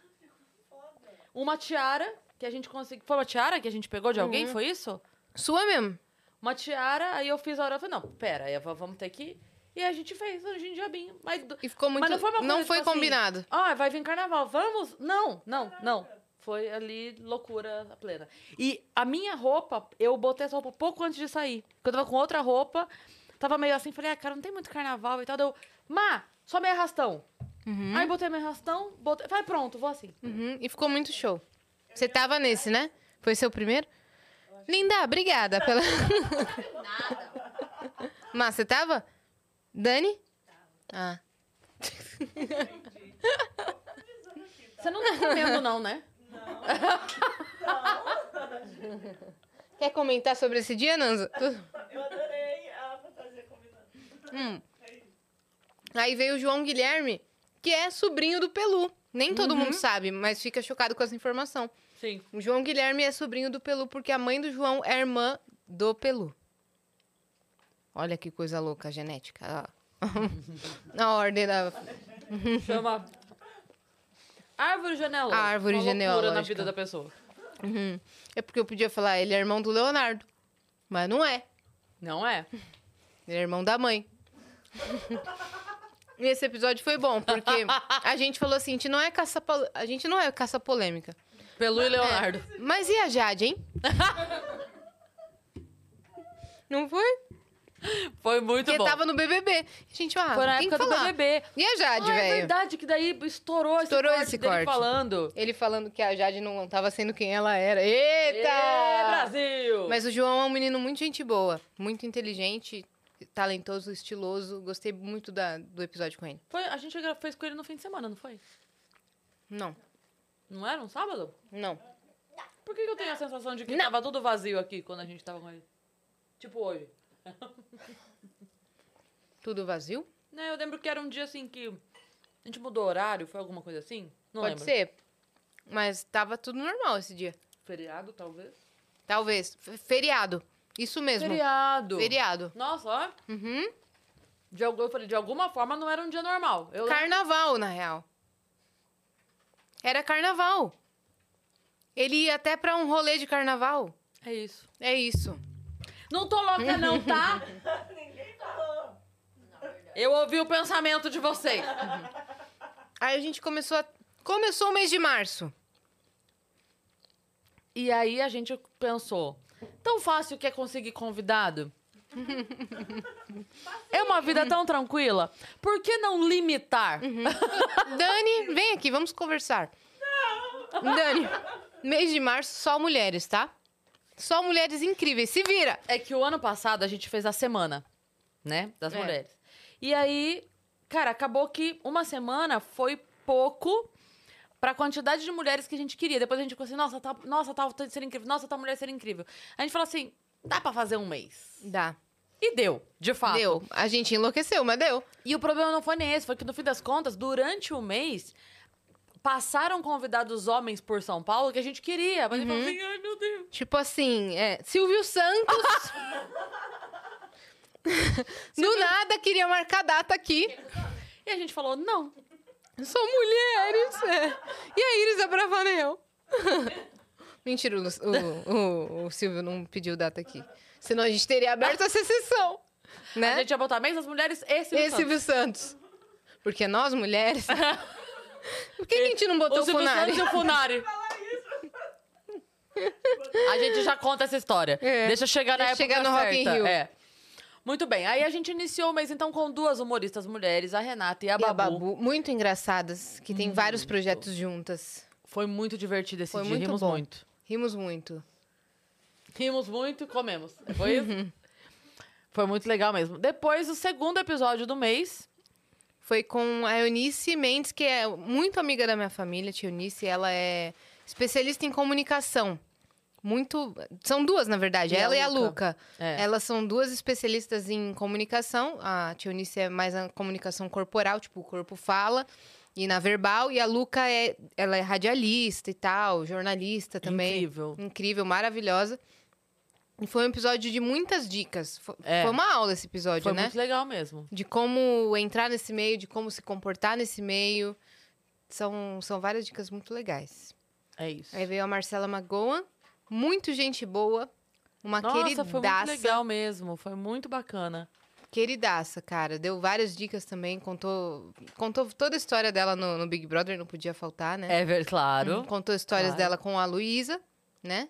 Uma tiara que a gente conseguiu. Foi uma tiara que a gente pegou de alguém? Foi isso? Sua mesmo. Uma tiara, aí eu fiz a hora. Eu falei, não, pera, aí vamos ter que. E a gente fez o anjinho de diabinho. E ficou muito... Mas não foi uma coisa, Não foi tipo assim, combinado. vai vir carnaval, vamos? Não. Foi ali loucura plena. E a minha roupa, eu botei essa roupa pouco antes de sair. Porque eu tava com outra roupa, tava meio assim, falei, cara, não tem muito carnaval e tal. Deu, só meio arrastão. Aí botei meio arrastão, falei, pronto, vou assim. E ficou muito show. Você tava nesse, né? Foi seu primeiro? Linda, obrigada pela... Nada. Mas você tava? Dani? Ah. Você não tá comendo, não, né? Quer comentar sobre esse dia, Nanza? Eu adorei a fantasia combinando. Aí veio o João Guilherme, que é sobrinho do Pelu. Nem todo mundo sabe, mas fica chocado com essa informação. Sim. O João Guilherme é sobrinho do Pelu, porque a mãe do João é irmã do Pelu. Olha que coisa louca a genética. Ó. A ordem da... Chama árvore genealógica. Árvore Uma loucura na genealógica. vida da pessoa. É porque eu podia falar, ele é irmão do Leonardo. Mas não é. Não é? Ele é irmão da mãe. E esse episódio foi bom, porque a gente falou assim, a gente não é caça polêmica. Pelu e Leonardo. Mas e a Jade, hein? Não foi? Foi muito Porque bom. tava no BBB. A gente, Foi na tem que época do falar. BBB. E a Jade, É velho? verdade, que daí estourou esse corte. dele falando. Ele falando que a Jade não tava sendo quem ela era. Eita! Brasil! Mas o João é um menino muito gente boa. Muito inteligente, talentoso, estiloso. Gostei muito do episódio com ele. A gente fez com ele no fim de semana, não foi? Não, Não era um sábado? não. Por que eu tenho a sensação de que Não. tava tudo vazio aqui quando a gente tava com ele? Tipo hoje. Tudo vazio? Né, eu lembro que era um dia assim que a gente mudou o horário, foi alguma coisa assim? Não Pode lembro. ser. Mas tava tudo normal esse dia. Feriado, talvez? Talvez. Feriado. Isso mesmo. Feriado. Feriado. Nossa, ó. Uhum. Eu falei, de alguma forma não era um dia normal. Carnaval, na real. Era carnaval. Ele ia até pra um rolê de carnaval. É isso. É isso. Não tô louca não, tá? Ninguém falou. Eu ouvi o pensamento de vocês. Aí a gente começou o mês de março. E aí a gente pensou, tão fácil que é conseguir convidado? É uma vida tão tranquila. Por que não limitar? Dani, vem aqui, vamos conversar. Não. Dani, mês de março, só mulheres, tá? Só mulheres incríveis. Se vira. É que o ano passado a gente fez a semana, né? Das É. mulheres. E aí, cara, acabou que uma semana foi pouco pra quantidade de mulheres que a gente queria. Depois a gente ficou assim, nossa, tal seria incrível. Nossa, tal mulher seria incrível. A gente falou assim, dá pra fazer um mês. Dá. E deu, de fato. Deu. A gente enlouqueceu, mas deu. E o problema não foi nem esse, foi que no fim das contas, durante o mês, passaram convidados homens por São Paulo que a gente queria. Mas ele falou assim, ai meu Deus. Tipo assim, Silvio Santos. Do nada queria marcar data aqui. E a gente falou, não. São mulheres. E a Iris Abravanel? Mentira, o Silvio não pediu data aqui. Senão a gente teria aberto essa sessão. Né? A gente ia botar mês das mulheres e Silvio E Santos. Silvio Santos. Porque nós, mulheres... Por que a gente não botou O o Silvio Funari? Santos e o Funari. Falar A gente já conta essa história. É. Deixa chegar na Deixa época chegar no Rock in certa. Rio. É. Muito bem. Aí a gente iniciou o mês, então, com 2 humoristas mulheres, a Renata e a E a Babu. Babu, muito engraçadas, que tem vários projetos juntas. Foi muito divertido esse Foi dia. muito Rimos bom. muito. Rimos muito. Rimos muito e comemos. Foi isso? Foi muito legal mesmo. Depois, o segundo episódio do mês. Foi com a Eunice Mendes, que é muito amiga da minha família, tia Eunice. Ela é especialista em comunicação. São duas, na verdade, E a ela e a Luca. Luca. É. Elas são duas especialistas em comunicação. A tia Eunice é mais a comunicação corporal, tipo, o corpo fala, e na verbal. E a Luca, ela é radialista e tal, jornalista também. Incrível. Incrível, maravilhosa. E foi um episódio de muitas dicas. Foi uma aula esse episódio, Foi né? muito legal mesmo. De como entrar nesse meio, de como se comportar nesse meio. São várias dicas muito legais. É isso. Aí veio a Marcela Magoa, muito gente boa, uma Nossa, queridaça. foi muito legal mesmo. Foi muito bacana. Queridaça, cara. Deu várias dicas também, contou toda a história dela no Big Brother, não podia faltar, né? Claro. Contou histórias Claro. dela com a Luísa, né?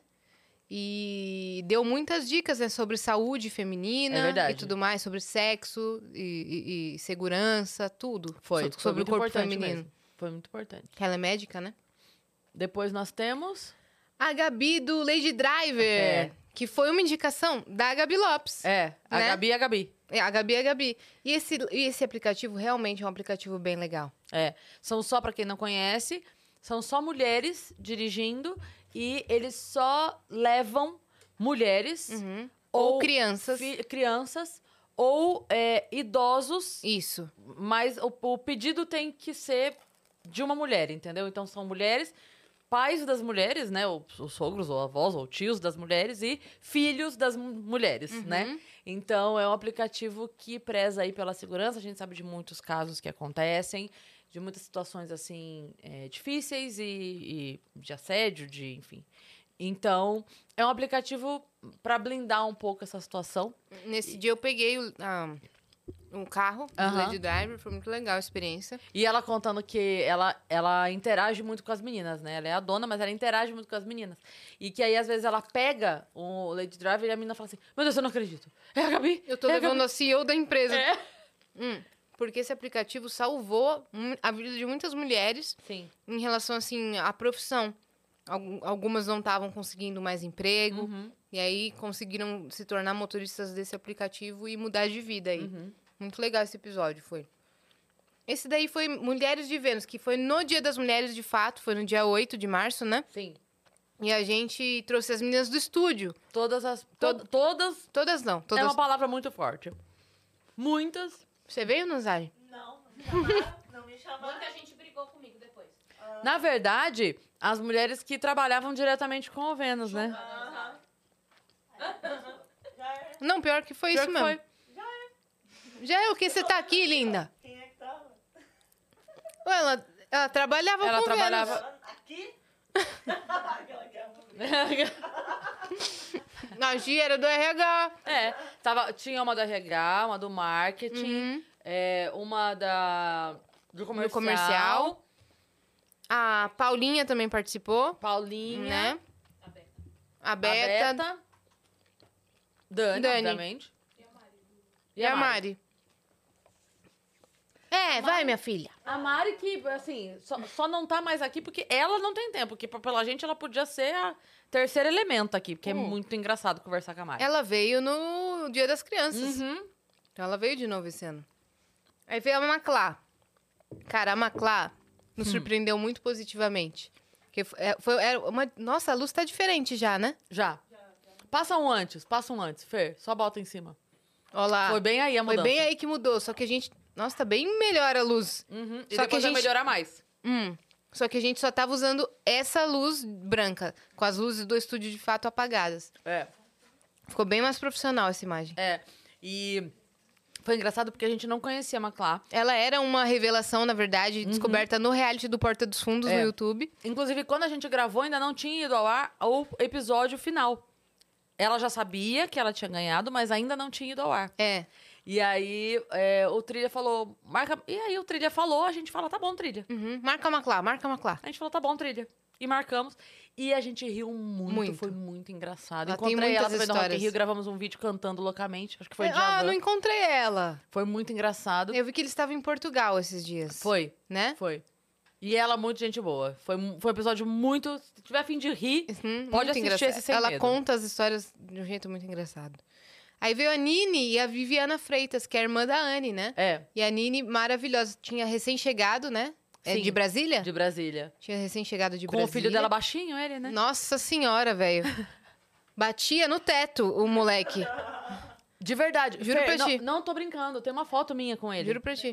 E deu muitas dicas, né, sobre saúde feminina É verdade. e tudo mais, sobre sexo e segurança, tudo. Foi sobre o muito corpo importante feminino. mesmo. Foi muito importante. Que ela é médica, né? Depois nós temos... A Gabi do Lady Driver, É. que foi uma indicação da Gabi Lopes. A Né? Gabi e a Gabi. A Gabi é a Gabi. E esse aplicativo realmente é um aplicativo bem legal. São só, pra quem não conhece, são só mulheres dirigindo e eles só levam mulheres Ou crianças. crianças ou idosos, Isso. mas o pedido tem que ser de uma mulher, entendeu? Então são mulheres, pais das mulheres, né? Os sogros, ou avós, ou tios das mulheres e filhos das mulheres, né? Então é um aplicativo que preza aí pela segurança. A gente sabe de muitos casos que acontecem, de muitas situações assim difíceis e de assédio, enfim. Então é um aplicativo para blindar um pouco essa situação. Nesse dia eu peguei um carro do Lady Driver, foi muito legal a experiência. E ela contando que ela interage muito com as meninas, né? Ela é a dona, mas ela interage muito com as meninas. E que aí, às vezes, ela pega o Lady Driver e a menina fala assim, meu Deus, eu não acredito. É a Gabi? Eu tô é levando a a CEO da empresa. Gabi. Porque esse aplicativo salvou a vida de muitas mulheres Sim. em relação, assim, à profissão. Algumas não estavam conseguindo mais emprego. E aí conseguiram se tornar motoristas desse aplicativo e mudar de vida aí. Muito legal esse episódio, foi. Esse daí foi Mulheres de Vênus, que foi no Dia das Mulheres, de fato. Foi no dia 8 de março, né? Sim. E a gente trouxe as meninas do estúdio. Todas as... Todas não. É Todas. uma palavra muito forte. Muitas. Você veio, Nazari? Não, não me chamaram. Muita gente brigou comigo depois. Na verdade, as mulheres que trabalhavam diretamente com o Vênus, né? Aham. Já é. Não, pior que foi Pior isso que mesmo. foi. Já é o que? Você tá aqui, linda? Quem é que tava? Ué, ela trabalhava Ela com trabalhava- Vênus. Ela aqui? Aquela que é a A Gi era do RH. Tinha uma do RH, uma do marketing, uma do comercial. Do comercial. A Paulinha também participou, Paulinha. né? A A Beta. Dani, Dani. obviamente. E a Mari. Vai, minha filha. A Mari que, assim, só não tá mais aqui porque ela não tem tempo. Porque pela gente ela podia ser a terceiro elemento aqui. Porque é muito engraçado conversar com a Mari. Ela veio no Dia das Crianças. Uhum. Então ela veio de novo esse ano. Aí veio a Maclá. Cara, a Maclá nos surpreendeu muito positivamente. Porque Nossa, a luz tá diferente já, né? Já. Passa um antes, Fer. Só bota em cima. Olha lá. Foi bem aí a Foi mudança. bem aí que mudou. Só que a gente... Nossa, tá bem melhor a luz. Uhum. E Só depois que a vai gente- melhorar mais. Só que a gente só tava usando essa luz branca. Com as luzes do estúdio de fato apagadas. Ficou bem mais profissional essa imagem. E foi engraçado porque a gente não conhecia a Maclá. Ela era uma revelação, na verdade, descoberta no reality do Porta dos Fundos no YouTube. Inclusive, quando a gente gravou, ainda não tinha ido ao ar o episódio final. Ela já sabia que ela tinha ganhado, mas ainda não tinha ido ao ar. E aí, o Trilha falou... E aí, o Trilha falou, a gente fala, tá bom, Trilha. Marca a Maclá, marca a Maclá. A gente falou, tá bom, Trilha. e marcamos. E a gente riu muito, Muito. foi muito engraçado. Ela tem Encontrei ela muitas também no Rock in histórias. Rio, gravamos um vídeo cantando loucamente. Acho que foi de Ah, Djavan. não encontrei ela. Foi muito engraçado. Eu vi que eles estavam em Portugal esses dias. Foi, Né? foi. E ela, muito gente boa. Foi um episódio muito... Se tiver a fim de rir, Uhum, pode muito assistir engraçado. esse sem Ela medo. conta as histórias de um jeito muito engraçado. Aí veio a Nini e a Viviana Freitas, que é a irmã da Anne, né? É, E a Nini, maravilhosa. Tinha recém-chegado, né? É Sim. de Brasília? de Brasília. Tinha recém-chegado de Com Brasília. o filho dela baixinho, ele, né? Nossa senhora, velho. Batia no teto o moleque. De verdade. Juro pra não, ti. não tô brincando, tem uma foto minha com ele. Juro pra ti.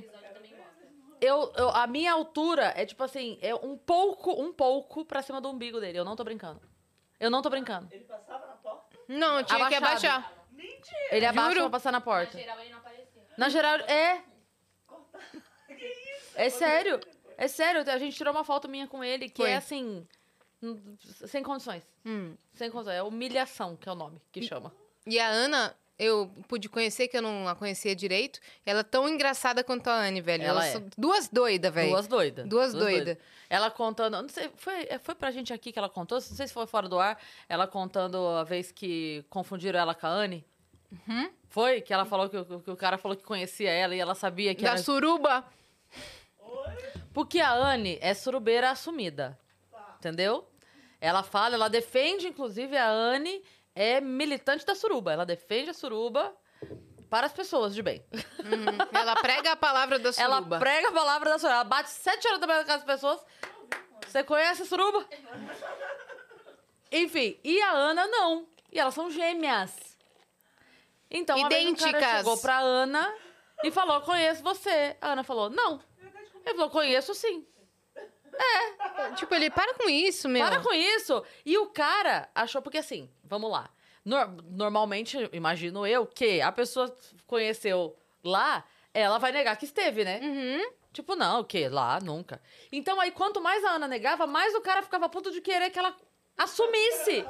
A minha altura é tipo assim, é um pouco pra cima do umbigo dele. Eu não tô brincando. Eu não tô brincando. Ele passava na porta? Não, tinha que Abaixado. abaixar. Mentira! Ele abaixa Juro. pra passar na Na porta. geral, ele não aparecia. Na geral, é sério. É sério, a gente tirou uma foto minha com ele que Foi. é assim, sem condições. Sem condições. É humilhação, que é o nome que chama. E a Ana, eu pude conhecer, que eu não a conhecia direito. Ela é tão engraçada quanto a Anne, velho. Ela Elas é. são duas doidas, velho. Duas doidas. Duas doidas. Ela contando, não sei, foi pra gente aqui que ela contou, não sei se foi fora do ar, ela contando a vez que confundiram ela com a Anne. Foi? Que ela falou que o cara falou que conhecia ela e ela sabia que Da era... suruba. Porque a Anne é surubeira assumida. Entendeu? Ela fala, ela defende, inclusive, a Anne é militante da suruba. Ela defende a suruba para as pessoas de bem. Ela prega a palavra da Ela suruba. prega a palavra da suruba. Ela bate 7 horas da manhã na casa das pessoas. Você conhece a suruba? Enfim, e a Ana não. E elas são gêmeas. Então, uma vez o cara Idênticas. chegou pra Ana e falou, conheço você. A Ana falou, não. Ele falou, conheço sim. Tipo, ele para com isso, meu. Para com isso. E o cara achou, porque assim, vamos lá. Normalmente, imagino eu, que a pessoa conheceu lá, ela vai negar que esteve, né? Tipo, não, o quê? Lá, nunca. Então aí, quanto mais a Ana negava, mais o cara ficava a ponto de querer que ela assumisse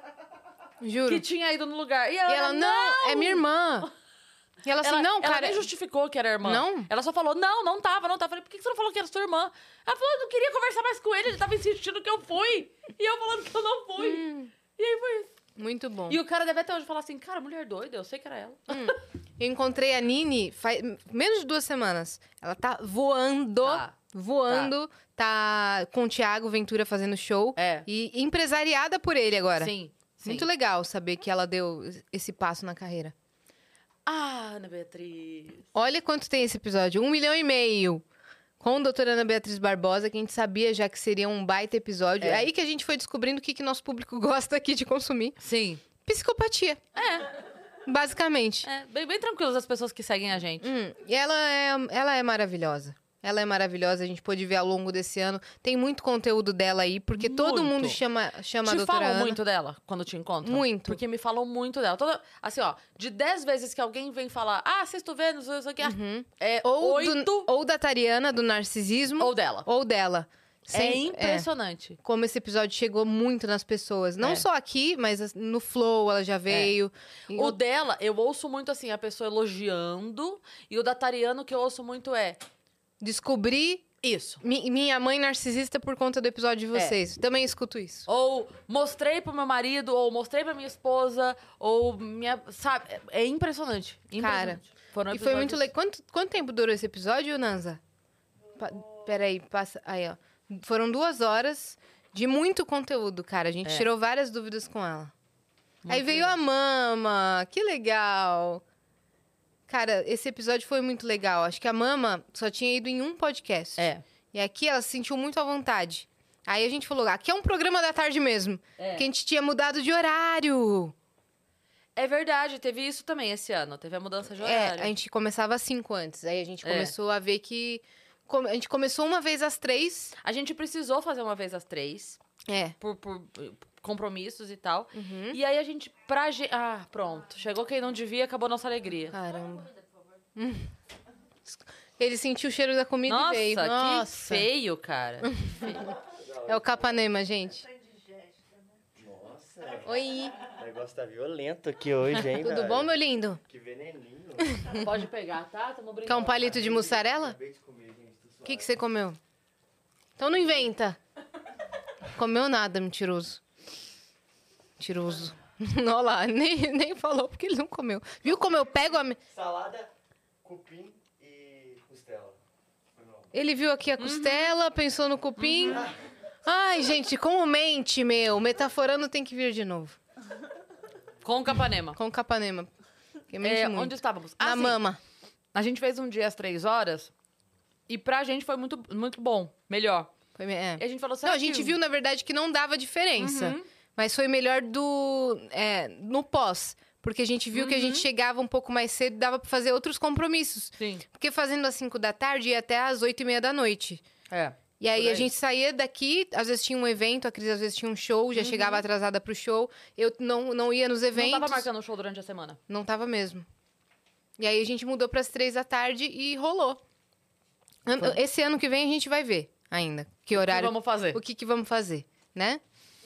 Juro. que tinha ido no lugar. E E ela, não, é minha irmã. E ela assim, não, ela cara. nem justificou que era irmã. Não? Ela só falou, não tava. Falei, por que você não falou que era sua irmã? Ela falou, eu não queria conversar mais com ele tava insistindo que eu fui. E eu falando que eu não fui. E aí foi isso. Muito bom. E o cara deve até hoje falar assim, cara, mulher doida, eu sei que era ela. Eu encontrei a Nini faz menos de 2 semanas. Ela tá voando. Tá. Voando. Tá com o Thiago Ventura fazendo show. É. E empresariada por ele agora. Sim, sim. Muito legal saber que ela deu esse passo na carreira. Ah, Ana Beatriz. Olha quanto tem esse episódio. 1,5 milhão. Com a doutora Ana Beatriz Barbosa, que a gente sabia já que seria um baita episódio. É aí que a gente foi descobrindo o que nosso público gosta aqui de consumir. Sim. Psicopatia. Basicamente. É, bem tranquilos as pessoas que seguem a gente. E ela é maravilhosa. Ela é maravilhosa, a gente pôde ver ao longo desse ano. Tem muito conteúdo dela aí, porque todo Muito. mundo chama a Te doutora falam Ana. muito dela quando te encontram? Muito. Porque me falam muito dela. Assim, ó, de 10 vezes que alguém vem falar, assisto Vênus, isso aqui, é Ou, 8 ou da Tariana, do narcisismo. ou dela. Ou dela. É Sempre- impressionante. Como esse episódio chegou muito nas pessoas. Não É. só aqui, mas no Flow ela já veio. E O dela, eu ouço muito assim, a pessoa elogiando. E o da Tariano, que eu ouço muito é descobri isso. minha mãe narcisista por conta do episódio de vocês. Também escuto isso. Ou mostrei pro meu marido, ou mostrei pra minha esposa, ou minha. Sabe? É impressionante. Cara, Foram E foi muito episódios- legal. Quanto tempo durou esse episódio, Nanza? Peraí, passa. Aí, ó. Foram 2 horas de muito conteúdo, cara. A gente tirou várias dúvidas com ela. Aí veio a Mama. Que legal. Cara, esse episódio foi muito legal. Acho que a Mama só tinha ido em um podcast. É. E aqui ela se sentiu muito à vontade. Aí a gente falou, aqui é um programa da tarde mesmo. Que a gente tinha mudado de horário. É verdade, teve isso também esse ano. Teve a mudança de horário. A gente começava às 5 antes. Aí a gente É. começou a ver que... A gente começou uma vez às 3. A gente precisou fazer uma vez às 3, É. por compromissos e tal. Uhum. E aí a gente, pronto. Chegou quem não devia, acabou nossa alegria. Caramba. Ele sentiu o cheiro da comida Nossa, e veio. que Nossa. feio, cara. É o Capanema, gente. Nossa, Oi. o negócio tá violento aqui hoje, hein, Tudo velho? bom, meu lindo? Que veneninho. Pode pegar, tá? Tamo brincando. Quer um palito de mussarela? Acabei de comer, gente. Tô O que você comeu? Então não inventa. Comeu nada, mentiroso. Mentiroso. Olha lá, nem falou porque ele não comeu. Viu como eu pego a... Salada, cupim e costela. Foi mal. Ele viu aqui a costela, pensou no cupim. Ai, gente, como mente, meu. Metaforando tem que vir de novo. Com Capanema. Com Capanema. Que mente muito. Onde estávamos? Na sim. mama. A gente fez um dia às 3 horas e pra gente foi muito, muito bom. Melhor. Foi, E a gente falou, Não, será a gente que... viu, na verdade, que não dava diferença. Mas foi melhor no pós. Porque a gente viu que a gente chegava um pouco mais cedo e dava pra fazer outros compromissos. Sim. Porque fazendo às 5 da tarde ia até às 8h30 da noite. É. E aí Por a gente saía daqui, às vezes tinha um evento, a Cris às vezes tinha um show, já chegava atrasada pro show. Eu não ia nos eventos. Não tava marcando o show durante a semana. Não tava mesmo. E aí a gente mudou pras 3 da tarde e rolou. Esse ano que vem a gente vai ver ainda. Que horário. O que vamos fazer? O que vamos fazer, né?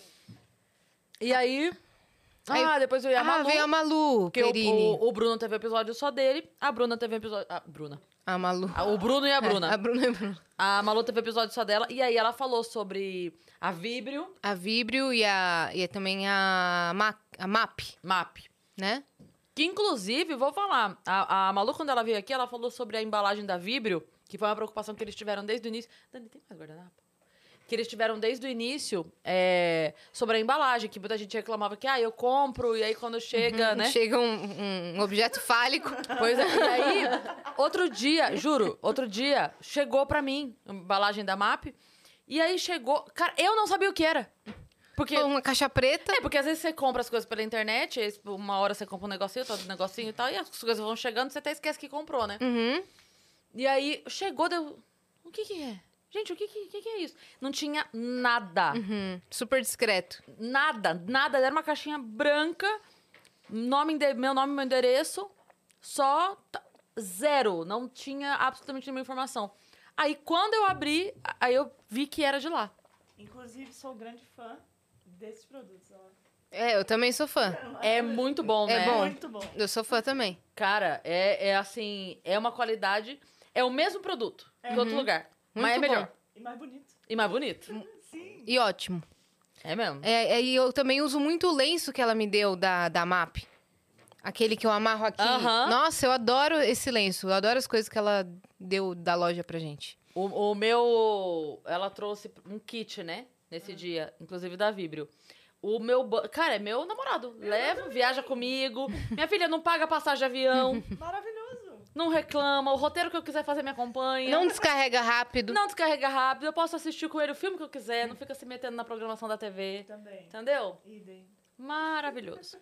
E aí... depois eu ia a Malu. Veio a Malu, Porque Perini. o Bruno teve episódio só dele. A Bruna teve episódio... A Malu. O Bruno e a Bruna. A Bruna e a Bruna. A Malu teve episódio só dela. E aí ela falou sobre a Vibrio. A Vibrio e também a MAP. né? Que, inclusive, vou falar, a Malu, quando ela veio aqui, ela falou sobre a embalagem da Vibrio, que foi uma preocupação que eles tiveram desde o início. Dani, tem mais guardanapo? Que eles tiveram desde o início sobre a embalagem, que muita gente reclamava que, eu compro, e aí quando chega, né? Chega um objeto fálico. Pois é, e aí, outro dia, chegou pra mim a embalagem da MAP, e aí chegou... Cara, eu não sabia o que era. Porque... Uma caixa preta. Porque às vezes você compra as coisas pela internet, aí uma hora você compra um negocinho, outro negocinho e tal, e as coisas vão chegando, você até esquece que comprou, né? Uhum. E aí, chegou, deu... O que é? Gente, o que é isso? Não tinha nada. Uhum. Super discreto. Nada. Era uma caixinha branca, meu nome, meu endereço, só zero. Não tinha absolutamente nenhuma informação. Aí, quando eu abri, aí eu vi que era de lá. Inclusive, sou grande fã desses produtos. Ó. Eu também sou fã. É muito bom, né? É bom. Muito bom. Eu sou fã também. Cara, assim, é uma qualidade... É o mesmo produto de outro lugar. Mas é Muito bom. melhor. E mais bonito. E mais bonito. Sim. E ótimo. É mesmo. E eu também uso muito o lenço que ela me deu da MAP. Aquele que eu amarro aqui. Aham. Nossa, eu adoro esse lenço. Eu adoro as coisas que ela deu da loja pra gente. O meu... Ela trouxe um kit, né? Nesse dia. Inclusive da Vibrio. O meu... Cara, é meu namorado. Leva, viaja comigo. Minha filha não paga passagem de avião. Maravilhoso. Não reclama. O roteiro que eu quiser fazer me acompanha. Não descarrega rápido. Não descarrega rápido. Eu posso assistir com ele o filme que eu quiser. Não fica se metendo na programação da TV. Também. Entendeu? Idem. Maravilhoso.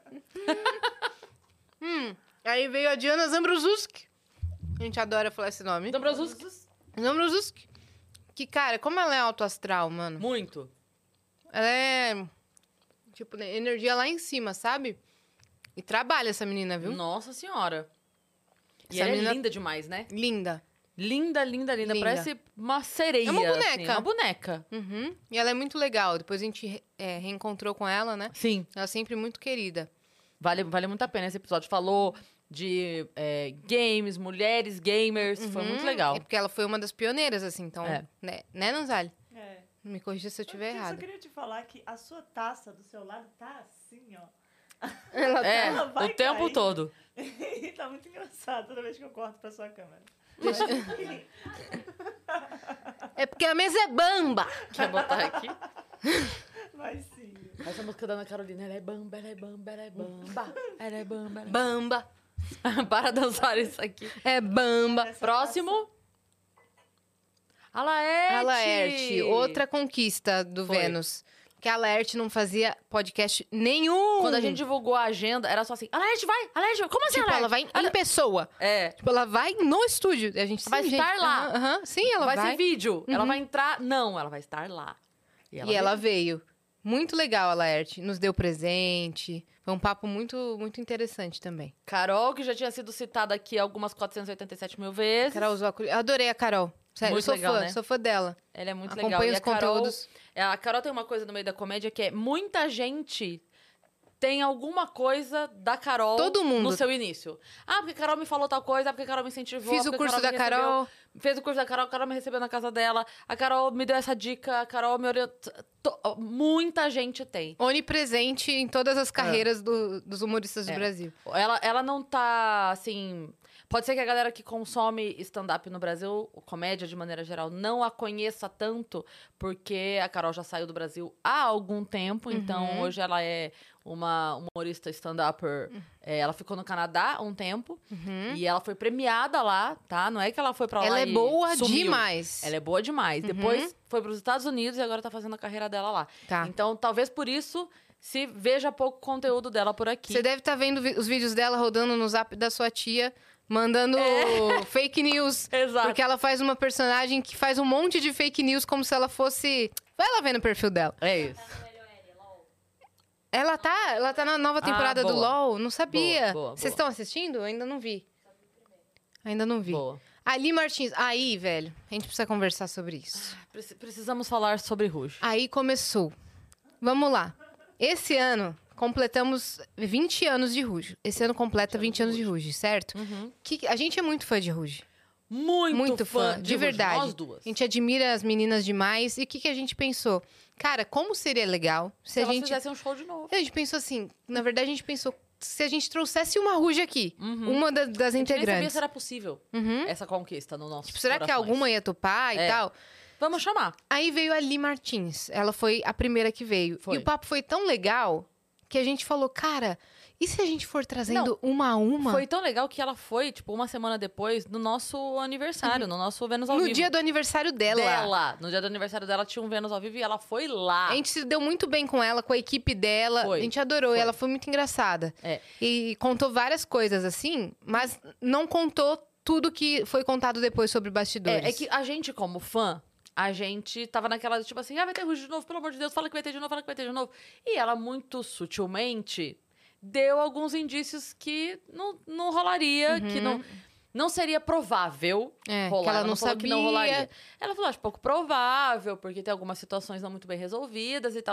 Aí veio a Diana Zambruzuski. A gente adora falar esse nome. Dombrozuski. Zambruzuski. Que, cara, como ela é alto astral, mano. Muito. Ela é, tipo, energia lá em cima, sabe? E trabalha essa menina, viu? Nossa senhora. E Essa ela menina- é linda demais, né? Linda. Linda. Linda. Parece uma sereia. É uma boneca. Assim, uma boneca. Uhum. E ela é muito legal. Depois a gente reencontrou com ela, né? Sim. Ela é sempre muito querida. Vale muito a pena esse episódio. Falou de games, mulheres gamers. Foi muito legal. É porque ela foi uma das pioneiras, assim. Então, É. né, Nanzali? É. Me corrija se eu estiver Eu só errada. queria te falar que a sua taça do seu lado tá assim, ó. É, vai o tempo cair. todo. E tá muito engraçado toda vez que eu corto pra sua câmera. É porque a mesa é bamba. Quer botar aqui? Mas sim. Essa música da Ana Carolina, ela é bamba, ela é bamba, ela é bamba. Ela é bamba. Bamba. Para dançar isso aqui. É bamba. Essa Próximo. A Laerte. A Laerte, outra conquista do Foi. Vênus. Que a Laerte não fazia podcast nenhum. Quando a gente divulgou a agenda, era só assim, a Laerte vai. Como assim, Tipo, a Laerte? ela vai em pessoa. É. Tipo, ela vai no estúdio. A gente Vai sim, estar gente. lá. Aham, sim, ela vai. Vai ser vídeo. Ela vai entrar... Não, ela vai estar lá. E ela veio. Muito legal, a Laerte. Nos deu presente. Foi um papo muito, muito interessante também. Carol, que já tinha sido citada aqui algumas 487 mil vezes. Carol usou eu adorei a Carol. Sério, Muito eu sou legal, fã, né? sou fã dela. Ela é muito Acompanho legal. E os a Carol, conteúdos. a Carol tem uma coisa no meio da comédia que é muita gente tem alguma coisa da Carol Todo mundo. no seu início. Ah, porque a Carol me falou tal coisa, porque a Carol me incentivou. Fiz o porque a curso da me recebeu. Carol. Fez o curso da Carol, a Carol me recebeu na casa dela, a Carol me deu essa dica, a Carol me orientou. Muita gente tem. Onipresente em todas as carreiras dos humoristas do Brasil. Ela não tá, assim... Pode ser que a galera que consome stand-up no Brasil, comédia de maneira geral, não a conheça tanto, porque a Carol já saiu do Brasil há algum tempo, então hoje ela é uma humorista stand-upper. Ela ficou no Canadá há um tempo, e ela foi premiada lá, tá? Não é que ela foi pra lá Ela é e boa sumiu. demais. Ela é boa demais. Depois foi pros Estados Unidos e agora tá fazendo a carreira dela lá. Tá. Então, talvez por isso... se veja pouco conteúdo dela por aqui. Você deve estar vendo os vídeos dela rodando no zap da sua tia, mandando fake news. Exato. Porque ela faz uma personagem que faz um monte de fake news como se ela fosse... Vai lá ver no perfil dela. É isso. Ela tá na nova temporada do boa. LOL, não sabia. Boa. Vocês estão assistindo? Eu ainda não vi. Ainda não vi. Boa. Ali Martins, aí, velho, a gente precisa conversar sobre isso. Precisamos falar sobre Rouge. Aí começou. Vamos lá. Esse ano, completamos 20 anos de Rouge. Esse ano completa 20 anos de Rouge, certo? A gente é muito fã de Rouge. Muito fã de Rouge, verdade. nós duas. A gente admira as meninas demais. E o que a gente pensou? Cara, como seria legal Se elas fizessem um show de novo. A gente pensou assim, na verdade a gente pensou, se a gente trouxesse uma Rouge aqui, uma das A gente nem sabia integrantes. se era possível essa conquista no nosso Tipo, será que corações. alguma ia topar e tal? Vamos chamar. Aí veio a Li Martins. Ela foi a primeira que veio. Foi. E o papo foi tão legal que a gente falou, cara, e se a gente for trazendo uma a uma? Foi tão legal que ela foi, tipo, uma semana depois, no nosso aniversário, no nosso Vênus ao no vivo. dia do aniversário dela. No dia do aniversário dela, tinha um Vênus ao vivo e ela foi lá. A gente se deu muito bem com ela, com a equipe dela. Foi. A gente adorou. Foi. E ela foi muito engraçada. É. E contou várias coisas, assim, mas não contou tudo que foi contado depois sobre bastidores. É que a gente, como fã, a gente tava naquela, tipo assim, vai ter Rouge de novo, pelo amor de Deus, fala que vai ter de novo, fala que vai ter de novo. E ela, muito sutilmente, deu alguns indícios que não rolaria, que não seria provável rolar. que ela não falou sabia. que não rolaria. Ela falou, acho pouco provável, porque tem algumas situações não muito bem resolvidas e tal.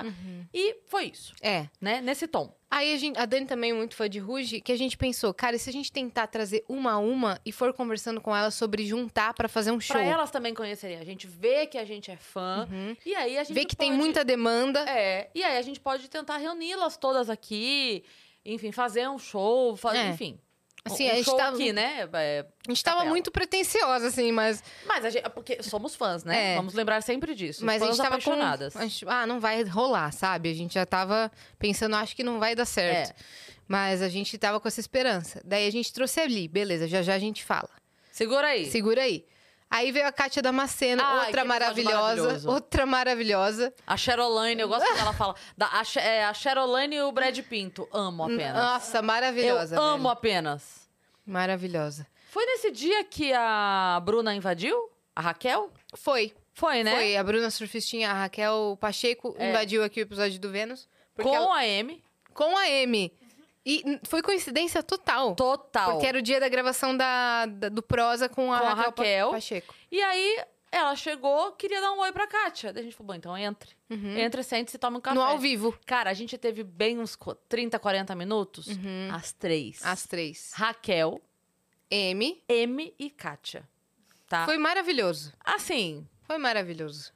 E foi isso, né? Nesse tom. Aí a Dani também é muito fã de Rouge, que a gente pensou, cara, e se a gente tentar trazer uma a uma e for conversando com elas sobre juntar pra fazer um show? Pra elas também conhecerem. A gente vê que a gente é fã. E aí a gente Vê que tem pode- muita demanda. E aí a gente pode tentar reuni-las todas aqui. Enfim, fazer um show. Enfim. Assim, um a gente show tava- aqui, né? A gente tava capela. muito pretensiosa, assim, mas Mas a gente... Porque somos fãs, né? Vamos lembrar sempre disso. a fãs gente tava apaixonadas. não vai rolar, sabe? A gente já tava pensando, acho que não vai dar certo. Mas a gente tava com essa esperança. Daí a gente trouxe ali, beleza, já a gente fala. Segura aí. Segura aí. Aí veio a Kátia Damasceno, Ai, outra que episódio maravilhosa. maravilhoso. Outra maravilhosa. A Cherolaine, eu gosto quando ela fala. A Cherolaine e o Brad Pinto. Amo apenas. Nossa, maravilhosa. Eu amo velho. apenas. Maravilhosa. Foi nesse dia que a Bruna invadiu? A Raquel? Foi. Foi, né? Foi. A Bruna Surfistinha, a Raquel Pacheco invadiu aqui o episódio do Vênus. porque Com ela- a Amy. com a Amy. E foi coincidência total. Total. Porque era o dia da gravação do Prosa com a Raquel. Pacheco. E aí, ela chegou, queria dar um oi pra Kátia. Daí a gente falou, bom, então entre. Entre, sente-se e toma um café. No ao vivo. Cara, a gente teve bem uns 30, 40 minutos. Às 3. Às 3. Raquel, Amy. e Kátia. Tá? Foi maravilhoso. Assim, Foi maravilhoso.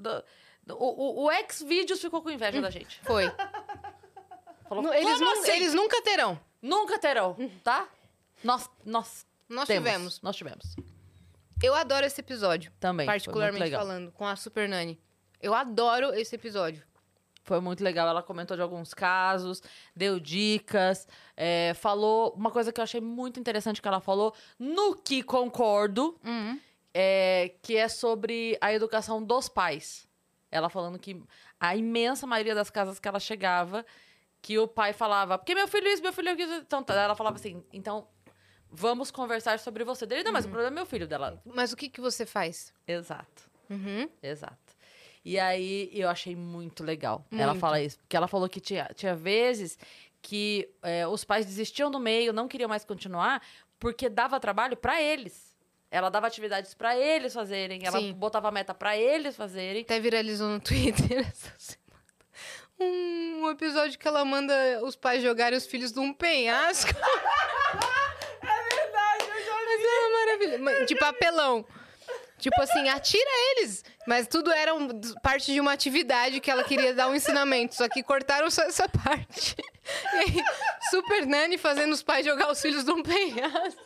o Xvideos ficou com inveja da gente. Foi. Falou, Eles, "Como assim? eles nunca terão. Nunca terão, tá? Nós Nós temos. tivemos. Nós tivemos. Eu adoro esse episódio. Também. foi Particularmente muito legal. falando, com a Super Nani. Eu adoro esse episódio. Foi muito legal. Ela comentou de alguns casos, deu dicas, falou uma coisa que eu achei muito interessante que ela falou, no que concordo, que é sobre a educação dos pais. Ela falando que a imensa maioria das casas que ela chegava, que o pai falava, porque meu filho isso, meu filho aquilo. Então, ela falava assim, então, vamos conversar sobre você. Dele, não, mas o problema é meu filho dela. Mas o que você faz? Exato. Uhum. Exato. E aí, eu achei muito legal ela Muito. falar isso. Porque ela falou que tinha vezes que os pais desistiam do meio, não queriam mais continuar, porque dava trabalho pra eles. Ela dava atividades pra eles fazerem, ela Sim. botava meta pra eles fazerem. Até viralizou no Twitter essa semana. um episódio que ela manda os pais jogarem os filhos num penhasco. É verdade, eu já vi. Mas era maravilhoso. De papelão. Tipo assim, atira eles. Mas tudo era parte de uma atividade que ela queria dar um ensinamento. Só que cortaram só essa parte. E aí, Super Nani fazendo os pais jogar os filhos num penhasco.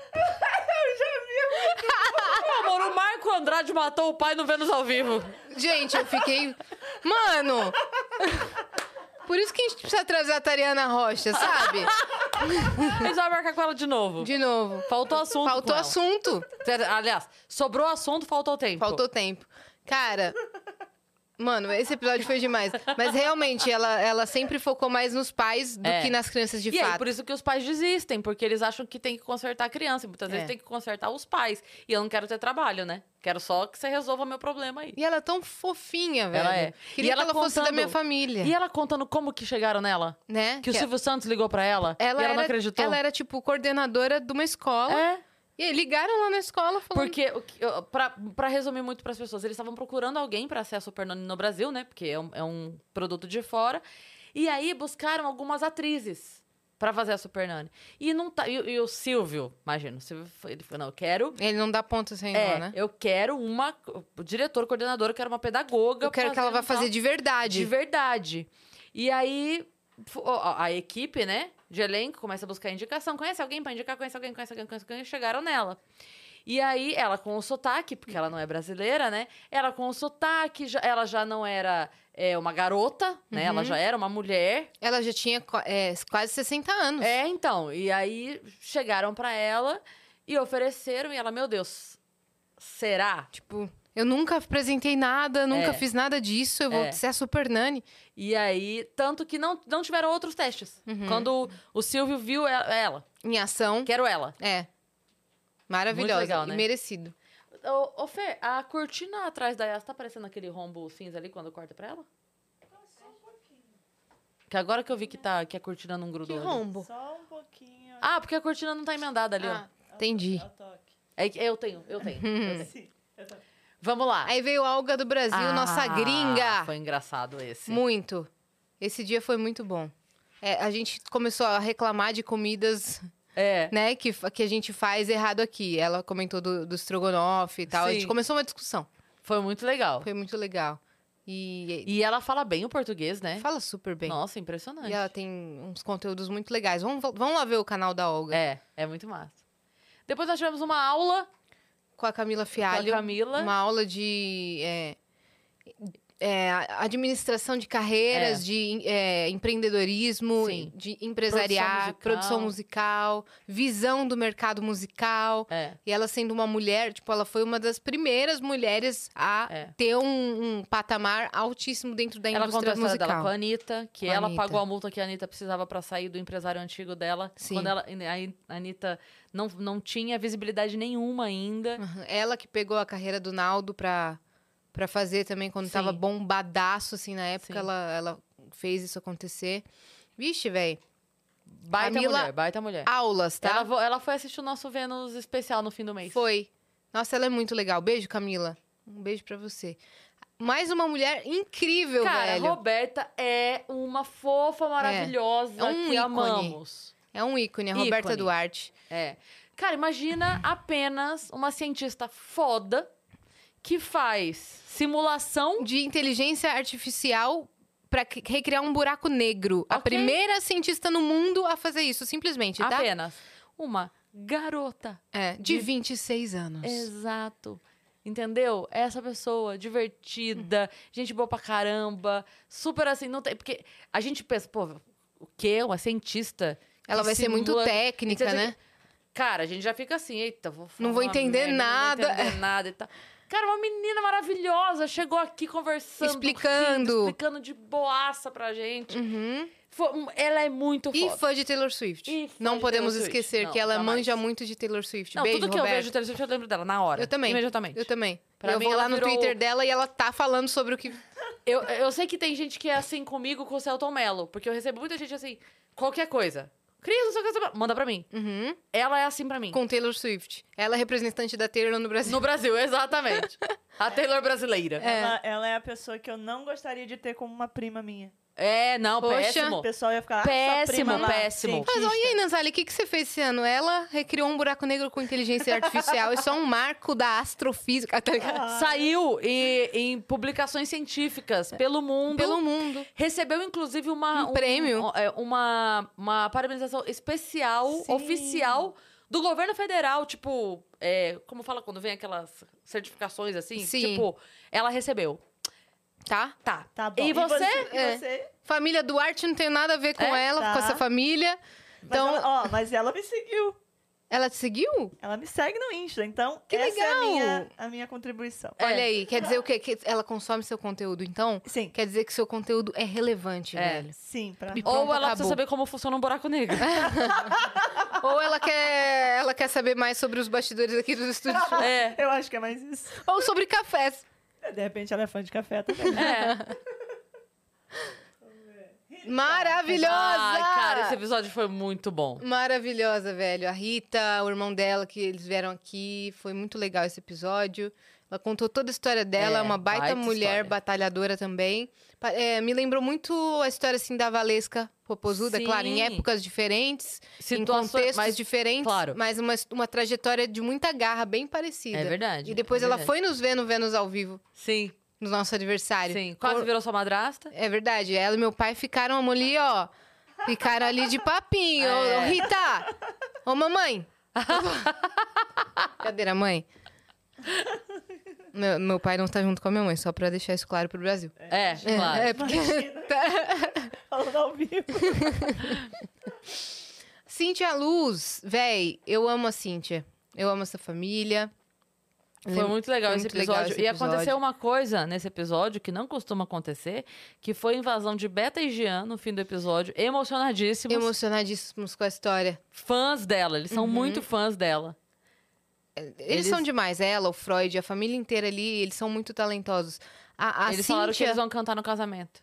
Amor, o Marco Andrade matou o pai no Vênus ao vivo. Gente, eu fiquei... Mano... Por isso que a gente precisa trazer a Tariana Rocha, sabe? A gente vai marcar com ela de novo. De novo. Faltou assunto. Faltou com ela. assunto. Aliás, sobrou assunto, faltou tempo. Faltou tempo. Cara... Mano, esse episódio foi demais. Mas realmente, ela sempre focou mais nos pais do que nas crianças de E fato. aí, por isso que os pais desistem, porque eles acham que tem que consertar a criança. Muitas vezes tem que consertar os pais. E eu não quero ter trabalho, né? Quero só que você resolva meu problema aí. E ela é tão fofinha, velho. Ela é. Queria E ela que ela fosse da contando- minha família. E ela contando como que chegaram nela. Né? Que o Silvio Santos ligou pra ela, e ela não acreditou. Ela era, tipo, coordenadora de uma escola. É, E aí, ligaram lá na escola falando... porque, pra resumir muito pras pessoas, eles estavam procurando alguém pra ser a Super Nani no Brasil, né? Porque é um produto de fora. E aí, buscaram algumas atrizes pra fazer a Super Nani. E, não tá, e o Silvio, imagina, o Silvio, ele falou, não, eu quero... Ele não dá ponta sem nó, né? eu quero uma diretora, coordenadora, eu quero uma pedagoga. Eu quero que ela vá fazendo fazer tal. de verdade. De verdade. E aí, a equipe, né, de elenco começa a buscar indicação. Conhece alguém pra indicar? Conhece alguém? E chegaram nela. E aí, ela com o sotaque, porque ela não é brasileira, né? Ela com o sotaque, ela já não era uma garota, né? Ela já era uma mulher. Ela já tinha quase 60 anos. Então. E aí, chegaram pra ela e ofereceram. E ela, meu Deus, será? Tipo, eu nunca apresentei nada, nunca É. fiz nada disso. Eu vou É. ser a Super Nani. E aí, tanto que não tiveram outros testes. Quando o Silvio viu ela, Em ação. quero ela. É. Maravilhosa. Muito legal, E né? merecido. Ô, Fê, a cortina atrás da Yas tá parecendo aquele rombo cinza ali quando corta pra ela? Que agora que eu vi que a cortina não grudou. Que ali. rombo. Só um pouquinho. Ah, porque a cortina não tá emendada ali, Ah, entendi. É o toque. ó. Eu tenho. Sim, eu tô... Vamos lá. Aí veio a Olga do Brasil, nossa gringa. Foi engraçado esse. Muito. Esse dia foi muito bom. A gente começou a reclamar de comidas, né, que a gente faz errado aqui. Ela comentou do estrogonofe e tal. A gente Sim. começou uma discussão. Foi muito legal. Foi muito legal. E E ela fala bem o português, né? fala super bem. Nossa, impressionante. E ela tem uns conteúdos muito legais. Vamos lá ver o canal da Olga. É muito massa. Depois nós tivemos uma aula Com a Camila Fialho. com a Camila. Uma aula de administração de carreiras, de empreendedorismo, Sim. de empresariar, produção musical, visão do mercado musical. É. E ela sendo uma mulher, tipo, ela foi uma das primeiras mulheres a ter um patamar altíssimo dentro da Ela contou indústria a história musical. dela com a Anitta, que Com a ela Anitta. pagou a multa que a Anitta precisava pra sair do empresário antigo dela. Sim. Quando a Anitta não tinha visibilidade nenhuma ainda. Uhum. Ela que pegou a carreira do Naldo pra fazer também, quando Sim. tava bombadaço, assim, na época, Sim. ela fez isso acontecer. Vixe, velho. Baita mulher. Aulas, tá? Ela foi assistir o nosso Vênus especial no fim do mês. Foi. Nossa, ela é muito legal. Beijo, Camila. Um beijo pra você. Mais uma mulher incrível, Cara, velho. Roberta é uma fofa maravilhosa É um que ícone. amamos. É um ícone, a Roberta Ícone. Duarte. É. Cara, imagina apenas uma cientista foda que faz simulação. De inteligência artificial pra recriar um buraco negro. A Ok. primeira cientista no mundo a fazer isso, simplesmente, tá? Apenas uma garota. De 26 anos. Exato. Entendeu? Essa pessoa divertida, gente boa pra caramba, super assim, não tem, porque a gente pensa, pô, o quê? Uma cientista? Ela que vai ser muito simula- técnica, Então, né? Cara, a gente já fica assim, eita, vou falar Não vou uma entender merda, nada. Não vou entender nada e tal. Cara, uma menina maravilhosa, chegou aqui conversando, Explicando. rindo, explicando de boaça pra gente. Uhum. Ela é muito E fã. fã de Taylor Swift. E fã Não de podemos Taylor Swift. esquecer Não, que ela jamais. manja muito de Taylor Swift. Não, Beijo, tudo que eu Roberta. vejo de Taylor Swift eu lembro dela, na hora. Eu também. Imediatamente. Eu também. Pra Eu mim, vou ela lá no virou- Twitter dela e ela tá falando sobre o que... Eu sei que tem gente que é assim comigo com o Celton Mello, porque eu recebo muita gente assim, qualquer coisa. Cris, não sei o que, manda pra mim. Uhum. Ela é assim pra mim. Com Taylor Swift. Ela é representante da Taylor no Brasil. No Brasil, exatamente. A Taylor brasileira. Ela é a pessoa que eu não gostaria de ter como uma prima minha. Não, Poxa. péssimo. O pessoal ia ficar... Péssimo, sua prima lá, péssimo. Mas cientista. olha aí, Nanzali, o que você fez esse ano? Ela recriou um buraco negro com inteligência artificial. Isso é um marco da astrofísica, tá ligado? Saiu em publicações científicas pelo mundo. Pelo mundo. Recebeu, inclusive, Um prêmio. Uma parabenização especial, Sim. oficial, do governo federal. Tipo, como fala quando vem aquelas certificações assim? Sim. Tipo, ela recebeu. Tá? Tá. Tá bom. E você? É. você? Família Duarte não tem nada a ver com ela, Tá. com essa família. Então, Mas ela me seguiu. ela te seguiu? Ela me segue no Insta, então Que essa legal! é a minha contribuição. Olha aí, quer dizer o quê? Que ela consome seu conteúdo, então? Sim, Quer dizer que seu conteúdo é relevante, velho. sim. E Ou pronto, ela precisa acabou. saber como funciona um buraco negro. Ou ela quer saber mais sobre os bastidores aqui dos estúdios. Eu acho que é mais isso. Ou sobre cafés. De repente ela é fã de café também. Maravilhosa! Ai, cara, esse episódio foi muito bom. Maravilhosa, velho. A Rita, o irmão dela, que eles vieram aqui. Foi muito legal esse episódio. Ela contou toda a história dela, É, uma baita mulher, história. batalhadora também. Me lembrou muito a história, assim, da Valesca Popozuda, Sim. claro, em épocas diferentes, em contextos diferentes, claro. mas uma trajetória de muita garra, bem parecida. É verdade. E depois é ela verdade. foi nos ver no Vênus ao vivo, Sim, no nosso aniversário. sim. Quase virou sua madrasta. É verdade. Ela e meu pai ficaram ali, ó. Ficaram ali de papinho. É. Ô, Rita! Ô, mamãe! Cadê a mãe? Meu pai não tá junto com a minha mãe, só pra deixar isso claro pro Brasil. Claro. É, porque... Falando ao vivo. Cíntia Luz, véi, eu amo a Cíntia. Eu amo essa família. Foi muito legal, Foi esse, muito legal episódio. esse E episódio. aconteceu uma coisa nesse episódio que não costuma acontecer, que foi a invasão de Beta e Jean no fim do episódio, emocionadíssimos. Emocionadíssimos com a história. Fãs dela, eles são muito fãs dela. Eles são demais, ela, o Freud, a família inteira ali, eles são muito talentosos. A Eles falaram que Cíntia- eles vão cantar no casamento.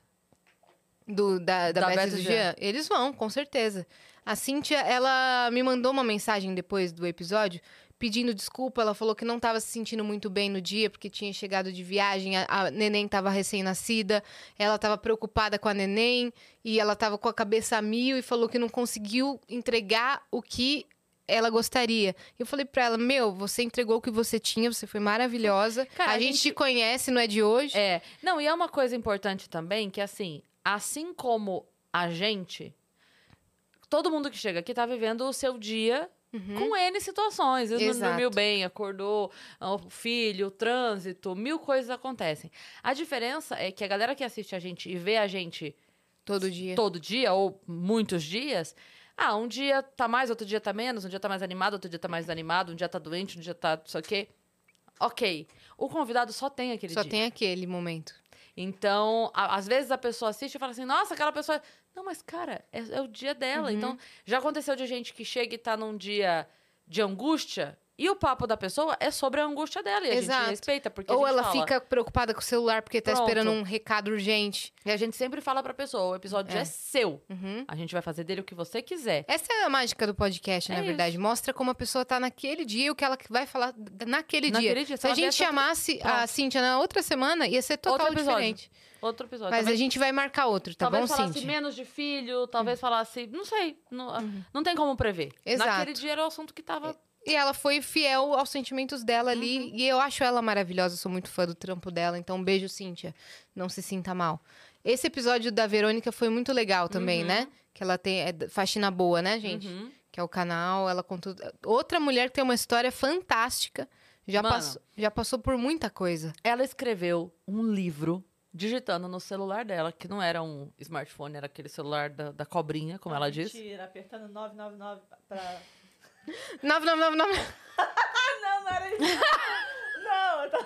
Da Da Beth Beth e do e Jean? Eles vão, com certeza. A Cíntia, ela me mandou uma mensagem depois do episódio pedindo desculpa. Ela falou que não estava se sentindo muito bem no dia porque tinha chegado de viagem, a neném estava recém-nascida, ela estava preocupada com a neném e ela estava com a cabeça a mil e falou que não conseguiu entregar o que ela gostaria. Eu falei pra ela, você entregou o que você tinha, você foi maravilhosa. Cara, a gente te conhece, não é de hoje. Não, e é uma coisa importante também, que assim como a gente, todo mundo que chega aqui tá vivendo o seu dia com N situações. Às vezes não Exato. dormiu bem, acordou, o filho, o trânsito, 1000 coisas acontecem. A diferença é que a galera que assiste a gente e vê a gente Todo dia. todo dia ou muitos dias, um dia tá mais, outro dia tá menos, um dia tá mais animado, outro dia tá mais desanimado, um dia tá doente, um dia tá não sei o quê. Ok. O convidado só tem aquele Só dia. tem aquele momento. Então, às vezes a pessoa assiste e fala assim, nossa, aquela pessoa... Não, mas, cara, é o dia dela. Então, já aconteceu de gente que chega e tá num dia de angústia e o papo da pessoa é sobre a angústia dela. E a Exato. gente respeita, porque Ou a gente ela fala... fica preocupada com o celular porque tá Pronto. esperando um recado urgente. E a gente sempre fala pra pessoa, o episódio é seu. A gente vai fazer dele o que você quiser. Essa é a mágica do podcast, na É verdade. Mostra como a pessoa tá naquele dia e o que ela vai falar naquele dia. Naquele dia. Se a ela gente viesse outro- chamasse a Pronto. Cíntia na outra semana, ia ser total Outro episódio. diferente. Outro episódio. Mas Talvez- a gente vai marcar outro, tá talvez bom, falasse Cíntia? menos de filho, talvez falasse... Não sei. Não tem como prever. Exato. Naquele dia era o assunto que tava... E ela foi fiel aos sentimentos dela ali. E eu acho ela maravilhosa, eu sou muito fã do trampo dela. Então, um beijo, Cíntia. Não se sinta mal. Esse episódio da Verônica foi muito legal também, né? Que ela tem Faxina Boa, né, gente? Que é o canal. Ela contou... Outra mulher que tem uma história fantástica. Mano. Já passou por muita coisa. Ela escreveu um livro digitando no celular dela, que não era um smartphone, era aquele celular da cobrinha, como ela disse. Mentira, apertando 999 pra... 9999. Não era isso. Não, eu tô...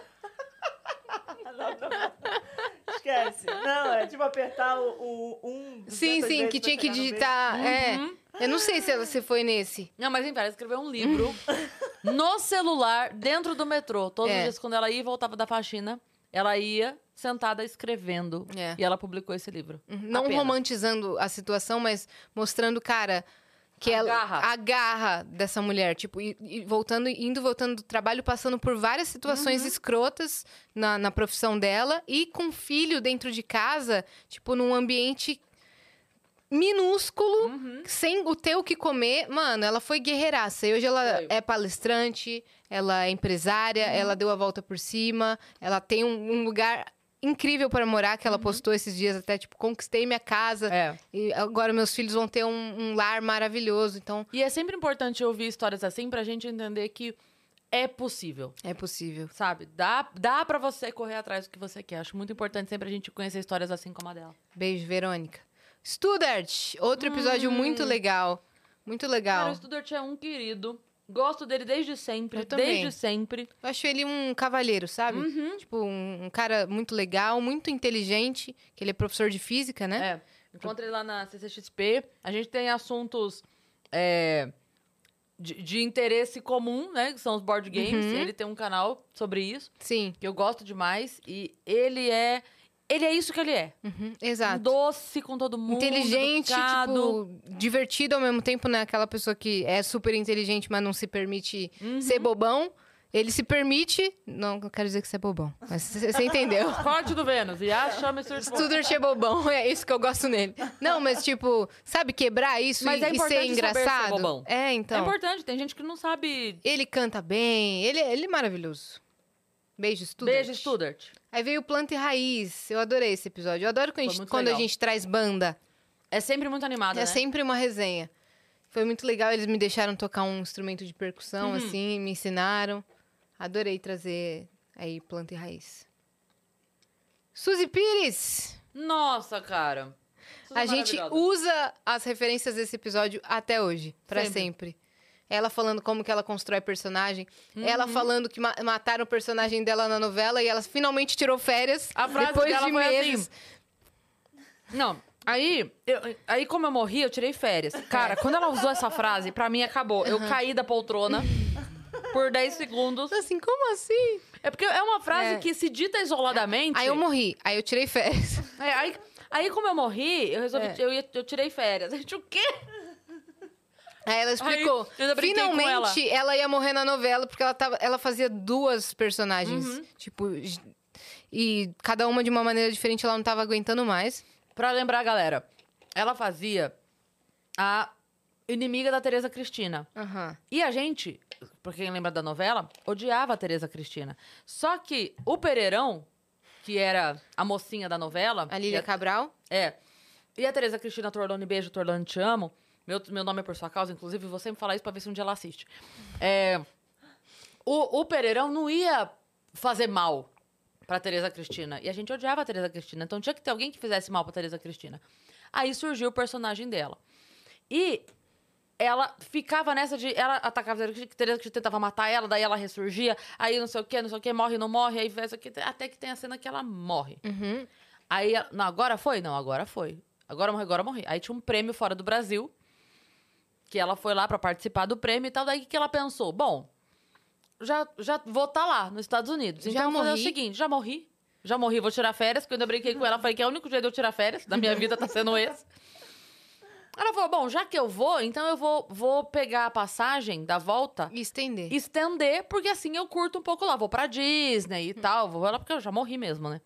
não. Esquece. Não, é tipo apertar o 1. Sim, sim, que tinha que digitar. É. Eu não sei se você foi nesse. Não, mas enfim, ela escreveu um livro no celular, dentro do metrô. Todos os dias, quando ela ia e voltava da faxina, ela ia sentada escrevendo. É. E ela publicou esse livro. Não Apenas. romantizando a situação, mas mostrando, cara, Que A garra. a garra dessa mulher, tipo, indo voltando do trabalho, passando por várias situações escrotas na profissão dela e com filho dentro de casa, tipo, num ambiente minúsculo, sem ter o que comer. Mano, ela foi guerreiraça. E hoje ela Foi. é palestrante, ela é empresária, ela deu a volta por cima, ela tem um lugar incrível para morar, que ela postou esses dias até, tipo, conquistei minha casa. É. E agora meus filhos vão ter um lar maravilhoso. Então, E é sempre importante ouvir histórias assim pra gente entender que é possível, é possível. sabe? Dá pra você correr atrás do que você quer. Acho muito importante sempre a gente conhecer histórias assim como a dela. Beijo, Verônica. Studart, outro episódio muito legal. Muito legal. Cara, o Studart é um querido. Gosto dele desde sempre. Eu também. Desde sempre. Eu acho ele um cavalheiro, sabe? Tipo, um cara muito legal, muito inteligente, que ele é professor de física, né? É. Encontro ele lá na CCXP. A gente tem assuntos de interesse comum, né? Que são os board games. Ele tem um canal sobre isso, Sim. que eu gosto demais. E ele é isso que ele é. Exato. Doce com todo mundo. Inteligente, educado. tipo, divertido ao mesmo tempo, né? Aquela pessoa que é super inteligente, mas não se permite ser bobão. Ele se permite... Não quero dizer que você é bobão, mas você entendeu. Corte do Vênus. E chama esse Studart é bobão, é isso que eu gosto nele. Não, mas tipo, sabe, quebrar isso Mas e, é e importante ser saber engraçado? ser bobão. É, É então. importante. Tem gente que não sabe... Ele canta bem, ele é maravilhoso. Beijo, Studart. Beijo, Studart. Aí veio Planta e Raiz. Eu adorei esse episódio. Eu adoro Foi muito quando a legal. gente traz banda. É sempre muito animado, É né? sempre uma resenha. Foi muito legal, eles me deixaram tocar um instrumento de percussão, assim, me ensinaram. Adorei trazer aí Planta e Raiz. Suzy Pires! Nossa, cara. Isso é A gente maravilhosa. usa as referências desse episódio até hoje, pra sempre. Ela falando como que ela constrói personagem. Ela falando que mataram o personagem dela na novela e ela finalmente tirou férias A frase depois dela de foi meses. assim. Não, aí como eu morri, eu tirei férias. Cara, quando ela usou essa frase, pra mim acabou. Eu caí da poltrona por 10 segundos. Assim, como assim? É porque é uma frase É. que se dita isoladamente. Aí eu morri, aí eu tirei férias. Aí como eu morri, eu resolvi. Eu tirei férias. A gente, o quê? Aí ela explicou. Aí, eu ainda brinquei com Finalmente ela ia morrer na novela, porque ela fazia duas personagens. Tipo, e cada uma de uma maneira diferente, ela não tava aguentando mais. Pra lembrar, galera, ela fazia a inimiga da Tereza Cristina. Aham. E a gente, pra quem lembra da novela, odiava a Tereza Cristina. Só que o Pereirão, que era a mocinha da novela... A Lília Cabral. E a Tereza Cristina Torlone, beijo, Torlone, te amo. Meu nome é por sua causa, inclusive, vou sempre falar isso pra ver se um dia ela assiste. O Pereirão não ia fazer mal pra Tereza Cristina. E a gente odiava a Tereza Cristina. Então tinha que ter alguém que fizesse mal pra Tereza Cristina. Aí surgiu o personagem dela. E ela ficava nessa de... Ela atacava a Tereza Cristina, tentava matar ela, daí ela ressurgia. Aí não sei o quê, morre, não morre. Aí faz aqui, até que tem a cena que ela morre. Aí, não, agora foi? Não, agora foi. Agora morri. Aí tinha um prêmio fora do Brasil, que ela foi lá pra participar do prêmio e tal. Daí o que ela pensou? Bom, já vou estar lá, nos Estados Unidos. Então Já eu vou fazer o morri. seguinte, já morri, vou tirar férias, porque eu ainda brinquei com ela, falei que é o único jeito de eu tirar férias da minha vida tá sendo esse. Ela falou, bom, já que eu vou, então eu vou pegar a passagem da volta E estender. e estender, porque assim eu curto um pouco lá. Vou pra Disney e tal, vou lá porque eu já morri mesmo, né?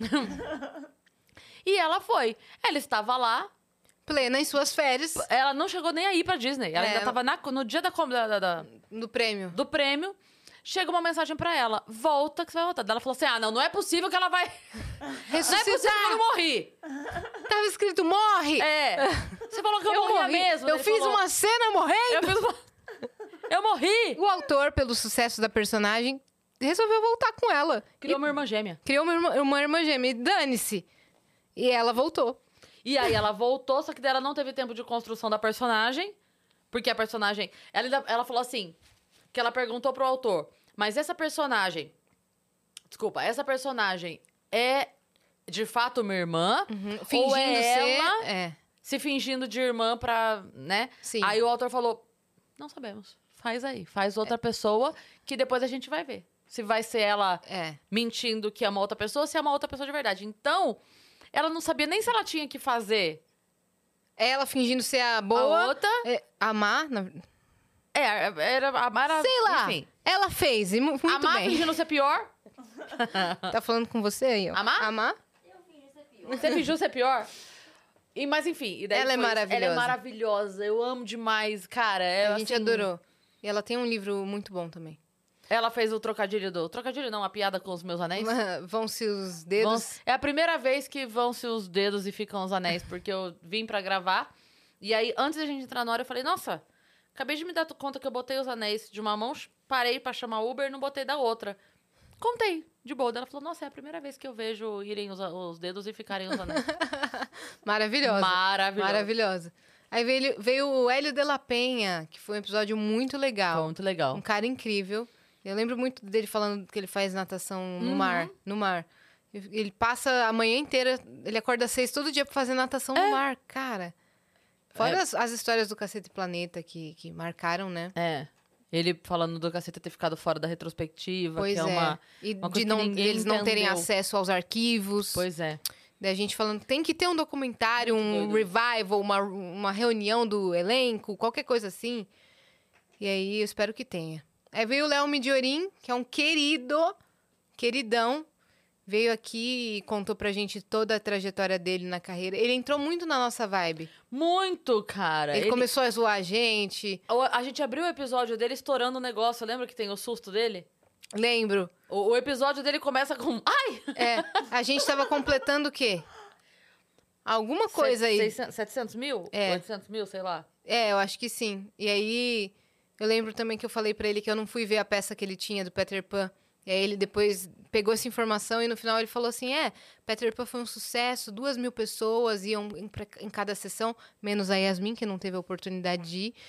E ela foi. Ela estava lá, Plena em suas férias. ela não chegou nem aí pra Disney. Ela ainda tava no dia No prêmio. do prêmio. Chega uma mensagem pra ela. Volta que você vai voltar. Daí ela falou assim, não é possível que ela vai... Não é possível que eu não morri. Tava escrito, morre! Você falou que eu morria morri. mesmo. Eu Ele fiz falou, uma cena morrendo! Eu morri. O autor, pelo sucesso da personagem, resolveu voltar com ela. Criou uma irmã gêmea. Criou uma irmã gêmea. E dane-se. E ela voltou. E aí ela voltou, só que daí ela não teve tempo de construção da personagem. Porque a personagem... Ela falou assim, que ela perguntou pro autor, mas essa personagem... Desculpa, essa personagem é de fato uma irmã? Fingindo ou é ser... ela se fingindo de irmã pra... né? Sim. Aí o autor falou, não sabemos. Faz aí. Faz outra pessoa que depois a gente vai ver. Se vai ser ela mentindo que é uma outra pessoa ou se é uma outra pessoa de verdade. Então, ela não sabia nem se ela tinha que fazer Ela fingindo ser a A boa. outra... A má, Era a Mara... sei lá. Enfim. Ela fez, e muito A Má bem. fingindo ser pior. Tá falando com você aí, ó. A Má? A Má? Eu fingi ser pior. Você fingiu ser pior. Mas enfim. E daí Ela é foi isso. maravilhosa. Ela é maravilhosa. Eu amo demais, cara. Ela, A gente assim, adorou. E ela tem um livro muito bom também. Ela fez o trocadilho do... Trocadilho não, a piada com os meus anéis. Vão-se os dedos. É a primeira vez que vão-se os dedos e ficam os anéis, porque eu vim pra gravar. E aí, antes da gente entrar na hora, eu falei, nossa, acabei de me dar conta que eu botei os anéis de uma mão, parei pra chamar Uber e não botei da outra. Contei, de boa. Ela falou, nossa, é a primeira vez que eu vejo irem os dedos e ficarem os anéis. Maravilhosa. Maravilhosa. Maravilhosa. Aí veio o Hélio de la Penha, que foi um episódio muito legal. Foi muito legal. Um cara incrível. Eu lembro muito dele falando que ele faz natação no mar. No mar. Ele passa a manhã inteira, ele acorda às 6 todo dia pra fazer natação no mar, cara. Fora as histórias do Cacete Planeta que marcaram, né? É. Ele falando do Caceta ter ficado fora da retrospectiva, Pois que é uma... E uma de coisa não, que ninguém eles não terem entendeu. acesso aos arquivos. Pois é. Daí a gente falando, tem que ter um documentário, um Muito doido. revival, uma reunião do elenco, qualquer coisa assim. E aí eu espero que tenha. Aí veio o Léo Midiorin, que é um queridão. Veio aqui e contou pra gente toda a trajetória dele na carreira. Ele entrou muito na nossa vibe. Muito, cara. Ele começou a zoar a gente. A gente abriu o episódio dele estourando o negócio. Lembra que tem o susto dele? Lembro. O episódio dele começa com... Ai! A gente tava completando o quê? Alguma coisa aí. 700 mil? É. 800 mil, sei lá. Eu acho que sim. E aí, eu lembro também que eu falei pra ele que eu não fui ver a peça que ele tinha do Peter Pan. E aí ele depois pegou essa informação e no final ele falou assim, Peter Pan foi um sucesso, 2.000 pessoas iam em cada sessão, menos a Yasmin, que não teve a oportunidade de ir.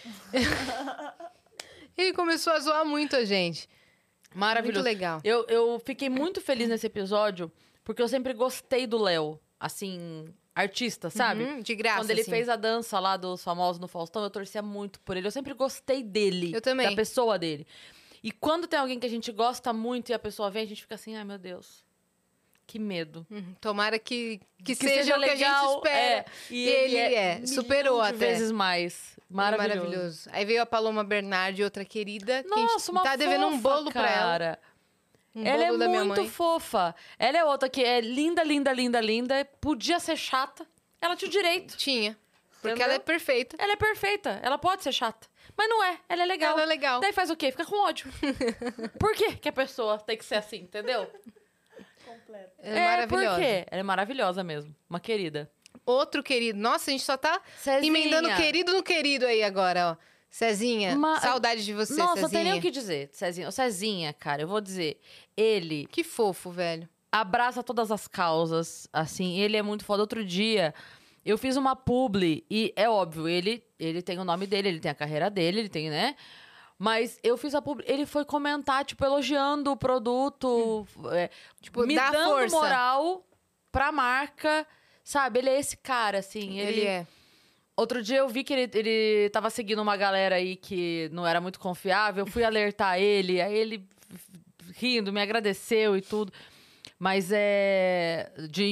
Ele começou a zoar muito a gente. Maravilhoso. Muito legal. Eu fiquei muito feliz nesse episódio, porque eu sempre gostei do Léo, assim, artista, sabe? De graça, Quando ele assim. fez a dança lá dos famosos no Faustão, eu torcia muito por ele. Eu sempre gostei dele. Eu também. Da pessoa dele. E quando tem alguém que a gente gosta muito e a pessoa vem, a gente fica assim, ai meu Deus, que medo. Tomara que seja o que a gente espera. E ele superou milhão de até. vezes mais. Maravilhoso. Aí veio a Paloma Bernardi, outra querida. que a Nossa, gente uma tá devendo um fofa, bolo pra ela. cara. Um Ela é bolo da minha muito mãe. fofa. Ela é outra que é linda, linda, linda, linda. Podia ser chata. Ela tinha o direito. Tinha. Porque Entendeu? ela é perfeita. Ela é perfeita. Ela pode ser chata. Mas não é. Ela é legal. Ela é legal. Daí faz o quê? Fica com ódio. Por que que a pessoa tem que ser assim, entendeu? Completo. Ela é maravilhosa. Por quê? Ela é maravilhosa mesmo. Uma querida. Outro querido. Nossa, a gente só tá Cezinha. emendando querido no querido aí agora, ó. Cezinha, saudade de você, Nossa, Cezinha. não tem nem o que dizer, Cezinha. O Cezinha, cara, eu vou dizer. Ele Que fofo, velho. abraça todas as causas, assim. Ele é muito foda. Outro dia, eu fiz uma publi e é óbvio, ele tem o nome dele, ele tem a carreira dele, ele tem, né? Mas eu fiz a publi, ele foi comentar, tipo, elogiando o produto, Tipo, me dá dando força. moral pra marca, sabe? Ele é esse cara, assim. Ele é. Outro dia eu vi que ele tava seguindo uma galera aí que não era muito confiável. Eu fui alertar ele, aí ele rindo, me agradeceu e tudo. Mas é...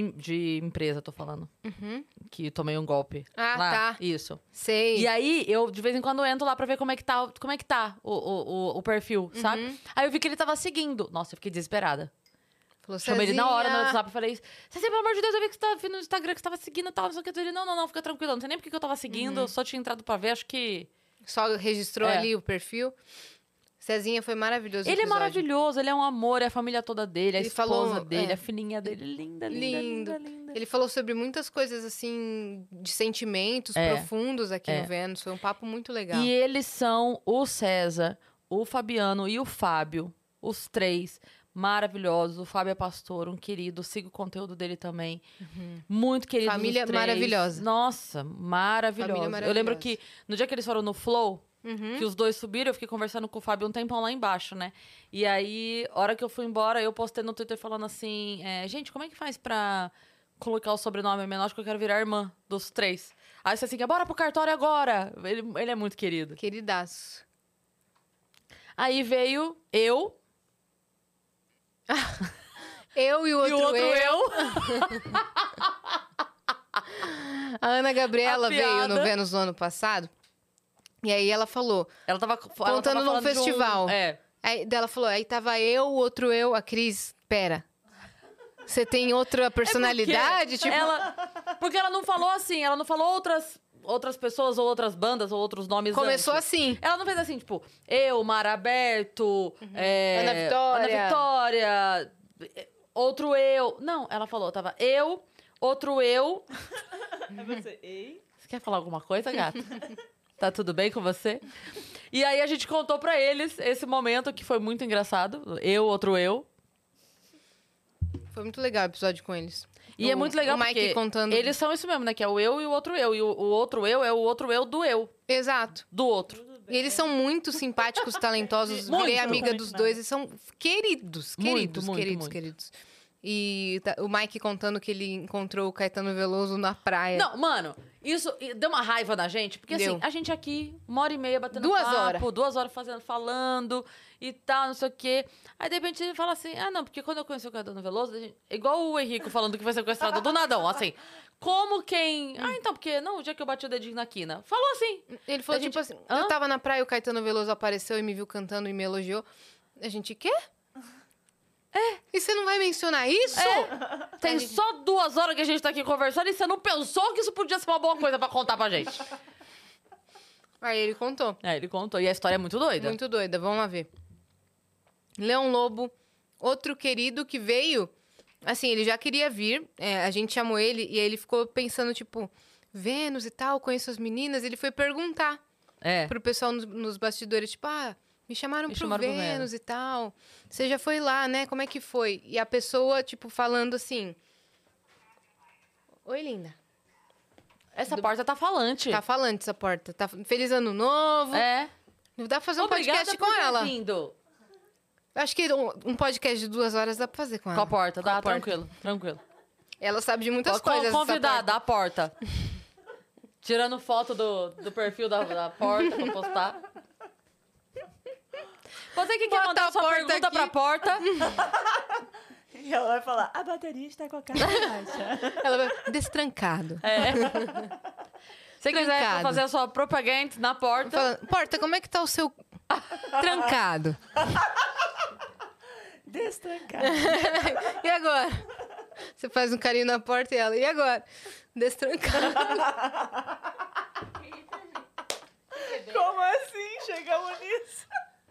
De empresa, tô falando. Que tomei um golpe. Ah, lá. tá. Isso. Sei. E aí, eu de vez em quando entro lá pra ver como é que tá o perfil, sabe? Aí eu vi que ele tava seguindo. Nossa, eu fiquei desesperada. Falou, Chamei ele na hora no Cezinha. WhatsApp e falei: Cezinha, pelo amor de Deus, eu vi que você tava no Instagram, que você tava seguindo e tal, não sei o que. Ele, não, fica tranquilo, não sei nem porque que eu tava seguindo, eu só tinha entrado pra ver, acho que... Só registrou É. ali o perfil. Cezinha foi maravilhoso. Ele é episódio. maravilhoso, ele é um amor, é a família toda dele, a Ele esposa falou, dele, a filhinha dele, linda, linda, Lindo. linda, linda. Ele falou sobre muitas coisas, assim, de sentimentos profundos aqui no Vênus. Foi um papo muito legal. E eles são o César, o Fabiano e o Fábio, os três maravilhosos. O Fábio é pastor, um querido, sigo o conteúdo dele também. Muito querido. Família os três. maravilhosa. Nossa, maravilhosa. Família Eu lembro maravilhosa. que no dia que eles foram no Flow, que os dois subiram, eu fiquei conversando com o Fábio um tempão lá embaixo, né? E aí, hora que eu fui embora, eu postei no Twitter falando assim, gente, como é que faz pra colocar o sobrenome menor? Acho que eu quero virar irmã dos três. Aí você assim, bora pro cartório agora! Ele é muito querido. Queridaço. Aí veio eu Eu e o outro, e o outro eu. A Ana Gabriela A veio no piada. Vênus no ano passado. E aí ela falou, Ela tava Contando num falando de festival. É. aí dela falou, aí tava eu, o outro eu, a Cris, pera. Você tem outra personalidade? Tipo, Porque ela não falou assim, ela não falou outras pessoas, ou outras bandas, ou outros nomes começou antes. assim. Ela não fez assim, tipo, eu, Mar Aberto, Ana Vitória. Ana Vitória, outro eu. Não, ela falou, tava eu, outro eu. Aí você, ei? Você quer falar alguma coisa, gata? Tá tudo bem com você? E aí a gente contou pra eles esse momento que foi muito engraçado. Eu, outro eu. Foi muito legal o episódio com eles. E é muito legal o Mike porque contando. eles são isso mesmo, né? Que é o eu e o outro eu. E o outro eu é o outro eu do eu. Exato. Do outro. E eles são muito simpáticos, talentosos. Muito. Virei amiga dos dois e são queridos. Queridos, Muito, queridos, muito. queridos. E o Mike contando que ele encontrou o Caetano Veloso na praia. Não, mano, isso deu uma raiva na gente. Porque Deu. assim, a gente aqui, 1h30 batendo 2 papo, horas. 2 horas falando e tal, não sei o quê. Aí de repente ele fala assim, não, porque quando eu conheci o Caetano Veloso, igual o Henrico falando que foi sequestrado do nadão, assim. Como quem... então, porque não, o dia que eu bati o dedinho na quina. Falou assim. Ele falou, A gente- tipo assim, Hã? eu tava na praia, o Caetano Veloso apareceu e me viu cantando e me elogiou. A gente, quê? E você não vai mencionar isso? Tem só 2 horas que a gente tá aqui conversando e você não pensou que isso podia ser uma boa coisa pra contar pra gente. Aí ele contou. Ele contou. E a história é muito doida. Muito doida, vamos lá ver. Leão Lobo, outro querido que veio... Assim, ele já queria vir, a gente chamou ele e aí ele ficou pensando, tipo... Vênus e tal, conheço as meninas. Ele foi perguntar pro pessoal nos bastidores, tipo... Me chamaram pro Vênus e tal. Você já foi lá, né? Como é que foi? E a pessoa, tipo, falando assim... Oi, linda. Essa porta tá falante. Tá falando essa porta. Tá... Feliz Ano Novo. É. Dá pra fazer um Obrigada podcast por com ter ela. vindo. Acho que um podcast de 2 horas dá pra fazer com ela. Com a porta, Com a dá, porta. tranquilo. Ela sabe de muitas coisas. essa Convidada, a porta. Tirando foto do perfil da porta pra postar. Você que quer Bota mandar a sua porta pergunta aqui. pra porta, E ela vai falar, a bateria está com a cara baixa. porta. Ela vai... Destrancado. se quiser Trancado. fazer a sua propaganda na porta, Falando, porta, como é que tá o seu... Trancado. Destrancado. E agora? Você faz um carinho na porta e ela... E agora? Destrancado. Como assim? Chegamos nisso.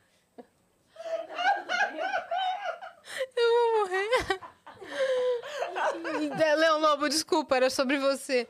Eu vou morrer. Leão Lobo, desculpa, era sobre você.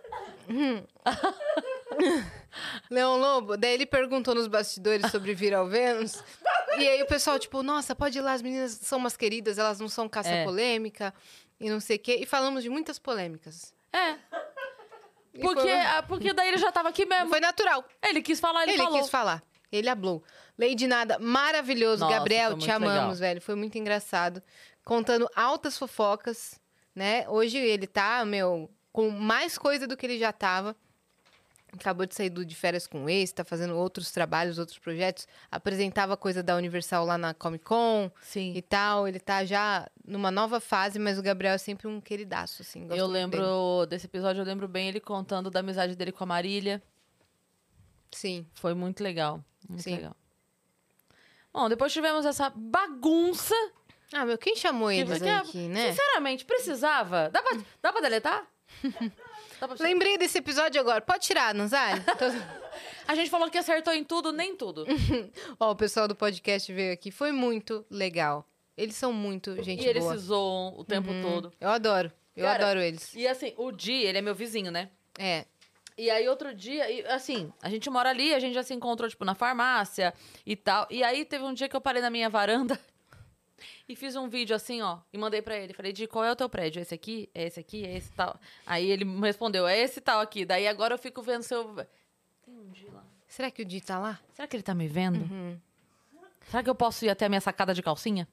Leão Lobo, daí ele perguntou nos bastidores sobre vir ao Vênus. E aí o pessoal, tipo, nossa, pode ir lá, as meninas são umas queridas, elas não são caça-polêmica e não sei o quê. E falamos de muitas polêmicas. E porque daí ele já tava aqui mesmo. foi natural. Ele quis falar, ele falou. Quis falar. Ele hablou. Lady Nada, maravilhoso. Nossa, Gabriel, foi te muito amamos, legal. velho. Foi muito engraçado. Contando altas fofocas, né? Hoje ele tá, com mais coisa do que ele já tava. Acabou de sair de férias com o ex, tá fazendo outros trabalhos, outros projetos. Apresentava coisa da Universal lá na Comic Con Sim. e tal. Ele tá já numa nova fase, mas o Gabriel é sempre um queridaço, assim. Gosto Eu muito dele. lembro desse episódio, eu lembro bem ele contando da amizade dele com a Marília. Sim. Foi muito legal. Muito Sim. legal. Bom, depois tivemos essa bagunça. Quem chamou eles que- aqui, né? Sinceramente, precisava? Dá pra deletar? Dá pra... Lembrei desse episódio agora. Pode tirar, Nanzari? A gente falou que acertou em tudo, nem tudo. Ó, o pessoal do podcast veio aqui. Foi muito legal. Eles são muito gente E eles boa. se zoam o tempo todo. Eu adoro. Eu Cara, adoro eles. E assim, o Di, ele é meu vizinho, né? É. E aí, outro dia, assim, a gente mora ali, a gente já se encontrou, tipo, na farmácia e tal. E aí, teve um dia que eu parei na minha varanda e fiz um vídeo assim, ó, e mandei pra ele. Falei, Di, qual é o teu prédio? Esse aqui? É esse aqui? É esse tal? Aí ele me respondeu, é esse tal aqui. Daí agora eu fico vendo se eu... Tem um Di lá. Será que o Di tá lá? Será que ele tá me vendo? Será que eu posso ir até a minha sacada de calcinha?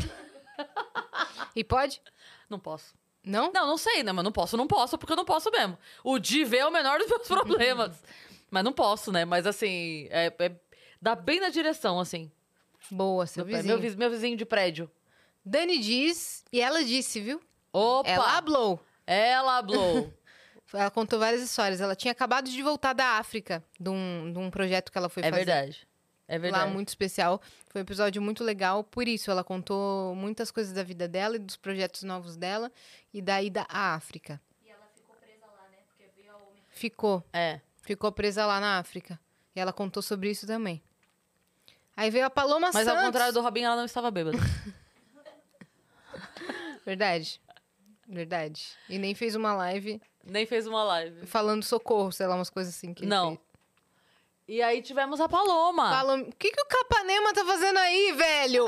E pode? Não posso. Não? Não sei, né? Mas não posso, porque eu não posso mesmo. O Di vê é o menor dos meus problemas. Mas não posso, né? Mas assim, dá bem na direção, assim. Boa, seu vizinho. Meu vizinho de prédio. Dani diz, e ela disse, viu? Opa! Ela hablou. Ela hablou. Ela contou várias histórias. Ela tinha acabado de voltar da África, de um projeto que ela foi É fazer. verdade. É verdade. Lá, muito especial. Foi um episódio muito legal. Por isso, ela contou muitas coisas da vida dela e dos projetos novos dela. E da ida à África. E ela ficou presa lá, né? Porque veio a Ômicron. Ficou presa lá na África. E ela contou sobre isso também. Aí veio a Paloma Mas Santos. ao contrário do Robinho, ela não estava bêbada. Verdade. Verdade. E nem fez uma live Nem fez uma live. falando socorro, sei lá, umas coisas assim que ele Não. fez. E aí tivemos a Paloma. Paloma... O que o Capanema tá fazendo aí, velho?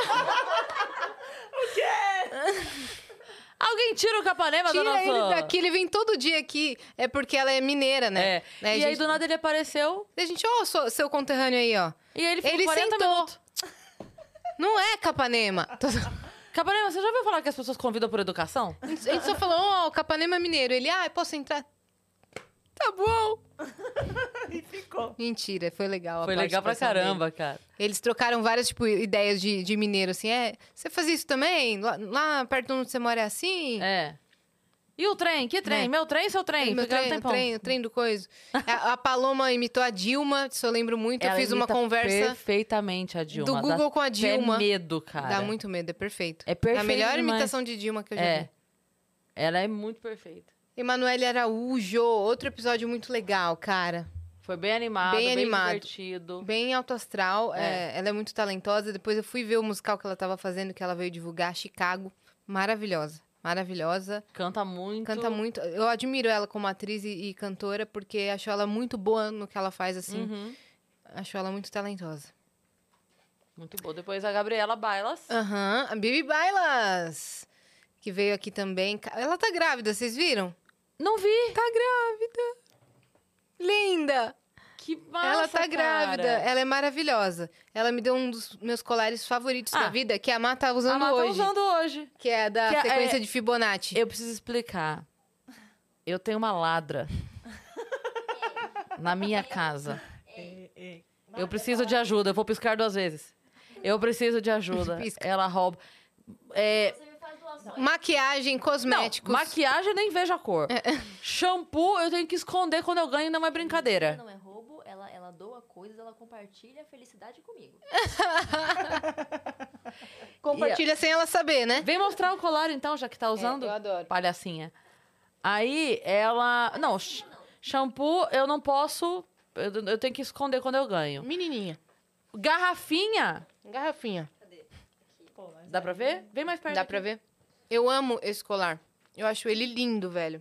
Alguém tira o Capanema da nossa... Tira ele daqui, ele vem todo dia aqui. É porque ela é mineira, né? É. E aí, do nada, ele apareceu. A gente, ó, seu conterrâneo aí, ó. E aí ele ficou Ele 40 sentou. minutos. Não é Capanema. Capanema, você já ouviu falar que as pessoas convidam por educação? A gente só falou, ó, o Capanema é mineiro. Ele, posso entrar? Tá bom. E ficou. Mentira, foi legal. Foi legal pra caramba, cara. Eles trocaram várias, tipo, ideias de mineiro, assim. Você faz isso também? Lá perto de onde você mora é assim? É. E o trem? Que trem? É. Meu trem, seu trem? Meu Ficaram um trem, tempão. o trem do coisa. A Paloma imitou a Dilma, isso eu lembro muito. Ela eu fiz uma imita conversa perfeitamente a Dilma. do Google com a Dilma. Dá medo, cara. Dá muito medo, é perfeito. É perfeito a melhor demais. imitação de Dilma que eu já vi. É. Ela é muito perfeita. Emanuele Araújo, outro episódio muito legal, cara. Foi bem animado, Bem bem animado. divertido. Bem alto astral, É. ela é muito talentosa. Depois eu fui ver o musical que ela tava fazendo, que ela veio divulgar, Chicago. Maravilhosa, maravilhosa. Canta muito. Canta muito. Eu admiro ela como atriz e cantora, porque acho ela muito boa no que ela faz, assim. Uhum. Acho ela muito talentosa. Muito boa. Depois a Gabriela Bailas. Aham, a Bibi Bailas, que veio aqui também. Ela tá grávida, vocês viram? Não vi. Tá grávida. Linda. Que massa, Ela tá cara. grávida. Ela é maravilhosa. Ela me deu um dos meus colares favoritos da vida, que a Má tá usando A Má tá hoje. usando hoje. Que é da Que sequência de Fibonacci. Eu preciso explicar. Eu tenho uma ladra na minha casa. Eu preciso de ajuda. Eu vou piscar 2 vezes. Eu preciso de ajuda. Pisca. Ela rouba. Você me faz doações. Maquiagem, cosméticos. Não, maquiagem eu nem vejo a cor. Shampoo eu tenho que esconder quando eu ganho, não é brincadeira. Não é roubo, ela doa coisas, ela compartilha a felicidade comigo. Compartilha sem ela saber, né? Vem mostrar o colar então, já que tá usando. eu adoro. Palhacinha. Aí ela... Não, shampoo eu não posso... Eu tenho que esconder quando eu ganho. Menininha. Garrafinha. Garrafinha. Pô, mas Dá pra ver? Vem mais perto. Dá aqui. pra ver? Eu amo esse colar. Eu acho ele lindo, velho.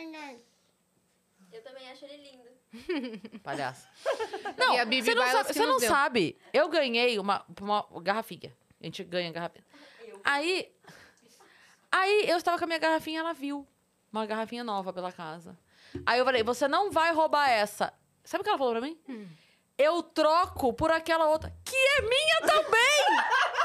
Eu também acho ele lindo. Palhaça. Não, E a Bibi você não, Bailas sabe, que você nos não deu. sabe. Eu ganhei uma garrafinha. A gente ganha garrafinha. Aí eu estava com a minha garrafinha, ela viu. Uma garrafinha nova pela casa. Aí eu falei, você não vai roubar essa. Sabe o que ela falou pra mim? Eu troco por aquela outra, que é minha também!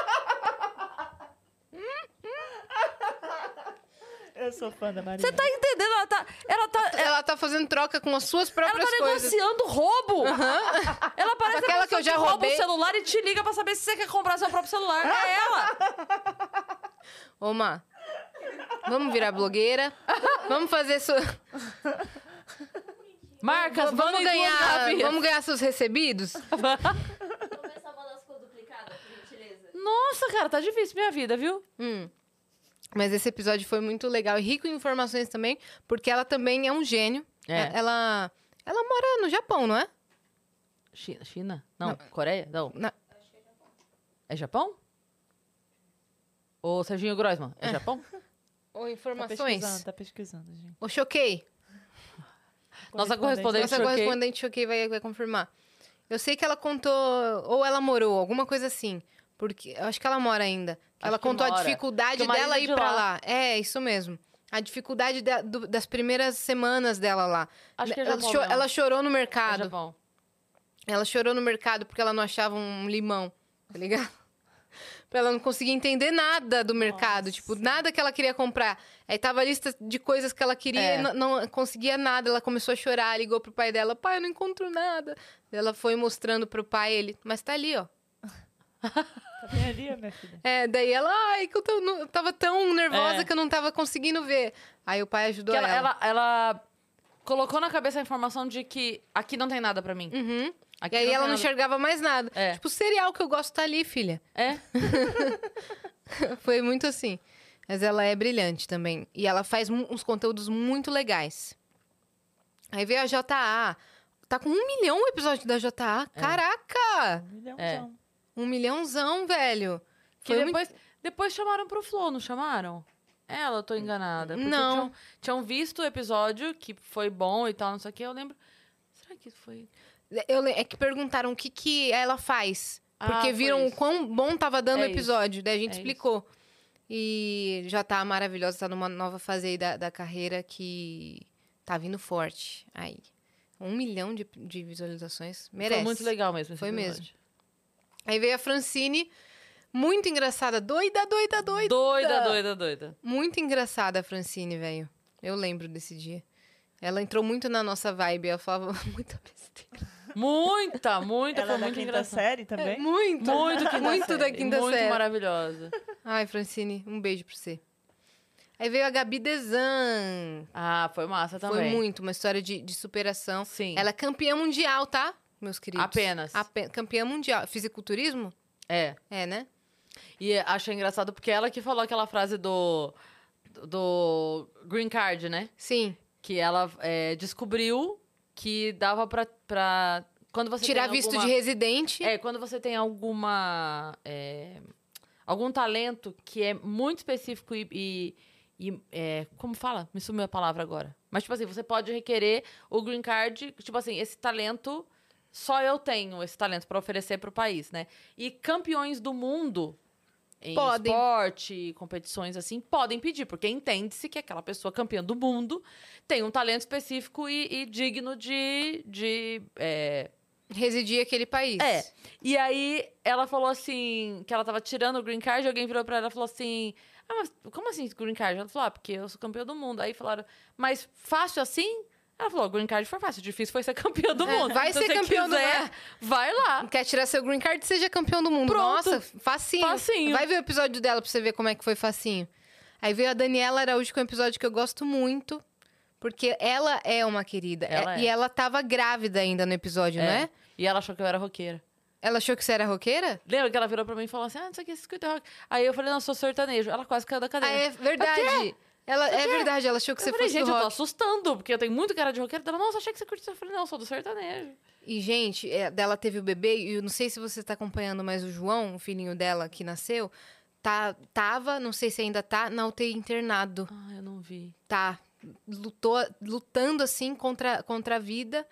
eu sou fã da Maria. Você tá entendendo? Ela tá fazendo troca com as suas Ela próprias tá coisas. negociando roubo! Ela parece Aquela a que eu pessoa já rouba roubei. o celular e te liga pra saber se você quer comprar seu próprio celular. É ela! Ô, Má, vamos virar blogueira. Vamos fazer sua... Marcas, Vamos ganhar seus recebidos? Vamos ver essa balascou duplicada, por gentileza. Nossa, cara, tá difícil minha vida, viu? Mas esse episódio foi muito legal e rico em informações também, porque ela também é um gênio. É. Ela mora no Japão, não é? China? Não. Coreia? Não. Na- É Japão? Ô, Serginho Groisman, é Japão? Ou Tá informações? pesquisando, gente. Ou choquei. Nossa correspondente Nossa choquei. correspondente choquei vai confirmar. Eu sei que ela contou, ou ela morou, alguma coisa assim. Porque eu acho que ela mora ainda. Ela Acho que contou a mora. dificuldade Porque o marido dela é ir de pra lá. lá. É, isso mesmo. A dificuldade das primeiras semanas dela lá. Acho que é ela, Japão cho- mesmo. ela chorou no É mercado. Japão. Ela chorou no mercado porque ela não achava um limão, tá ligado? Pra ela não conseguir entender nada do mercado. Tipo, nada que ela queria comprar. Aí tava a lista de coisas que ela queria É. e não conseguia nada. Ela começou a chorar, ligou pro pai dela. Pai, eu não encontro nada. Ela foi mostrando pro pai, ele... Mas tá ali, ó. Tá bem ali, minha filha. É, daí ela... Ai, que eu tava tão nervosa É. que eu não tava conseguindo ver. Aí o pai ajudou Que ela. ela colocou na cabeça a informação de que aqui não tem nada pra mim. Uhum. Aqui E aí tem ela não nada. enxergava mais nada. É. Tipo, o cereal que eu gosto tá ali, filha. É? Foi muito assim. Mas ela é brilhante também. E ela faz uns conteúdos muito legais. Aí veio a JA. Tá com 1 milhão o episódio da JA. Caraca! É. 1 milhãozão, velho. Que Foi depois chamaram pro Flow, não chamaram? Ela, eu tô enganada. Porque Não. tinham visto o episódio, que foi bom e tal, não sei o que. Eu lembro... Será que foi... É que perguntaram o que ela faz. Porque foi viram o isso. quão bom tava dando o É isso. episódio. Daí a gente É explicou. E já tá maravilhosa, tá numa nova fase aí da carreira que tá vindo forte. Aí. 1 milhão de visualizações. Merece. Foi muito legal mesmo esse Foi episódio. mesmo. Aí veio a Francine, muito engraçada. Doida. Doida. Muito engraçada a Francine, velho. Eu lembro desse dia. Ela entrou muito na nossa vibe. Ela falava muita besteira. Muita, Ela foi é da muito quinta engraçado. série também? Muito. Muito quinta Muito série. da quinta Muito série. maravilhosa. Ai, Francine, um beijo pra você. Aí veio a Gabi Desan. Ah, foi massa também. Foi muito, uma história de superação. Sim. Ela é campeã mundial, tá, meus queridos? Apenas. Campeã mundial. Fisiculturismo? É. É, né? E achei engraçado porque ela que falou aquela frase do Green Card, né? Sim. Que ela descobriu que dava pra quando você Tirar tem visto alguma- de residente. quando você tem algum talento que é muito específico como fala? Me sumiu a palavra agora. Mas, tipo assim, você pode requerer o green card, tipo assim, esse talento, só eu tenho esse talento pra oferecer pro país, né? E campeões do mundo em Podem. esporte, competições assim, podem pedir, porque entende-se que aquela pessoa campeã do mundo tem um talento específico e digno de Residir aquele país. é. E aí, ela falou assim, que ela tava tirando o green card, e alguém virou pra ela e falou assim, mas como assim green card? Ela falou, porque eu sou campeã do mundo. Aí falaram, mas fácil assim? Ela falou, green card foi fácil, difícil foi ser campeã do mundo. vai Se ser você campeão do quiser, mundo. vai lá. Quer tirar seu green card? Seja campeão do mundo. Pronto. Nossa, facinho. Facinho. Vai ver o episódio dela pra você ver como é que foi facinho. Aí veio a Daniela Araújo com um episódio que eu gosto muito. Porque ela é uma querida. Ela E é. ela tava grávida ainda no episódio, né? E ela achou que eu era roqueira. Ela achou que você era roqueira? Lembra que ela virou pra mim e falou assim, não sei o que, você escuta rock. Aí eu falei, não, eu sou sertanejo. Ela quase caiu da Ah, cadeira. é verdade. Ela, é verdade, ela achou que Eu você falei, fosse gente, do eu tô rock. assustando, porque eu tenho muito cara de roqueira. Ela, nossa, achei que você curtia. Eu falei, não, eu sou do sertanejo. E, gente, dela teve o bebê, e eu não sei se você tá acompanhando, mas o João, o filhinho dela que nasceu, tava, não sei se ainda tá, na UTI internado. Ah, eu não vi. Tá. Lutando, assim, contra a vida.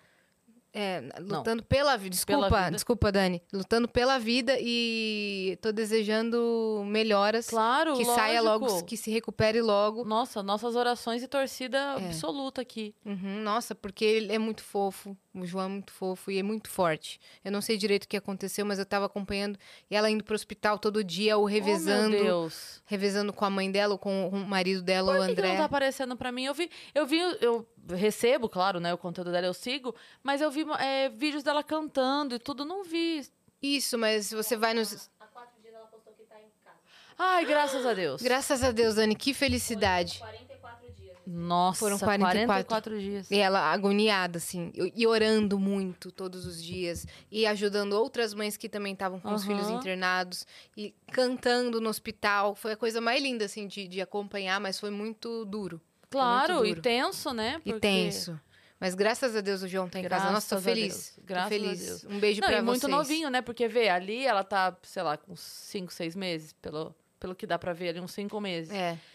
Lutando pela vida. Pela vida. Desculpa, Dani. Lutando pela vida e tô desejando melhoras. Claro, Que saia lógico. logo, que se recupere logo. Nossa, nossas orações e torcida absoluta aqui. Uhum, nossa, porque ele é muito fofo. O João é muito fofo e é muito forte. Eu não sei direito o que aconteceu, mas eu tava acompanhando. E ela indo pro hospital todo dia, ou revezando. Oh, meu Deus. Revezando com a mãe dela, ou com o marido dela, o Por que André. não tá aparecendo pra mim? Eu recebo, claro, né? O conteúdo dela eu sigo, mas eu vi vídeos dela cantando e tudo, não vi. Isso, mas se você vai nos... Há 4 dias ela postou que tá em casa. Ai, graças a Deus. Graças a Deus, Dani, que felicidade. 44 dias. Nossa, Foram 44 dias. E ela agoniada, assim, e orando muito todos os dias. E ajudando outras mães que também estavam com os Aham. filhos internados. E cantando no hospital. Foi a coisa mais linda, assim, de acompanhar, mas foi muito duro. Claro, muito e duro. tenso, né? E tenso. Mas graças a Deus o João tá em casa. Graças Nossa, tô a feliz. Deus. Tô Graças a feliz. Deus. Um beijo Não, pra e muito vocês. novinho, né? Porque, vê, ali ela tá, sei lá, com uns 5, 6 meses, pelo que dá pra ver ali, uns 5 meses.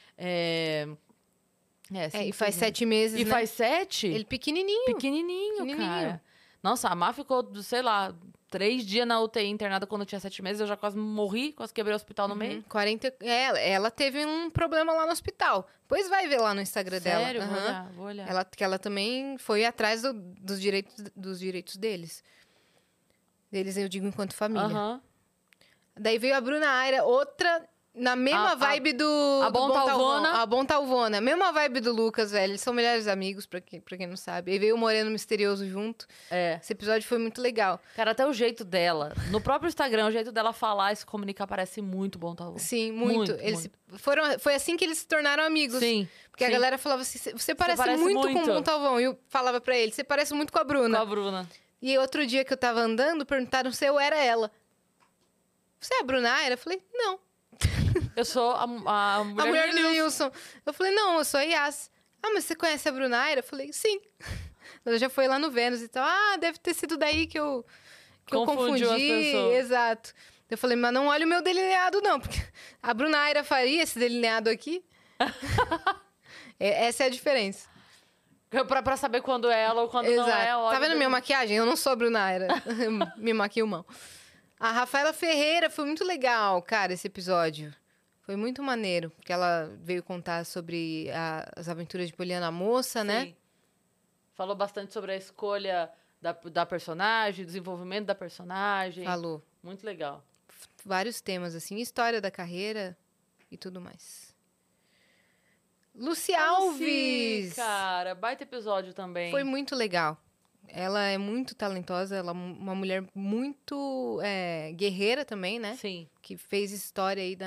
E 5, faz 6 7 meses, meses. E né? faz 7? Ele pequenininho. Pequenininho, cara. Nossa, a Má ficou, sei lá, 3 dias na UTI internada quando eu tinha 7 meses. Eu já quase morri, quase quebrei o hospital no meio. 40... ela teve um problema lá no hospital. Pois vai ver lá no Instagram Sério? dela. Vou Aham. olhar, vou olhar. Que ela também foi atrás dos direitos deles. Deles, eu digo, enquanto família. Aham. Daí veio a Bruna Aira, outra na mesma vibe do... a do Bom Talvona. A Bom Talvona. Mesma vibe do Lucas, velho. Eles são melhores amigos, pra quem não sabe. E veio o Moreno Misterioso junto. É. Esse episódio foi muito legal. Cara, até o jeito dela. No próprio Instagram, o jeito dela falar e se comunicar parece muito Bom Talvona. Sim, muito. Foi assim que eles se tornaram amigos. Sim. Porque a galera falava assim, você parece muito com o Bom Talvão. E eu falava pra ele, você parece muito com a Bruna. Com a Bruna. E outro dia que eu tava andando, perguntaram se eu era ela. Você é a Bruna Aira? Eu falei, não. Eu sou a mulher do Nilson. Eu falei, não, eu sou a Yas. Ah, mas você conhece a Bruna Aira? Eu falei, sim. Ela já foi lá no Vênus e tal. Ah, deve ter sido daí que eu confundi. Confundiu as pessoas. Exato. Eu falei, mas não olha o meu delineado, não. Porque a Bruna Aira faria esse delineado aqui. Essa é a diferença. Pra saber quando é ela ou quando não é. Exato. Tá vendo minha maquiagem? Eu não sou a Bruna Aira. Me maquio mão. A Rafaela Ferreira, foi muito legal, cara, esse episódio. Foi muito maneiro, porque ela veio contar sobre as aventuras de Poliana Moça, né? Sim. Falou bastante sobre a escolha da personagem, desenvolvimento da personagem. Falou. Muito legal. Vários temas, assim, história da carreira e tudo mais. Lucy Alves! Cara, baita episódio também. Foi muito legal. Ela é muito talentosa, ela é uma mulher muito guerreira também, né? Sim. Que fez história aí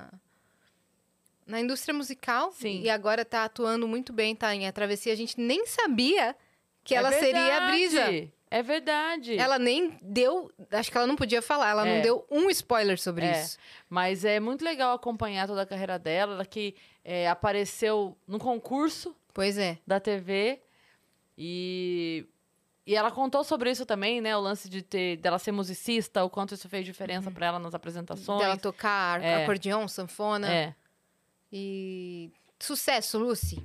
na indústria musical. Sim. E agora tá atuando muito bem, tá em A Travessia. A gente nem sabia que ela seria a Brisa. É verdade. Ela nem deu... Acho que ela não podia falar. Ela não deu um spoiler sobre isso. Mas é muito legal acompanhar toda a carreira dela. Ela que apareceu num concurso Pois é. da TV. E ela contou sobre isso também, né? O lance dela ser musicista, o quanto isso fez diferença pra ela nas apresentações. Dela tocar acordeon, sanfona. É. E... Sucesso, Lucy.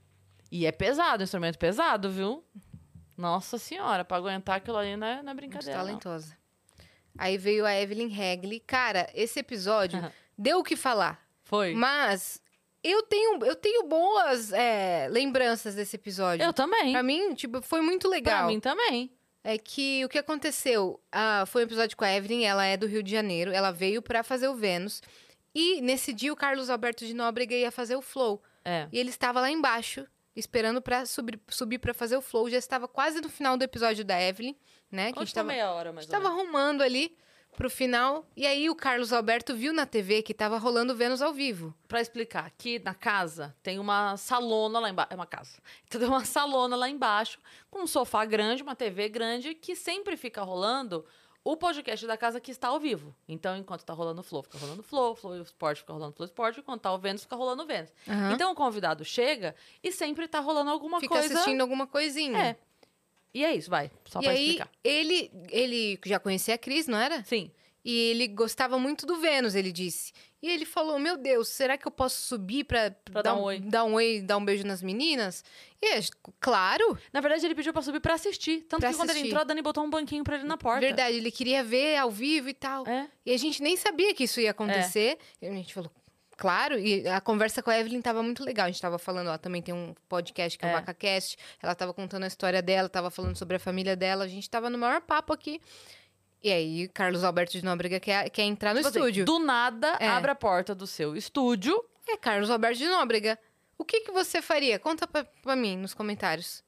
E é pesado, instrumento pesado, viu? Nossa senhora, pra aguentar aquilo ali não é brincadeira, Muito talentosa. Aí veio a Evelyn Hagley. Cara, esse episódio deu o que falar. Foi. Mas eu tenho boas lembranças desse episódio. Eu também. Pra mim, tipo, foi muito legal. Pra mim também. É que o que aconteceu? Foi um episódio com a Evelyn, ela é do Rio de Janeiro. Ela veio pra fazer o Vênus. E nesse dia o Carlos Alberto de Nóbrega ia fazer o Flow. É. E ele estava lá embaixo, esperando pra subir pra fazer o Flow. Já estava quase no final do episódio da Evelyn, né? Que a gente tava meia hora, mais ou Estava menos. arrumando ali pro final. E aí o Carlos Alberto viu na TV que tava rolando Vênus ao vivo. Pra explicar, aqui na casa tem uma salona lá embaixo. É uma casa. Então tem uma salona lá embaixo, com um sofá grande, uma TV grande, que sempre fica rolando o podcast da casa que está ao vivo. Então, enquanto tá rolando o Flow, fica rolando o Flow, Flow Sport fica rolando o Flow Sport, enquanto tá o Vênus, fica rolando o Vênus. Aham. Então, o convidado chega e sempre tá rolando alguma Fica coisa. assistindo alguma coisinha. É. E é isso, vai. Só E pra aí, explicar. ele já conhecia a Cris, não era? Sim. E ele gostava muito do Vênus, ele disse. E ele falou, meu Deus, será que eu posso subir pra dar um oi. dar um oi, dar um beijo nas meninas? E claro, Na verdade, ele pediu pra subir pra assistir. Tanto Pra que quando ele assistir. entrou, a Dani botou um banquinho pra ele na porta. verdade, ele queria ver ao vivo e tal. É. E a gente nem sabia que isso ia acontecer. E a gente falou, claro, e a conversa com a Evelyn tava muito legal. A gente tava falando, ela também tem um podcast que é o VacaCast. Ela tava contando a história dela, tava falando sobre a família dela. A gente tava no maior papo aqui. E aí, Carlos Alberto de Nóbrega quer entrar no Tipo assim, estúdio. do nada, abre a porta do seu estúdio. É, Carlos Alberto de Nóbrega. O que você faria? Conta pra mim nos comentários.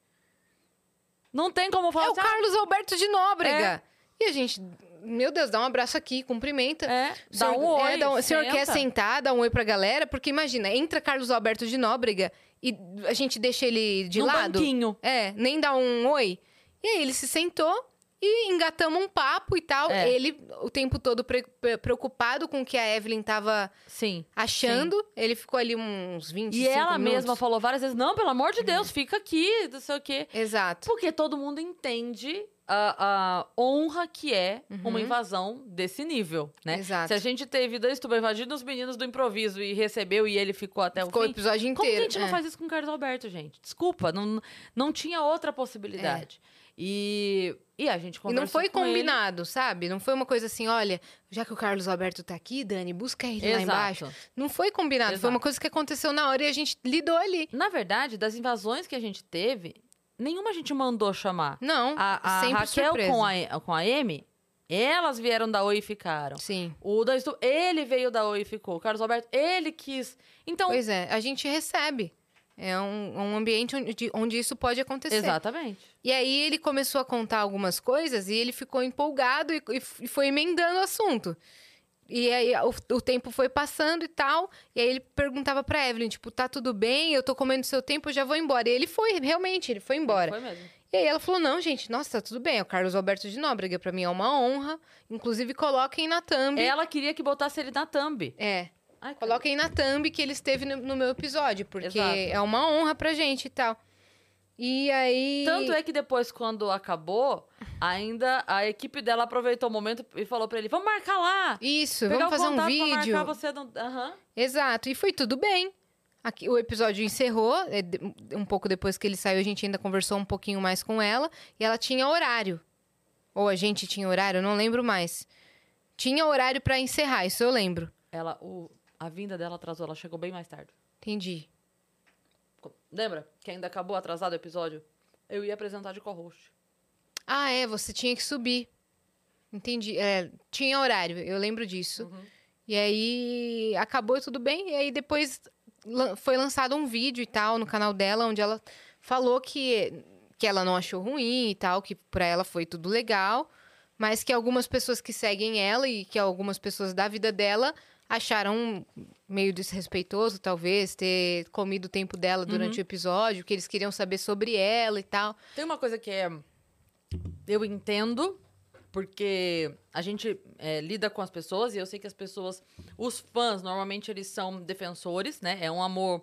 Não tem como falar É o assim, Carlos Alberto de Nóbrega. E a gente, meu Deus, dá um abraço aqui, cumprimenta. dá um oi, o senhor quer senta. sentar, dá um oi pra galera? Porque imagina, entra Carlos Alberto de Nóbrega e a gente deixa ele de num lado. banquinho. Nem dá um oi. E aí ele se sentou e engatamos um papo e tal. Ele, o tempo todo preocupado com o que a Evelyn tava Sim. achando. Ele ficou ali uns 25 E ela minutos. mesma falou várias vezes, não, pelo amor de Deus, fica aqui, não sei o quê. Exato. Porque todo mundo entende a honra que é uma invasão desse nível, né? Exato. Se a gente teve dois Tuba invadindo os meninos do improviso e recebeu e ele ficou até Ficou o o fim. episódio Como que a inteiro. gente não faz isso com o Carlos Alberto, gente? Desculpa, não tinha outra possibilidade. E a gente E conversou não foi com ele. combinado, sabe? Não foi uma coisa assim, olha, já que o Carlos Alberto tá aqui, Dani, busca ele lá embaixo. Não foi combinado, foi Exato. uma coisa que aconteceu na hora e a gente lidou ali. Na verdade, das invasões que a gente teve, nenhuma a gente mandou chamar. Não, A sempre Raquel surpresa. com a Amy, Elas vieram da Oi e ficaram. Sim. O da Estu, ele veio da Oi e ficou. O Carlos Alberto, ele quis. Então... Pois é, a gente recebe. É um ambiente onde isso pode acontecer. Exatamente. E aí ele começou a contar algumas coisas e ele ficou empolgado e foi emendando o assunto. E aí o tempo foi passando e tal. E aí ele perguntava pra Evelyn, tipo, tá tudo bem? Eu tô comendo seu tempo, eu já vou embora. E ele foi, realmente, ele foi embora. Foi mesmo. E aí ela falou, não, gente, nossa, tá tudo bem. É o Carlos Alberto de Nóbrega, pra mim é uma honra. Inclusive, coloquem na thumb. Ela queria que botasse ele na thumb. É. Ai, cara. Coloquem na thumb que ele esteve no meu episódio, porque Exato. é uma honra pra gente e tal. E aí... Tanto é que depois, quando acabou, ainda a equipe dela aproveitou o momento e falou pra ele, vamos marcar lá. Isso, Pegar vamos fazer o um contato vídeo. pra marcar você no... Aham. Exato, e foi tudo bem. Aqui, o episódio encerrou, um pouco depois que ele saiu, a gente ainda conversou um pouquinho mais com ela, e ela tinha horário. Ou a gente tinha horário, eu não lembro mais. Tinha horário pra encerrar, isso eu lembro. A vinda dela atrasou, ela chegou bem mais tarde. Entendi. Lembra que ainda acabou atrasado o episódio? Eu ia apresentar de co-host. Ah, é, você tinha que subir. Entendi. É, tinha horário, eu lembro disso. Uhum. E aí acabou tudo bem, e aí depois foi lançado um vídeo e tal no canal dela, onde ela falou que ela não achou ruim e tal, que pra ela foi tudo legal, mas que algumas pessoas que seguem ela e que algumas pessoas da vida dela acharam meio desrespeitoso, talvez, ter comido o tempo dela durante o episódio, que eles queriam saber sobre ela e tal. Tem uma coisa que eu entendo, porque a gente lida com as pessoas e eu sei que as pessoas, os fãs, normalmente eles são defensores, né? É um amor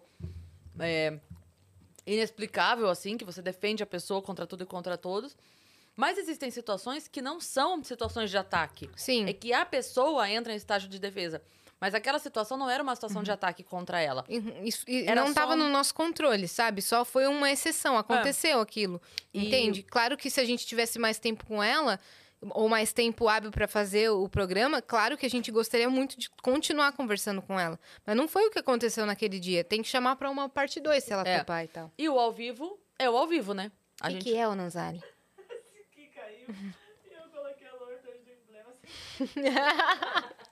inexplicável, assim, que você defende a pessoa contra tudo e contra todos. Mas existem situações que não são situações de ataque. Sim. É que a pessoa entra em estágio de defesa. Mas aquela situação não era uma situação de ataque contra ela. E Era não só estava no nosso controle, sabe? Só foi uma exceção, aconteceu aquilo. E- Entende? Claro que se a gente tivesse mais tempo com ela, ou mais tempo hábil para fazer o programa, claro que a gente gostaria muito de continuar conversando com ela. Mas não foi o que aconteceu naquele dia. Tem que chamar para uma parte 2, se ela topar e tal. E o ao vivo é o ao vivo, né? O que é o Nanzari? Que caiu. E eu coloquei a loura do emblema assim.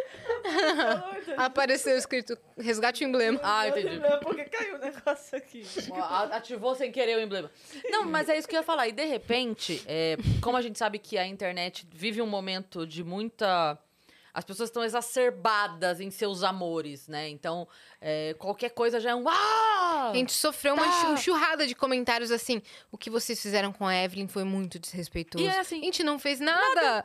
Apareceu escrito resgate o emblema. Ah, entendi. Porque caiu o negócio aqui. Ativou sem querer o emblema. Não, mas é isso que eu ia falar. E de repente, como a gente sabe que a internet vive um momento de muita... As pessoas estão exacerbadas em seus amores, né? Então, qualquer coisa já é um... Ah! A gente sofreu Tá. uma enxurrada de comentários assim. O que vocês fizeram com a Evelyn foi muito desrespeitoso. E é assim, A gente não fez nada.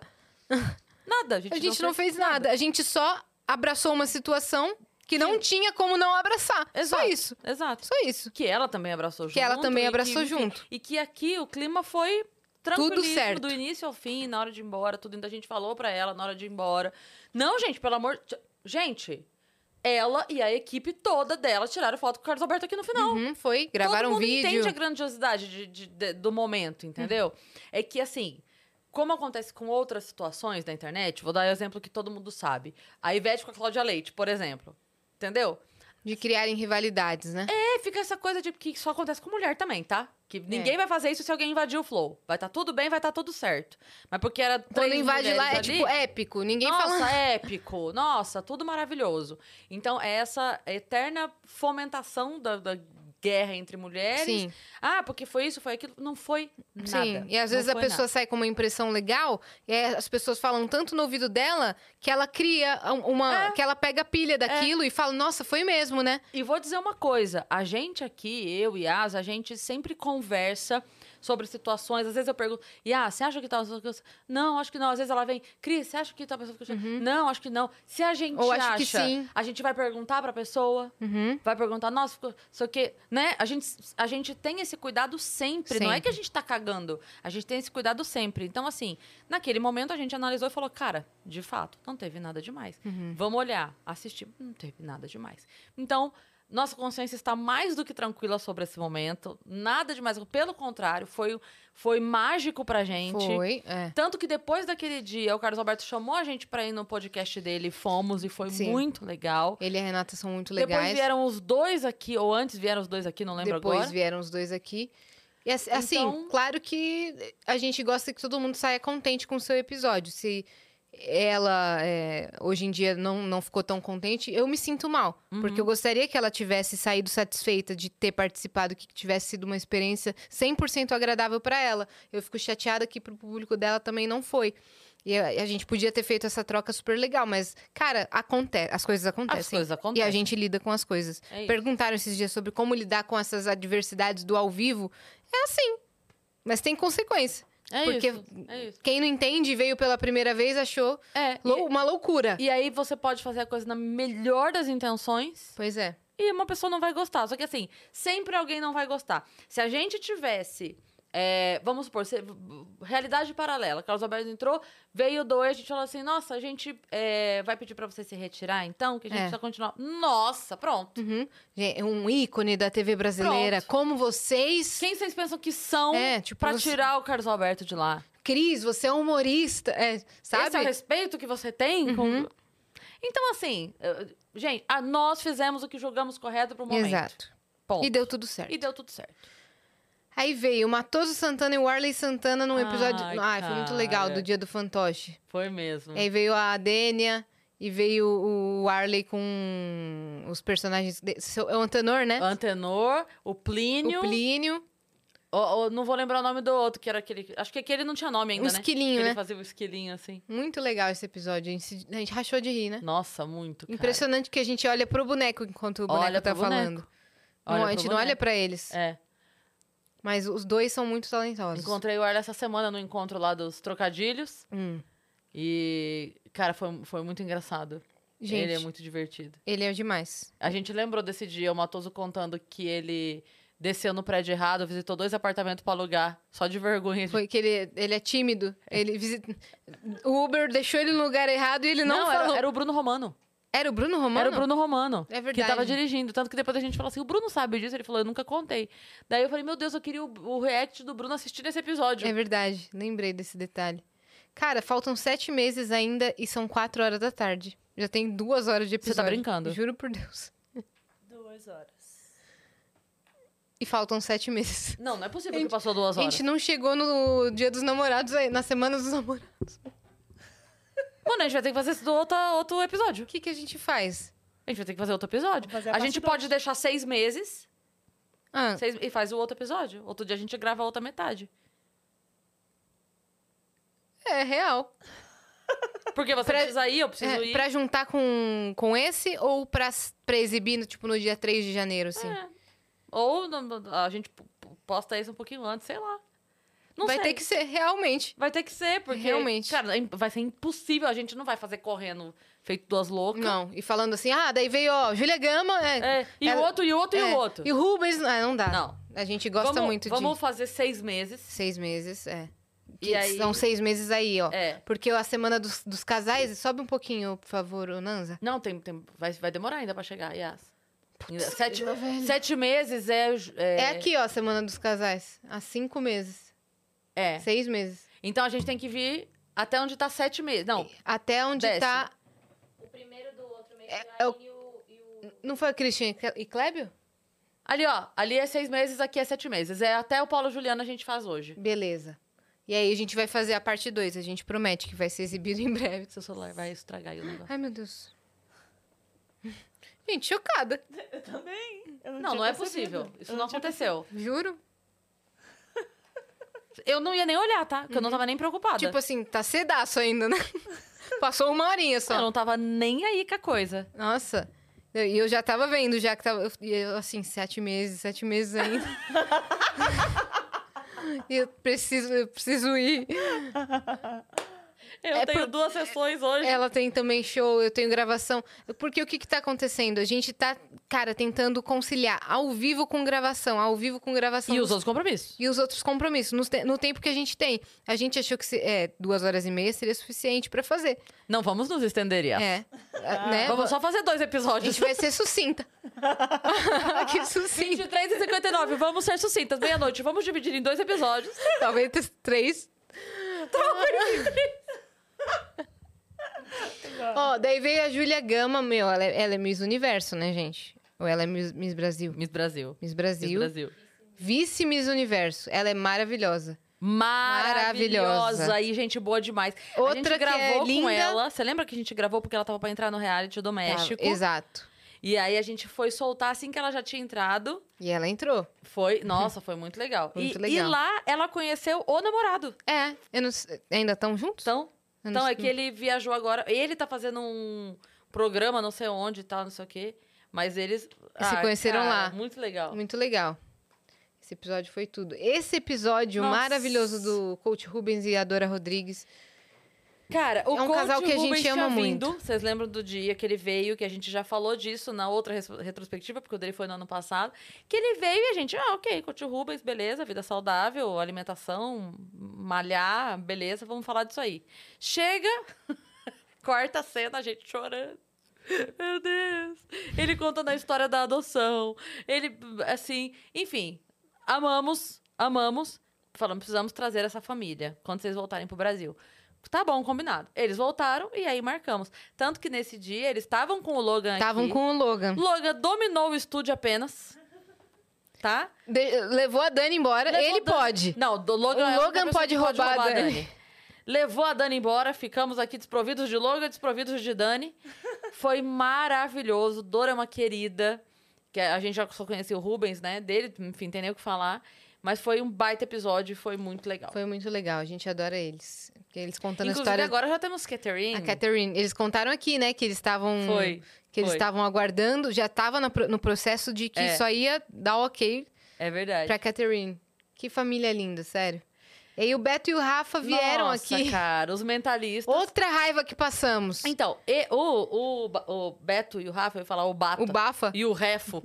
nada. A gente não fez nada. A gente só abraçou uma situação que não tinha como não abraçar. Exato. Só isso. Exato. Só isso. Que ela também abraçou junto. Que ela também e abraçou enfim, junto. E que aqui o clima foi tranquilíssimo, certo. do início ao fim, na hora de ir embora, tudo. Ainda a gente falou pra ela na hora de ir embora. Não, gente, pelo amor... Gente, ela e a equipe toda dela tiraram foto com o Carlos Alberto aqui no final. Foi, gravaram Todo mundo vídeo. entende a grandiosidade do momento, entendeu? É que, assim, como acontece com outras situações da internet, vou dar um exemplo que todo mundo sabe. A Ivete com a Cláudia Leite, por exemplo. Entendeu? De criarem rivalidades, né? Fica essa coisa de que só acontece com mulher também, tá? Que ninguém vai fazer isso se alguém invadir o flow. Vai estar tudo bem, vai estar tudo certo. Mas porque era Quando três invade lá mulheres é ali, tipo épico. Ninguém nossa, fala. épico. Nossa, tudo maravilhoso. Então, é essa eterna fomentação da guerra entre mulheres. Sim. Ah, porque foi isso, foi aquilo. Não foi nada. Sim, e às vezes Não a foi pessoa nada. sai com uma impressão legal, e aí as pessoas falam tanto no ouvido dela que ela cria uma. Que ela pega a pilha daquilo e fala, nossa, foi mesmo, né? E vou dizer uma coisa. A gente aqui, eu e Yas, a gente sempre conversa sobre situações. Às vezes eu pergunto, Yas, você acha que tá... Não, acho que não. Às vezes ela vem, Cris, você acha que tá... Não, acho que não. Se a gente Ou acha, acho que sim. a gente vai perguntar pra pessoa, vai perguntar, nossa, ficou... Só que, né? A gente tem esse cuidado sempre. Não é Sempre. que a gente tá cagando. A gente tem esse cuidado sempre. Então, assim, naquele momento a gente analisou e falou, cara, de fato, não teve nada demais. Vamos olhar, assistir, não teve nada demais. Então, nossa consciência está mais do que tranquila sobre esse momento. Nada demais. Pelo contrário, foi mágico pra gente. Foi, Tanto que depois daquele dia, o Carlos Alberto chamou a gente pra ir no podcast dele, fomos, e foi Sim. muito legal. Ele e a Renata são muito Depois legais. vieram os dois aqui, ou antes vieram os dois aqui, não lembro Depois agora. vieram os dois aqui. E assim, Então- claro que a gente gosta que todo mundo saia contente com o seu episódio. Se ela, hoje em dia, não ficou tão contente, eu me sinto mal. Porque eu gostaria que ela tivesse saído satisfeita de ter participado, que tivesse sido uma experiência 100% agradável para ela. Eu fico chateada que pro público dela também não foi. E a gente podia ter feito essa troca super legal, mas, cara, as coisas acontecem. As coisas E acontecem. a gente lida com as coisas. É isso. Perguntaram esses dias sobre como lidar com essas adversidades do ao vivo. É assim. Mas tem consequência. É porque isso. É isso. quem não entende, veio pela primeira vez, achou uma loucura. E aí você pode fazer a coisa na melhor das intenções Pois é. e uma pessoa não vai gostar. Só que assim, sempre alguém não vai gostar. Se a gente tivesse... vamos supor, realidade paralela. Carlos Alberto entrou, veio 2, a gente falou assim, nossa, a gente vai pedir pra você se retirar, então, que a gente precisa continuar. Nossa, pronto. Uhum. Um ícone da TV brasileira. Pronto. Como vocês... Quem vocês pensam que são tipo, pra você- tirar o Carlos Alberto de lá? Cris, você é humorista. Sabe? Esse é o respeito que você tem? Então, assim, gente, nós fizemos o que julgamos correto pro momento. Exato. Ponto. E deu tudo certo. E deu tudo certo. Aí veio o Matoso Santana e o Arley Santana num episódio... Ai, foi muito legal, cara. do dia do fantoche. Foi mesmo. Aí veio a Dênia e veio o Arley com os personagens... É o Antenor, né? Antenor, o Plínio. O Plínio. Não vou lembrar o nome do outro, que era aquele... Acho que aquele não tinha nome ainda, Um né? esquilinho, Que né? Ele fazia o esquilinho, assim. Muito legal esse episódio. A gente rachou de rir, né? Nossa, muito, cara. Impressionante que a gente olha pro boneco enquanto o boneco Olha tá pro boneco. falando. Olha A gente pro não olha boneco. pra eles. Mas os dois são muito talentosos. Encontrei o Arley essa semana no encontro lá dos trocadilhos. E, cara, foi muito engraçado. Gente, Ele é muito divertido. ele é demais. A gente lembrou desse dia, o Matoso contando que ele desceu no prédio errado, visitou 2 apartamentos pra alugar, só de vergonha. Foi que ele é tímido. Ele O Uber deixou ele no lugar errado e ele não falou. Era o Bruno Romano. Era o Bruno Romano? Era o Bruno Romano. É Que verdade. tava dirigindo. Tanto que depois a gente falou assim, o Bruno sabe disso? Ele falou, eu nunca contei. Daí eu falei, meu Deus, eu queria o react do Bruno assistindo esse episódio. É verdade. Lembrei desse detalhe. Cara, faltam 7 meses ainda e são 4 horas da tarde. Já tem 2 horas de Você episódio. tá brincando? Juro por Deus. 2 horas. E faltam 7 meses. Não é possível que passou 2 A horas. gente não chegou no dia dos namorados aí, na semana dos namorados. Mano, a gente vai ter que fazer esse outro episódio. O que a gente faz? A gente vai ter que fazer outro episódio. Vamos fazer a A gente parte pode deixar 6 meses Ah, e faz o outro episódio. Outro dia a gente grava a outra metade. é real. Porque você precisa ir, eu preciso ir. Pra juntar com esse ou pra exibir, tipo, no dia 3 de janeiro, assim? Ou a gente posta isso um pouquinho antes, sei lá. Não Vai sei. ter que ser, realmente. Vai ter que ser, porque... Realmente. Cara, vai ser impossível. A gente não vai fazer correndo feito 2 loucas. Não, e falando assim, daí veio, Júlia Gama... E o outro, e o outro, e o outro. E o Rubens... não dá. Não. A gente gosta muito Vamos de... fazer 6 meses. 6 meses, E Que aí... São 6 meses aí, ó. É. Porque a semana dos casais... Sobe um pouquinho, por favor, ô Nanza. Não, vai demorar ainda pra chegar, Yas. velho. 7 meses é... É aqui, ó, a semana dos casais. Há 5 meses. 6 meses. Então a gente tem que vir até onde tá 7 meses. Não, Até onde Desce. tá... O primeiro do outro mês é o- e o... Não foi o Christian e Clébio? ali, ó. Ali é 6 meses, aqui é 7 meses. É até o Paulo Juliano a gente faz hoje. Beleza. E aí a gente vai fazer a parte 2. A gente promete que vai ser exibido em breve. Seu celular vai estragar aí o negócio. Ai, meu Deus. Gente, chocada. Eu também. Eu Não, tinha não é percebido. possível. Isso Eu não tinha aconteceu. Juro. Eu não ia nem olhar, tá? Porque eu não tava nem preocupada. Tipo assim, tá cedaço ainda, né? Passou 1 horinha só. eu não tava nem aí com a coisa. Nossa. E eu já tava vendo, já que tava... Eu, assim, 7 meses ainda. E eu preciso ir. Eu É tenho por- 2 sessões hoje. Ela tem também show, eu tenho gravação. Porque o que tá acontecendo? A gente tá, cara, tentando conciliar ao vivo com gravação. E os outros compromissos. E os outros compromissos, no tempo que a gente tem. A gente achou que 2 horas e meia seria suficiente pra fazer. Não vamos nos estender, Yas. Né? Vamos só fazer 2 A episódios. gente vai ser sucinta. Que sucinta. 23h59, vamos ser sucintas. Meia-noite, vamos dividir em 2 episódios. Talvez 3. Ó, daí veio a Júlia Gama, ela é Miss Universo, né, gente? Ou ela é Miss Brasil? Miss Brasil. Miss Brasil. Miss Brasil. Vice-Miss Universo. Ela é maravilhosa. Maravilhosa. E gente boa demais. A Outra gente que gravou é com linda. ela. Você lembra que a gente gravou porque ela tava pra entrar no reality do México? Exato. E aí a gente foi soltar assim que ela já tinha entrado. E ela entrou. Nossa, foi muito legal. Muito E legal. lá ela conheceu o namorado. É, eu não sei- ainda estão juntos? Então, Eu não é sei. que ele viajou agora. Ele tá fazendo um programa, não sei onde e tal, não sei o quê. Mas eles Se conheceram cara, lá. Muito legal. Muito legal. Esse episódio foi tudo. Esse episódio Nossa. maravilhoso do Coach Rubens e a Dora Rodrigues. Cara, o É um Coach casal que a gente Rubens ama tinha muito. vindo. Vocês lembram do dia que ele veio, que a gente já falou disso na outra retrospectiva, porque o dele foi no ano passado. Que ele veio e a gente, ok, Coach Rubens, beleza, vida saudável, alimentação, malhar, beleza, vamos falar disso aí. Chega, corta a cena, a gente chorando. Meu Deus. Ele contando a história da adoção. Ele, assim, enfim, amamos. Falamos, precisamos trazer essa família quando vocês voltarem pro Brasil. Tá bom, combinado. Eles voltaram e aí marcamos. Tanto que nesse dia eles estavam com o Logan Estavam aqui. com o Logan. Logan dominou o estúdio apenas. Tá? Levou a Dani embora. Levou Ele a Dani- pode. Não, do Logan, O é a única Logan pessoa pode que roubar a Dani. Levou a Dani embora, ficamos aqui desprovidos de Logan, desprovidos de Dani. Foi maravilhoso. Dora é uma querida. Que a gente já só conhecia o Rubens, né? Dele, enfim, tem nem o que falar. Mas foi um baita episódio e foi muito legal. Foi muito legal. A gente adora eles. Porque eles contando a Inclusive, história... agora já temos Catherine. A Catherine. Eles contaram aqui, né? Que eles estavam... Foi. Que eles foi. estavam aguardando. Já estava no processo de que só ia dar ok É verdade. pra Catherine. Que família linda, sério. E aí o Beto e o Rafa vieram Nossa, aqui. cara, os mentalistas. Outra raiva que passamos. Então, o Beto e o Rafa, eu ia falar o Bata. O Bafa. E o Refo.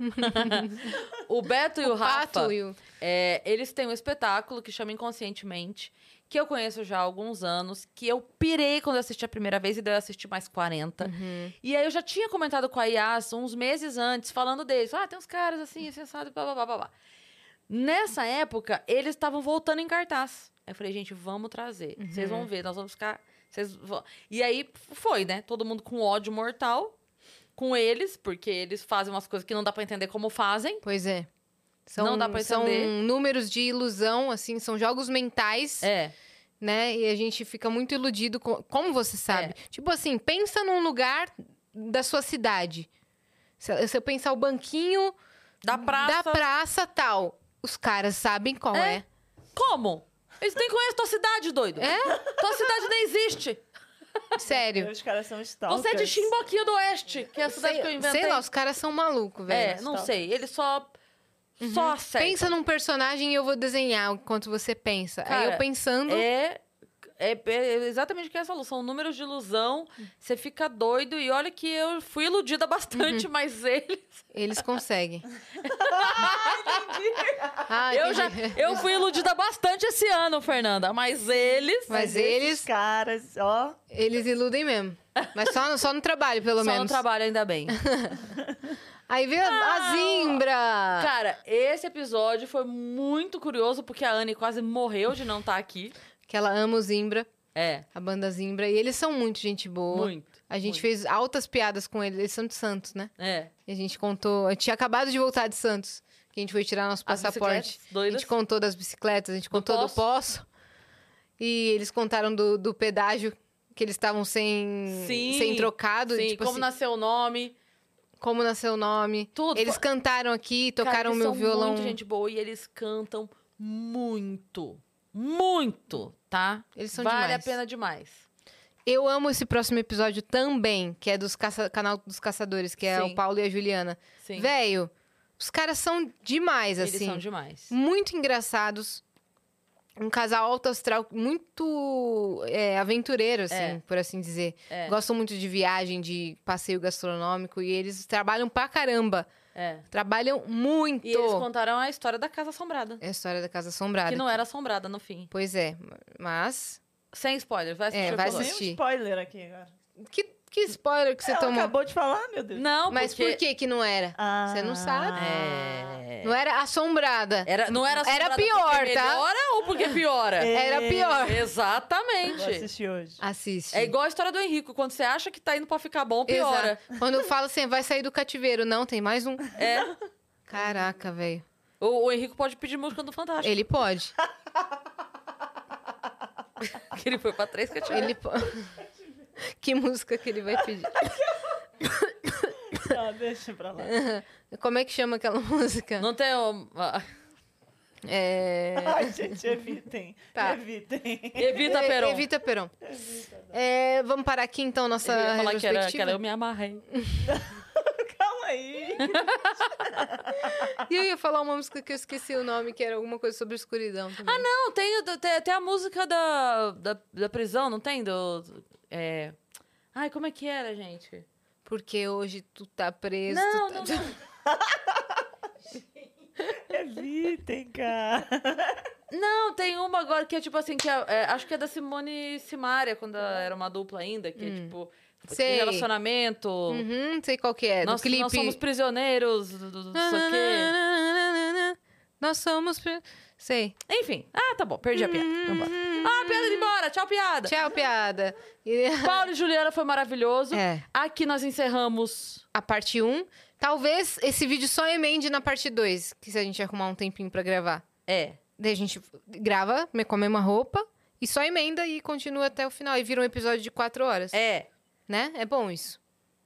O Beto e o Rafa, Pato e o... eles têm um espetáculo que chama Inconscientemente, que eu conheço já há alguns anos, que eu pirei quando eu assisti a primeira vez e daí eu assisti mais 40. Uhum. E aí eu já tinha comentado com a Yas uns meses antes, falando deles. Tem uns caras assim, sensato, blá, blá, blá, blá, blá. Nessa época, eles estavam voltando em cartaz. Aí eu falei, gente, vamos trazer. Vocês vão ver, nós vamos ficar... E aí foi, né? Todo mundo com ódio mortal com eles, porque eles fazem umas coisas que não dá pra entender como fazem. Pois é. Não dá pra entender. São números de ilusão, assim, são jogos mentais, né? E a gente fica muito iludido, como você sabe. Tipo assim, pensa num lugar da sua cidade. Se eu pensar o banquinho Da praça. tal, os caras sabem qual é. Como? Eles nem conhecem tua cidade, doido. Tua cidade nem existe. Sério. Os caras são stalkers. Você é de Chimboquinha do Oeste, que é a cidade que eu inventei. Sei lá, os caras são malucos, velho. Não sei. Eles só acertam. Pensa num personagem e eu vou desenhar enquanto você pensa. Aí Cara, eu pensando... É exatamente o que ela falou. São números de ilusão. Você fica doido. E olha que eu fui iludida bastante, mas eles... Eles conseguem. Eu fui iludida bastante esse ano, Fernanda. Mas eles... Mas esses eles... caras, ó... Eles iludem mesmo. Mas só no trabalho, pelo Só menos. no trabalho, ainda bem. Aí veio a Zimbra. Cara, esse episódio foi muito curioso, porque a Anne quase morreu de não estar aqui. Que ela ama o Zimbra, É, a banda Zimbra. E eles são muito gente boa. muito. A gente muito. fez altas piadas com eles. Eles são de Santos, né? É. E a gente contou... A gente tinha acabado de voltar de Santos. Que a gente foi tirar nosso As passaporte. bicicletas A doidas. gente contou das bicicletas, a gente contou do poço. E eles contaram do pedágio, que eles estavam sem trocado. Sim, tipo como assim, nasceu o nome. como nasceu o nome. Tudo. Eles cantaram aqui, Cara, tocaram o eles meu são violão. muito gente boa e eles cantam muito. Muito, tá? Eles são vale demais. a pena demais. Eu amo esse próximo episódio também, que é canal dos caçadores, que é Sim. o Paulo e a Juliana. Sim. Velho, os caras são demais, Eles assim. são demais. Muito engraçados. Um casal alto astral, muito aventureiro, assim, por assim dizer. Gostam muito de viagem, de passeio gastronômico. E eles trabalham pra caramba. Trabalham muito. E eles contaram a história da Casa Assombrada. É a história da Casa Assombrada. Que não era assombrada no fim. Pois é, mas... Sem spoiler, vai assistir. vai o episódio. assistir. Tem um spoiler aqui agora. Que spoiler que você Ela tomou. acabou de falar, meu Deus. Não, Mas porque... por que que não era? Ah. Você não sabe. É... Não era assombrada. Não era assombrada Era pior, porque tá? melhora ou porque piora? Era pior. Vou Exatamente. assistir hoje. Assiste. É igual a história do Henrico. Quando você acha que tá indo pra ficar bom, piora. Exato. Quando eu falo assim, vai sair do cativeiro. Não, tem mais um. É. Caraca, velho. O Henrico pode pedir música do Fantástico. Ele pode. Que ele foi pra 3 que eu tinha. Ele po... Que música que ele vai pedir? Não, deixa pra lá. Como é que chama aquela música? Não tem Ai, gente, evitem. Tá. Evitem. Evita, Peron. Evita Peron. Vamos parar aqui, então, nossa Eu ia falar que retrospectiva. era eu me amarrei. Calma aí. E eu ia falar uma música que eu esqueci o nome, que era alguma coisa sobre escuridão também. Não, tem a música da prisão, não tem? Ai, como é que era, gente? Porque hoje tu tá preso. Não, tu tá... Evitem, cara. Não, tem uma agora que é tipo assim, que acho que é da Simone Simaria, quando ela era uma dupla ainda, que é tipo... Sei. de relacionamento. Uhum, sei qual que é. Nós, do clipe. nós somos prisioneiros do não sei o quê. Nós somos... Sei. Enfim. Tá bom. Perdi a piada. Vambora. A piada indo embora. Tchau, piada. Tchau, piada. Paulo e Juliana foi maravilhoso. É. Aqui nós encerramos... A parte 1. Talvez esse vídeo só emende na parte 2, que se a gente arrumar um tempinho pra gravar. Daí a gente grava com a mesma roupa e só emenda e continua até o final. E vira um episódio de 4 horas. Né? É bom isso.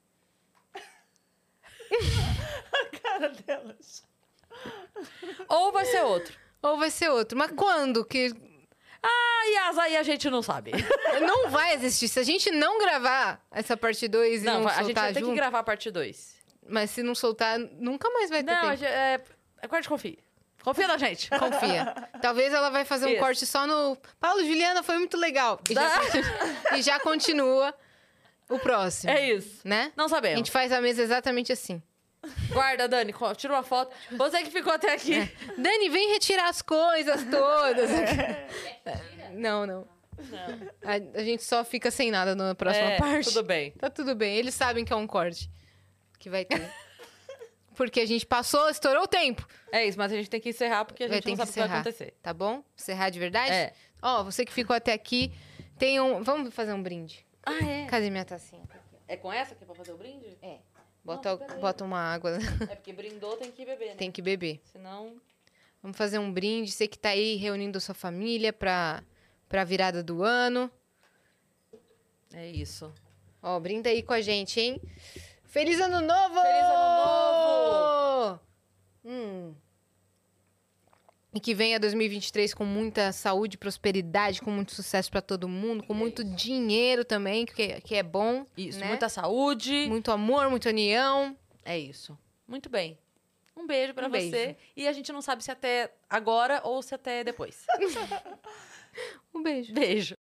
A cara delas. Ou vai ser outro. Ou vai ser outro. Mas quando? Que Aí a gente não sabe. não vai existir. Se a gente não gravar essa parte 2 e não, Não, a gente soltar vai ter junto... que gravar a parte 2. Mas se não soltar, nunca mais vai ter Não, tempo. agora confia. Confia na gente. Confia. Talvez ela vai fazer um Isso. corte só no... Paulo, Juliana, foi muito legal. E já continua o próximo. É isso. Né? Não A sabemos. gente faz a mesa exatamente assim. Guarda, Dani. Tira uma foto. Você que ficou até aqui. Dani, vem retirar as coisas todas. Não. A gente só fica sem nada na próxima parte. Tudo bem. Tá tudo bem. Eles sabem que é um corte que vai ter. Porque a gente passou, estourou o tempo. É isso, mas a gente tem que encerrar porque a Vai gente ter não que sabe o que vai encerrar. acontecer. Tá bom? Encerrar de verdade? É. Ó, você que ficou até aqui, vamos fazer um brinde. É. Cadê minha tacinha? É com essa que é pra fazer o brinde? Bota uma água. É porque brindou, tem que beber, né? Tem que beber. Senão... Vamos fazer um brinde. Você que tá aí reunindo a sua família pra virada do ano. É isso. Ó, brinda aí com a gente, hein? Feliz Ano Novo! Feliz Ano Novo! E que venha 2023 com muita saúde, prosperidade, com muito sucesso pra todo mundo, com muito dinheiro também, que é bom. Isso, né? muita saúde. Muito amor, muita união. É isso. Muito bem. Um beijo pra Um você. beijo. E a gente não sabe se até agora ou se até depois. Um beijo. Beijo.